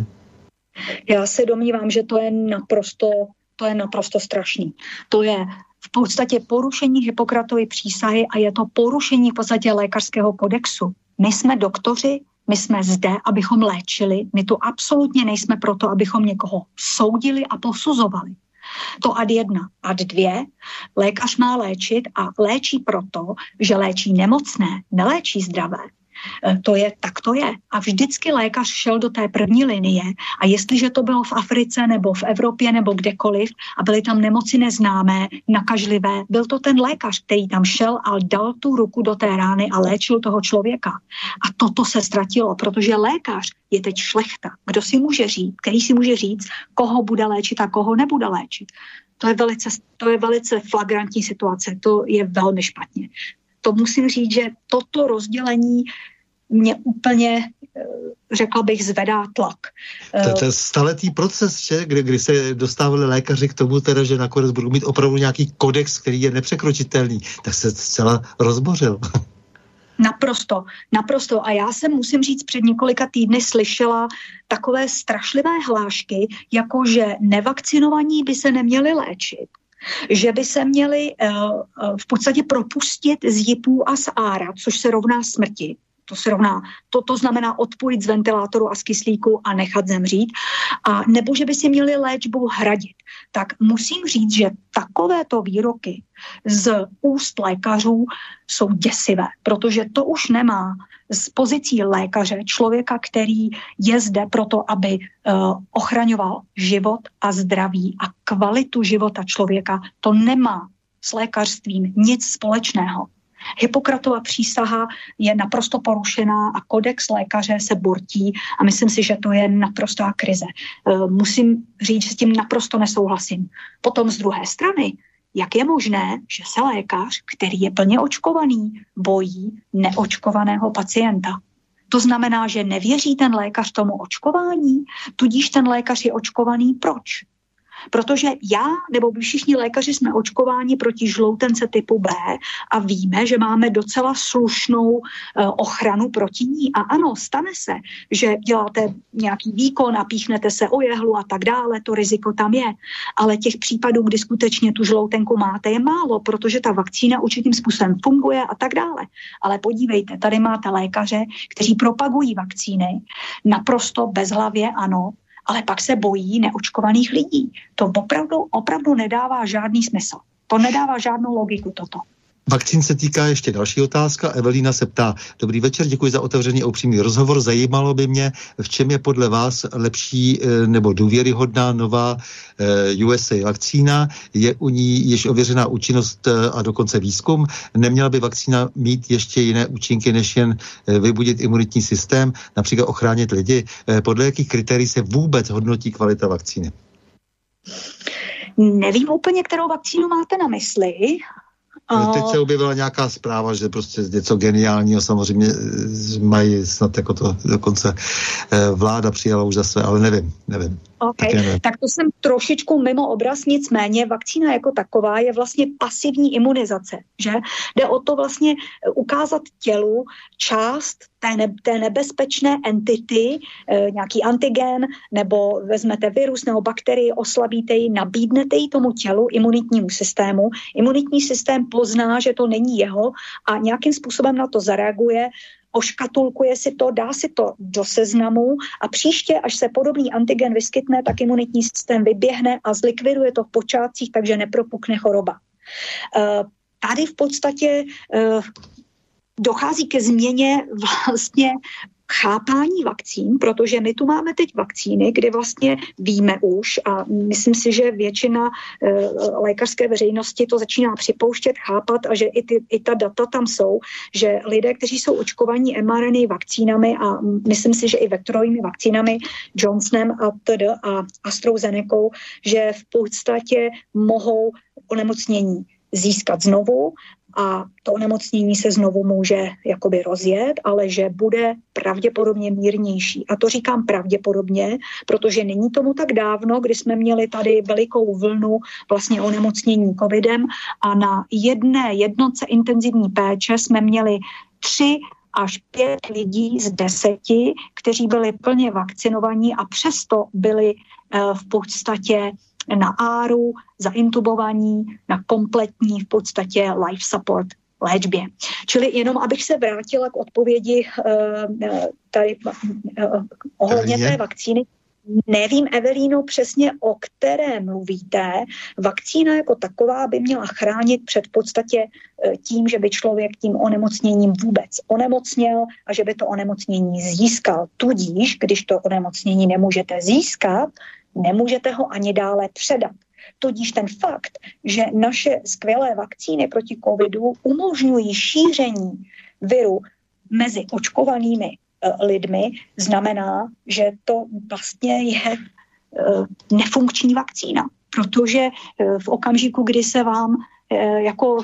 Já se domnívám, že to je naprosto, to je naprosto strašný. To je v podstatě porušení Hippokratovy přísahy a je to porušení v podstatě lékařského kodexu. My jsme doktoři, my jsme zde, abychom léčili, my tu absolutně nejsme proto, abychom někoho soudili a posuzovali. To ad jedna. Ad dvě, lékař má léčit a léčí proto, že léčí nemocné, neléčí zdravé. To je, tak to je. A vždycky lékař šel do té první linie a jestliže to bylo v Africe nebo v Evropě nebo kdekoliv a byly tam nemoci neznámé, nakažlivé, byl to ten lékař, který tam šel a dal tu ruku do té rány a léčil toho člověka. A toto se ztratilo, protože lékař je teď šlechta. Kdo si může říct, který si může říct, koho bude léčit a koho nebude léčit. To je velice, to je velice flagrantní situace, to je velmi špatně. To musím říct, že toto rozdělení mě úplně, řekla bych, zvedá tlak. To, to je staletý proces, že? Kdy, kdy se dostávali lékaři k tomu, teda, že nakonec budou mít opravdu nějaký kodex, který je nepřekročitelný, tak se zcela rozbořil. Naprosto, naprosto. A já jsem, musím říct, před několika týdny slyšela takové strašlivé hlášky, jako že nevakcinovaní by se neměli léčit, že by se měli uh, uh, v podstatě propustit z jipů a z ára, což se rovná smrti. To se rovná, to, to znamená odpojit z ventilátoru a z kyslíku a nechat zemřít. A nebo že by si měli léčbu hradit. Tak musím říct, že takovéto výroky z úst lékařů jsou děsivé, protože to už nemá z pozicí lékaře člověka, který je zde proto, aby uh, ochraňoval život a zdraví a kvalitu života člověka. To nemá s lékařstvím nic společného. Hippokratova přísaha je naprosto porušená a kodex lékaře se bortí a myslím si, že to je naprostá krize. Musím říct, že s tím naprosto nesouhlasím. Potom z druhé strany, jak je možné, že se lékař, který je plně očkovaný, bojí neočkovaného pacienta? To znamená, že nevěří ten lékař tomu očkování, tudíž ten lékař je očkovaný. Proč? Protože já nebo všichni lékaři jsme očkováni proti žloutence typu B a víme, že máme docela slušnou uh, ochranu proti ní. A ano, stane se, že děláte nějaký výkon, napíchnete se o jehlu a tak dále, to riziko tam je. Ale těch případů, kdy skutečně tu žloutenku máte, je málo, protože ta vakcína určitým způsobem funguje a tak dále. Ale podívejte, tady máte lékaře, kteří propagují vakcíny naprosto bezhlavě, ano, ale pak se bojí neočkovaných lidí. To opravdu, opravdu nedává žádný smysl. To nedává žádnou logiku toto. Vakcín se týká ještě další otázka. Evelína se ptá, dobrý večer, děkuji za otevřený a upřímný rozhovor. Zajímalo by mě, v čem je podle vás lepší nebo důvěryhodná nová U S A vakcína. Je u ní již ověřená účinnost a dokonce výzkum. Neměla by vakcína mít ještě jiné účinky, než jen vybudit imunitní systém, například ochránit lidi? Podle jakých kritérií se vůbec hodnotí kvalita vakcíny? Nevím úplně, kterou vakcínu máte na mysli. Teď se objevila nějaká zpráva, že prostě něco geniálního samozřejmě mají snad jako to dokonce vláda přijala už za své, ale nevím, nevím. Okay. Nevím. Tak to jsem trošičku mimo obraz, nicméně vakcína jako taková je vlastně pasivní imunizace, že? Jde o to vlastně ukázat tělu část té, ne, té nebezpečné entity, e, nějaký antigen, nebo vezmete virus nebo bakterii, oslabíte ji, nabídnete ji tomu tělu, imunitnímu systému. Imunitní systém pozná, že to není jeho a nějakým způsobem na to zareaguje, oškatulkuje si to, dá si to do seznamu a příště, až se podobný antigen vyskytne, tak imunitní systém vyběhne a zlikviduje to v počátcích, takže nepropukne choroba. Tady v podstatě dochází ke změně vlastně chápání vakcín, protože my tu máme teď vakcíny, kde vlastně víme už a myslím si, že většina e, lékařské veřejnosti to začíná připouštět, chápat a že i, ty, i ta data tam jsou, že lidé, kteří jsou očkovaní em er en á vakcínami a myslím si, že i vektorovými vakcínami Johnsonem a td. A AstraZenecou, že v podstatě mohou onemocnění získat znovu a to onemocnění se znovu může jakoby rozjet, ale že bude pravděpodobně mírnější. A to říkám pravděpodobně, protože není tomu tak dávno, kdy jsme měli tady velikou vlnu vlastně onemocnění covidem a na jedné jednotce intenzivní péče jsme měli tři až pět lidí z deseti, kteří byli plně vakcinovaní a přesto byli uh, v podstatě na áru, zaintubovaní, na kompletní v podstatě life support léčbě. Čili jenom, abych se vrátila k odpovědi uh, tady uh, ohledně té vakcíny. Nevím, Evelíno, přesně o které mluvíte. Vakcína jako taková by měla chránit před podstatě tím, že by člověk tím onemocněním vůbec onemocněl a že by to onemocnění získal. Tudíž, když to onemocnění nemůžete získat, nemůžete ho ani dále předat. Tudíž ten fakt, že naše skvělé vakcíny proti covidu umožňují šíření viru mezi očkovanými uh, lidmi, znamená, že to vlastně je uh, nefunkční vakcína. Protože uh, v okamžiku, kdy se vám uh, jako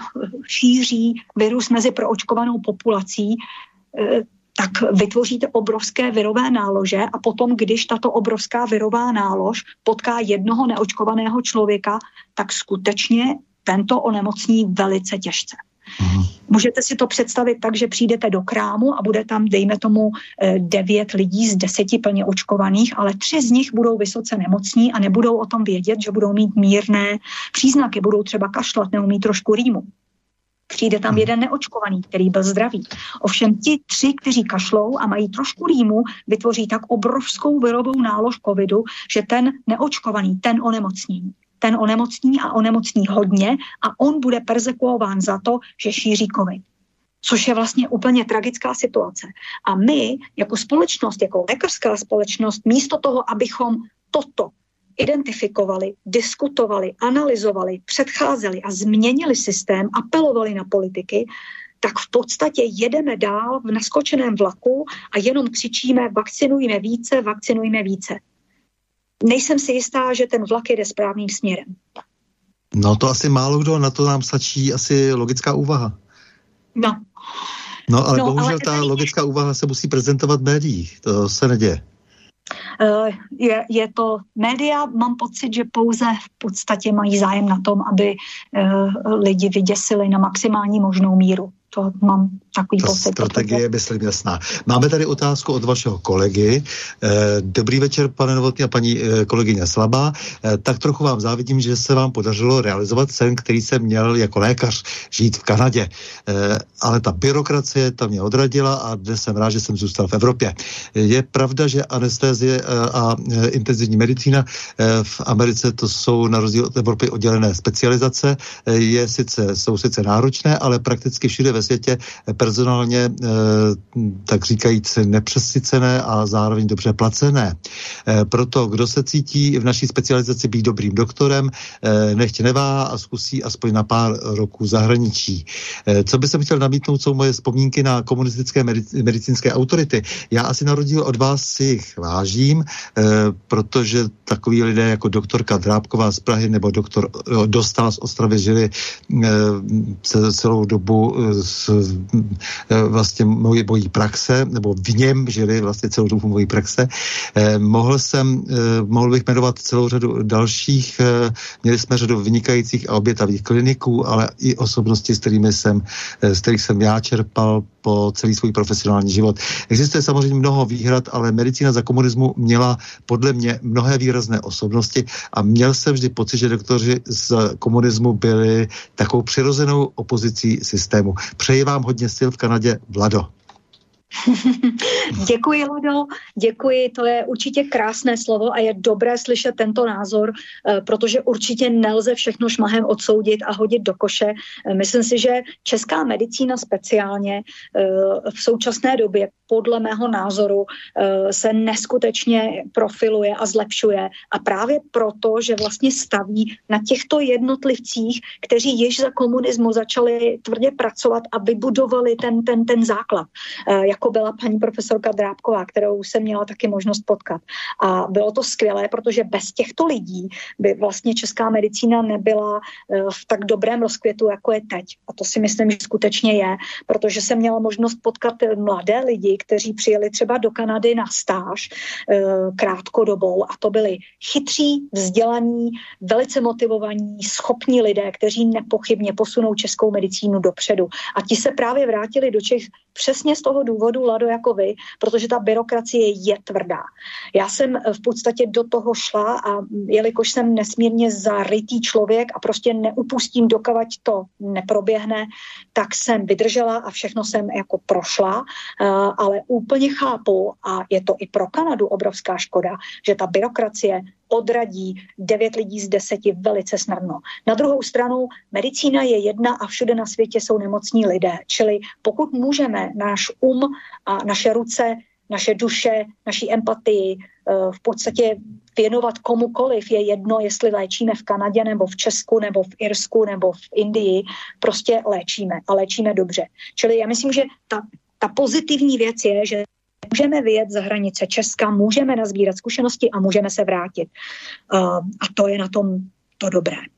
šíří virus mezi proočkovanou populací, uh, tak vytvoříte obrovské virové nálože a potom, když tato obrovská virová nálož potká jednoho neočkovaného člověka, tak skutečně tento onemocní velice těžce. Můžete si to představit tak, že přijdete do krámu a bude tam, dejme tomu, devět lidí z deseti plně očkovaných, ale tři z nich budou vysoce nemocní a nebudou o tom vědět, že budou mít mírné příznaky, budou třeba kašlat nebo mít trošku rýmu. Přijde tam jeden neočkovaný, který byl zdravý. Ovšem ti tři, kteří kašlou a mají trošku rýmu, vytvoří tak obrovskou virovou nálož covidu, že ten neočkovaný, ten onemocní. Ten onemocní a onemocní hodně a on bude perzekuován za to, že šíří covid. Což je vlastně úplně tragická situace. A my, jako společnost, jako lékařská společnost, místo toho, abychom toto identifikovali, diskutovali, analyzovali, předcházeli a změnili systém, apelovali na politiky, tak v podstatě jedeme dál v naskočeném vlaku a jenom křičíme vakcinujme více, vakcinujme více. Nejsem si jistá, že ten vlak jede správným směrem. No to asi málo kdo, na to nám stačí asi logická úvaha. No. No ale no, bohužel ale ta tady... logická úvaha se musí prezentovat v médiích, to se neděje. Je, je to média, mám pocit, že pouze v podstatě mají zájem na tom, aby uh, lidi vyděsili na maximální možnou míru. To mám takový Ta pocit. strategie protože... je, myslím, jasná. Máme tady otázku od vašeho kolegy. Dobrý večer, pane Novotný a paní kolegyně Slabá. Tak trochu vám závidím, že se vám podařilo realizovat sen, který jsem měl jako lékař žít v Kanadě. Ale ta byrokracie ta mě odradila a dnes jsem rád, že jsem zůstal v Evropě. Je pravda, že anestézie a intenzivní medicína v Americe to jsou na rozdíl od Evropy oddělené specializace. Je sice, jsou sice náročné, ale prakticky všude ve světě personálně, tak říkajíc, nepřesycené a zároveň dobře placené. Proto, kdo se cítí v naší specializaci být dobrým doktorem, nechť neváhá a zkusí aspoň na pár roků zahraničí. Co by jsem chtěl namítnout, jsou moje vzpomínky na komunistické medicínské autority. Já asi na rozdíl od vás si jich vážím, protože takoví lidé jako doktorka Drábková z Prahy nebo doktor Dostal z Ostravy žili celou dobu z vlastně mojí, mojí praxe, nebo v něm žili vlastně celou dobu mojí praxe. Eh, mohl jsem, eh, mohl bych jmenovat celou řadu dalších, eh, měli jsme řadu vynikajících a obětavých kliniků, ale i osobnosti, s kterými jsem, eh, z kterých jsem já čerpal po celý svůj profesionální život. Existuje samozřejmě mnoho výhrad, ale medicína za komunismu měla podle mě mnohé výrazné osobnosti a měl jsem vždy pocit, že doktoři z komunismu byli takovou přirozenou opozicí systému. Přeji vám hodně sil v Kanadě, Vlado. Děkuji, Ludo, děkuji, to je určitě krásné slovo a je dobré slyšet tento názor, protože určitě nelze všechno šmahem odsoudit a hodit do koše. Myslím si, že česká medicína speciálně v současné době podle mého názoru se neskutečně profiluje a zlepšuje a právě proto, že vlastně staví na těchto jednotlivcích, kteří již za komunismu začali tvrdě pracovat a vybudovali ten, ten, ten základ, jako byla paní profesorka Drábková, kterou jsem měla taky možnost potkat. A bylo to skvělé, protože bez těchto lidí by vlastně česká medicína nebyla v tak dobrém rozkvětu, jako je teď. A to si myslím, že skutečně je, protože jsem měla možnost potkat mladé lidi, kteří přijeli třeba do Kanady na stáž krátkodobou a to byli chytří, vzdělaní, velice motivovaní, schopní lidé, kteří nepochybně posunou českou medicínu dopředu. A ti se právě vrátili do Čech přesně z toho důvodu, Lado, jako vy, protože ta byrokracie je tvrdá. Já jsem v podstatě do toho šla a jelikož jsem nesmírně zarytý člověk a prostě neupustím, dokavať to neproběhne, tak jsem vydržela a všechno jsem jako prošla, ale úplně chápu a je to i pro Kanadu obrovská škoda, že ta byrokracie odradí devět lidí z deseti velice snadno. Na druhou stranu, medicína je jedna a všude na světě jsou nemocní lidé. Čili pokud můžeme náš um a naše ruce, naše duše, naší empatii v podstatě věnovat komukoliv, je jedno, jestli léčíme v Kanadě, nebo v Česku, nebo v Irsku, nebo v Indii, prostě léčíme a léčíme dobře. Čili já myslím, že ta, ta pozitivní věc je, že můžeme vyjet za hranice Česka, můžeme nazbírat zkušenosti a můžeme se vrátit. Uh, a to je na tom to dobré.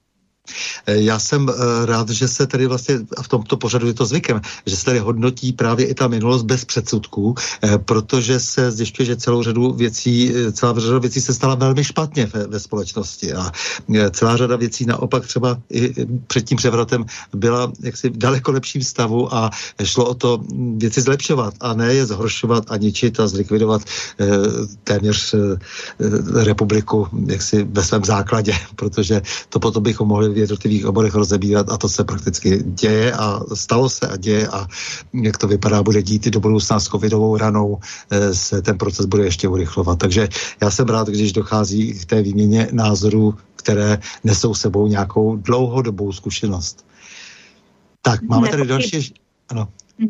Já jsem rád, že se tady vlastně, a v tomto pořadu je to zvykem, že se tady hodnotí právě i ta minulost bez předsudků, protože se zjišťuje, že celou řadu věcí, celá řada věcí se stala velmi špatně ve, ve společnosti a celá řada věcí naopak třeba i před tím převratem byla jaksi v daleko lepším stavu a šlo o to věci zlepšovat a ne je zhoršovat a ničit a zlikvidovat eh, téměř eh, republiku jaksi ve svém základě, protože to potom bychom mohli v jednotlivých oborech rozebírat a to se prakticky děje a stalo se a děje a jak to vypadá, bude dít i do budoucna s covidovou ranou, se ten proces bude ještě urychlovat. Takže já jsem rád, když dochází k té výměně názorů, které nesou sebou nějakou dlouhodobou zkušenost. Tak, máme tady další... Ano.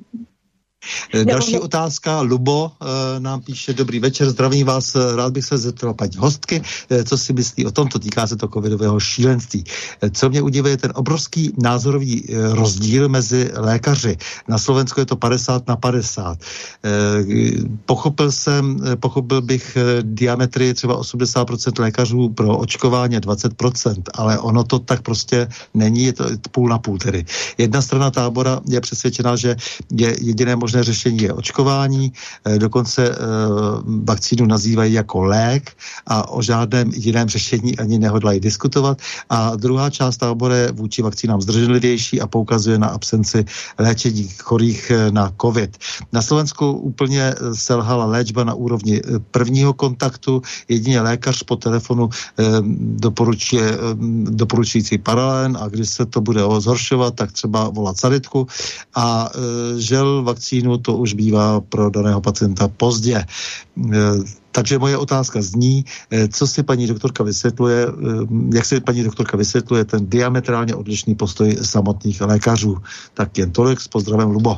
Další otázka. Lubo e, nám píše: dobrý večer, zdravím vás, rád bych se zeptal paní hostky, e, co si myslí o tom, to týká se to covidového šílenství. E, co mě udivuje, ten obrovský názorový e, rozdíl mezi lékaři. Na Slovensku je to padesát na padesát. E, pochopil jsem, pochopil bych e, diametrii třeba osmdesát procent lékařů pro očkování, dvacet procent, ale ono to tak prostě není, je to půl na půl tedy. Jedna strana tábora je přesvědčená, že je jediné možné řešení je očkování, dokonce vakcínu nazývají jako lék a o žádném jiném řešení ani nehodlají diskutovat. A druhá část tábora je vůči vakcínám zdrženlivější a poukazuje na absenci léčení chorých na covid. Na Slovensku úplně selhala léčba na úrovni prvního kontaktu, jedině lékař po telefonu doporučuje, doporučující paralen a když se to bude zhoršovat, tak třeba volat sanitku a žel vakcínu to už bývá pro daného pacienta pozdě. Takže moje otázka zní, co si paní doktorka vysvětluje, jak si paní doktorka vysvětluje ten diametrálně odlišný postoj samotných lékařů. Tak jen tolik, s pozdravem, Lubo.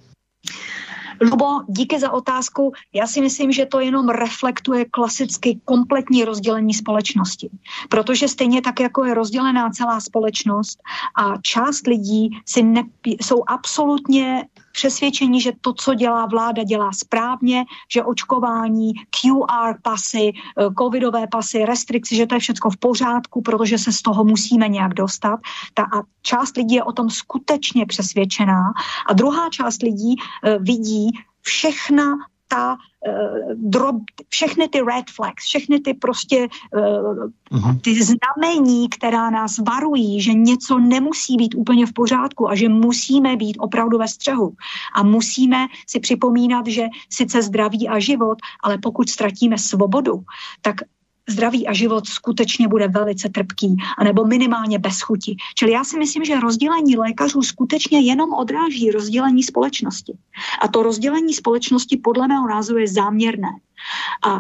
Lubo, díky za otázku. Já si myslím, že to jenom reflektuje klasicky kompletní rozdělení společnosti. Protože stejně tak, jako je rozdělená celá společnost a část lidí si nepí, jsou absolutně přesvědčení, že to, co dělá vláda, dělá správně, že očkování, Q R pasy, covidové pasy, restrikce, že to je všechno v pořádku, protože se z toho musíme nějak dostat. Ta a část lidí je o tom skutečně přesvědčená a druhá část lidí uh, vidí všechna ta uh, drob, všechny ty red flags, všechny ty prostě uh, uh-huh. ty znamení, která nás varují, že něco nemusí být úplně v pořádku a že musíme být opravdu ve střehu. A musíme si připomínat, že sice zdraví a život, ale pokud ztratíme svobodu, tak zdraví a život skutečně bude velice trpký, anebo minimálně bez chuti. Čili já si myslím, že rozdělení lékařů skutečně jenom odráží rozdělení společnosti. A to rozdělení společnosti podle mého názoru je záměrné. A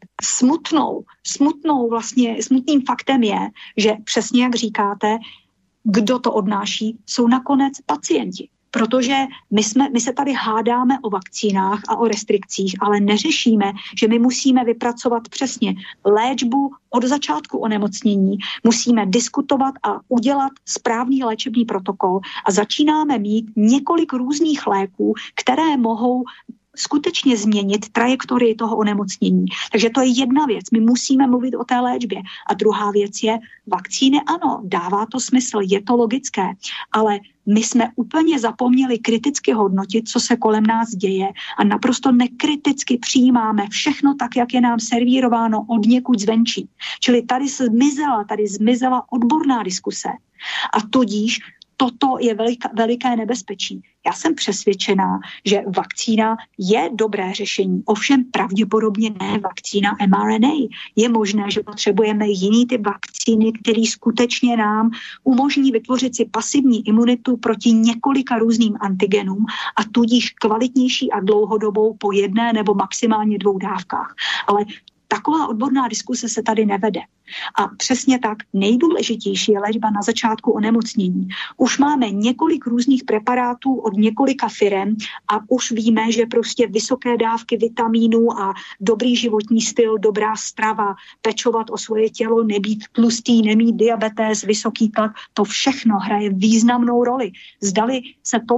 smutnou, smutnou vlastně, smutným faktem je, že přesně jak říkáte, kdo to odnáší, jsou nakonec pacienti. Protože my, jsme, my se tady hádáme o vakcínách a o restrikcích, ale neřešíme, že my musíme vypracovat přesně léčbu od začátku onemocnění, musíme diskutovat a udělat správný léčebný protokol a začínáme mít několik různých léků, které mohou skutečně změnit trajektorii toho onemocnění. Takže to je jedna věc. My musíme mluvit o té léčbě. A druhá věc je vakcíny. Ano, dává to smysl, je to logické, ale my jsme úplně zapomněli kriticky hodnotit, co se kolem nás děje a naprosto nekriticky přijímáme všechno tak, jak je nám servírováno od někud zvenčí. Čili tady se zmizela, tady zmizela odborná diskuse. A tudíž toto je veliká, veliké nebezpečí. Já jsem přesvědčená, že vakcína je dobré řešení, ovšem pravděpodobně ne vakcína em er en á. Je možné, že potřebujeme jiný typ vakcíny, který skutečně nám umožní vytvořit si pasivní imunitu proti několika různým antigenům a tudíž kvalitnější a dlouhodobou po jedné nebo maximálně dvou dávkách. Ale taková odborná diskuse se tady nevede. A přesně tak nejdůležitější je léčba na začátku onemocnění. Už máme několik různých preparátů od několika firem a už víme, že prostě vysoké dávky vitamínů a dobrý životní styl, dobrá strava, pečovat o svoje tělo, nebýt tlustý, nemít diabetes, vysoký tlak, to všechno hraje významnou roli. Zdali se tomu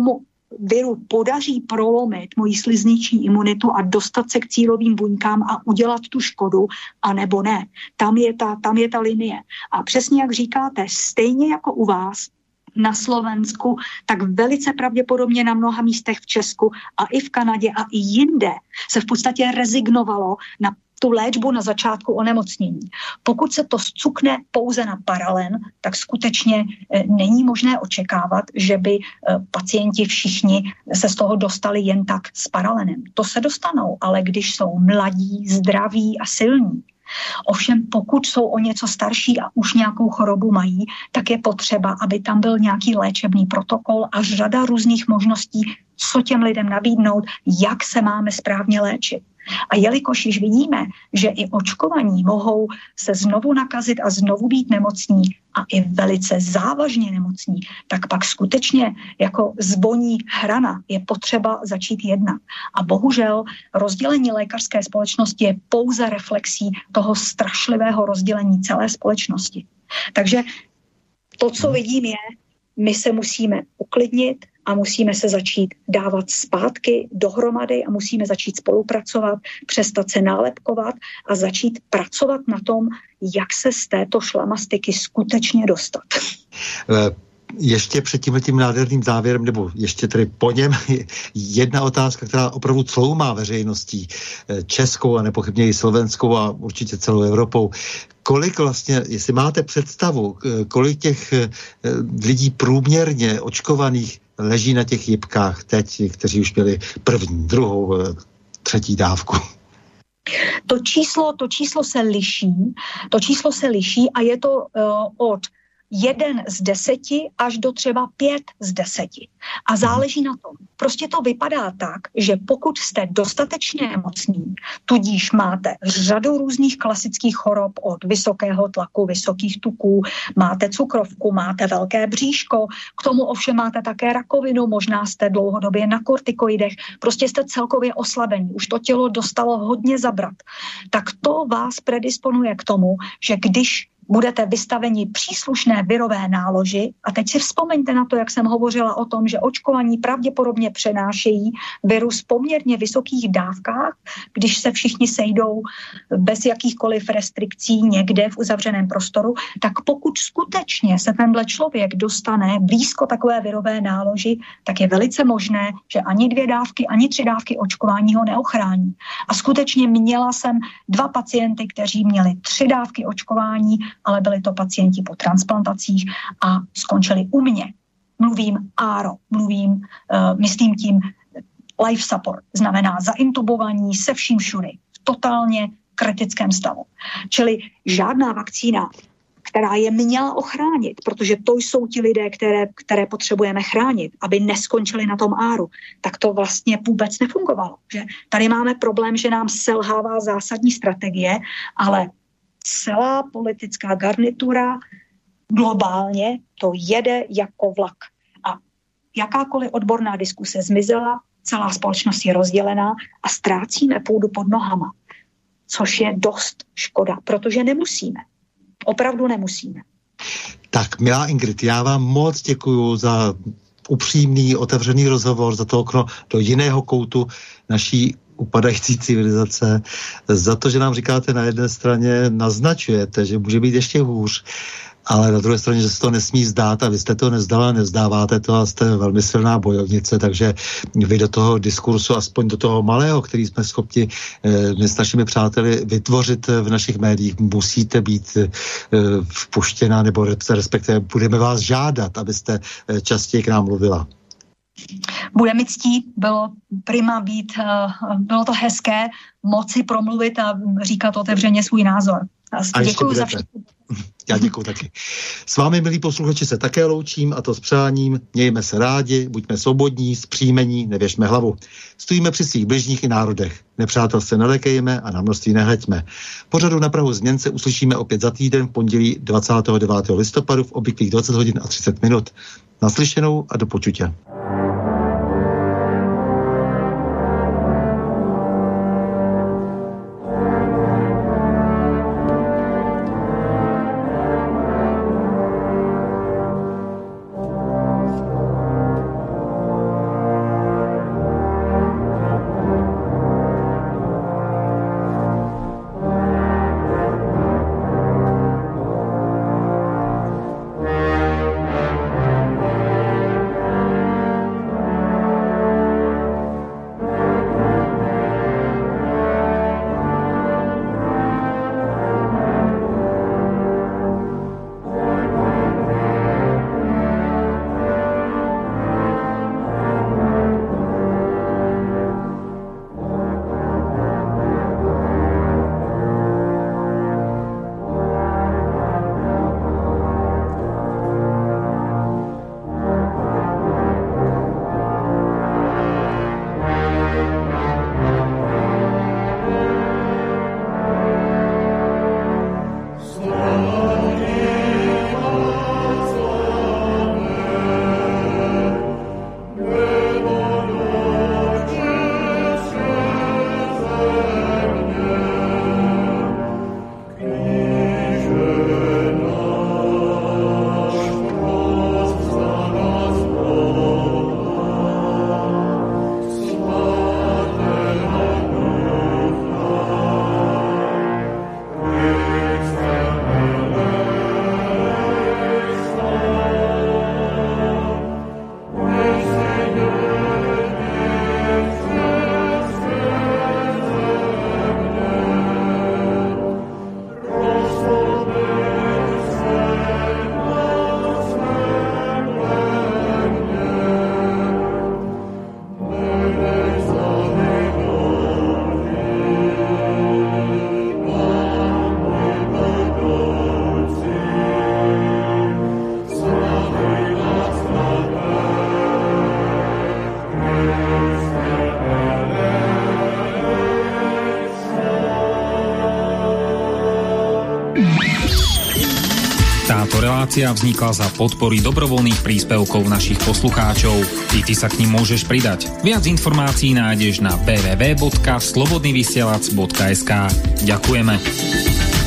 viru podaří prolomit moji slizniční imunitu a dostat se k cílovým buňkám a udělat tu škodu, anebo ne. Tam je ta, tam je ta linie. A přesně jak říkáte, stejně jako u vás, na Slovensku, tak velice pravděpodobně na mnoha místech v Česku a i v Kanadě a i jinde se v podstatě rezignovalo na tu léčbu na začátku onemocnění. Pokud se to zcukne pouze na paralen, tak skutečně e, není možné očekávat, že by e, pacienti všichni se z toho dostali jen tak s paralenem. To se dostanou, ale když jsou mladí, zdraví a silní. Ovšem pokud jsou o něco starší a už nějakou chorobu mají, tak je potřeba, aby tam byl nějaký léčebný protokol a řada různých možností, co těm lidem nabídnout, jak se máme správně léčit. A jelikož již vidíme, že i očkovaní mohou se znovu nakazit a znovu být nemocní a i velice závažně nemocní, tak pak skutečně jako zvoní hrana je potřeba začít jednat. A bohužel rozdělení lékařské společnosti je pouze reflexí toho strašlivého rozdělení celé společnosti. Takže to, co vidím, je, my se musíme uklidnit a musíme se začít dávat zpátky dohromady a musíme začít spolupracovat, přestat se nálepkovat a začít pracovat na tom, jak se z této šlamastiky skutečně dostat. Ještě před tímhletím nádherným závěrem, nebo ještě tedy po něm, jedna otázka, která opravdu cloumá veřejností českou a nepochybně i slovenskou a určitě celou Evropou. Kolik vlastně, jestli máte představu, kolik těch lidí průměrně očkovaných leží na těch jipkách teď, kteří už měli první, druhou, třetí dávku? To číslo, to číslo se liší, to číslo se liší a je to uh, od jeden z deseti až do třeba pět z deseti. A záleží na tom. Prostě to vypadá tak, že pokud jste dostatečně nemocní, tudíž máte řadu různých klasických chorob od vysokého tlaku, vysokých tuků, máte cukrovku, máte velké bříško, k tomu ovšem máte také rakovinu, možná jste dlouhodobě na kortikoidech, prostě jste celkově oslabení, už to tělo dostalo hodně zabrat. Tak to vás predisponuje k tomu, že když budete vystaveni příslušné virové náloži. A teď si vzpomeňte na to, jak jsem hovořila o tom, že očkovaní pravděpodobně přenášejí virus v poměrně vysokých dávkách, když se všichni sejdou bez jakýchkoliv restrikcí někde v uzavřeném prostoru, tak pokud skutečně se tenhle člověk dostane blízko takové virové náloži, tak je velice možné, že ani dvě dávky, ani tři dávky očkování ho neochrání. A skutečně měla jsem dva pacienty, kteří měli tři dávky očkování, ale byli to pacienti po transplantacích a skončili u mě. Mluvím á er o, mluvím, uh, myslím tím life support, znamená zaintubovaní se vším všudy, v totálně kritickém stavu. Čili žádná vakcína, která je měla ochránit, protože to jsou ti lidé, které, které potřebujeme chránit, aby neskončili na tom áru, tak to vlastně vůbec nefungovalo. Že tady máme problém, že nám selhává zásadní strategie, ale celá politická garnitura globálně to jede jako vlak. A jakákoliv odborná diskuse zmizela, celá společnost je rozdělená a ztrácíme půdu pod nohama, což je dost škoda, protože nemusíme. Opravdu nemusíme. Tak, milá Ingrid, já vám moc děkuju za upřímný, otevřený rozhovor, za to okno do jiného koutu naší upadající civilizace, za to, že nám říkáte na jedné straně, naznačujete, že může být ještě hůř, ale na druhé straně, že se to nesmí zdát a vy jste to nezdala, nevzdáváte to a jste velmi silná bojovnice, takže vy do toho diskursu, aspoň do toho malého, který jsme schopni eh, s našimi přáteli vytvořit v našich médiích, musíte být eh, vpuštěná, nebo respektive budeme vás žádat, abyste eh, častěji k nám mluvila. Bude mi ctí, bylo prima být, bylo to hezké moci promluvit a říkat otevřeně svůj názor. A děkuji za všechno. Já děkuji taky. S vámi, milí posluchači, se také loučím, a to s přáním: mějme se rádi, buďme svobodní, zpříjmení, nevěšme hlavu. Stojíme při svých bližních i národech. Nepřátel se nelekejme a na množství nehleďme. Pořadu Na prahu změn se uslyšíme opět za týden v pondělí dvacátého devátého listopadu v obvyklých dvacet hodin a třicet minut. Naslyšenou a do počutě. relácia vznikla za podpory dobrovoľných príspevkov našich poslucháčov. I ty sa k nim môžeš pridať. Viac informácií nájdeš na w w w bodka slobodnyvysielac bodka es ka. Ďakujeme.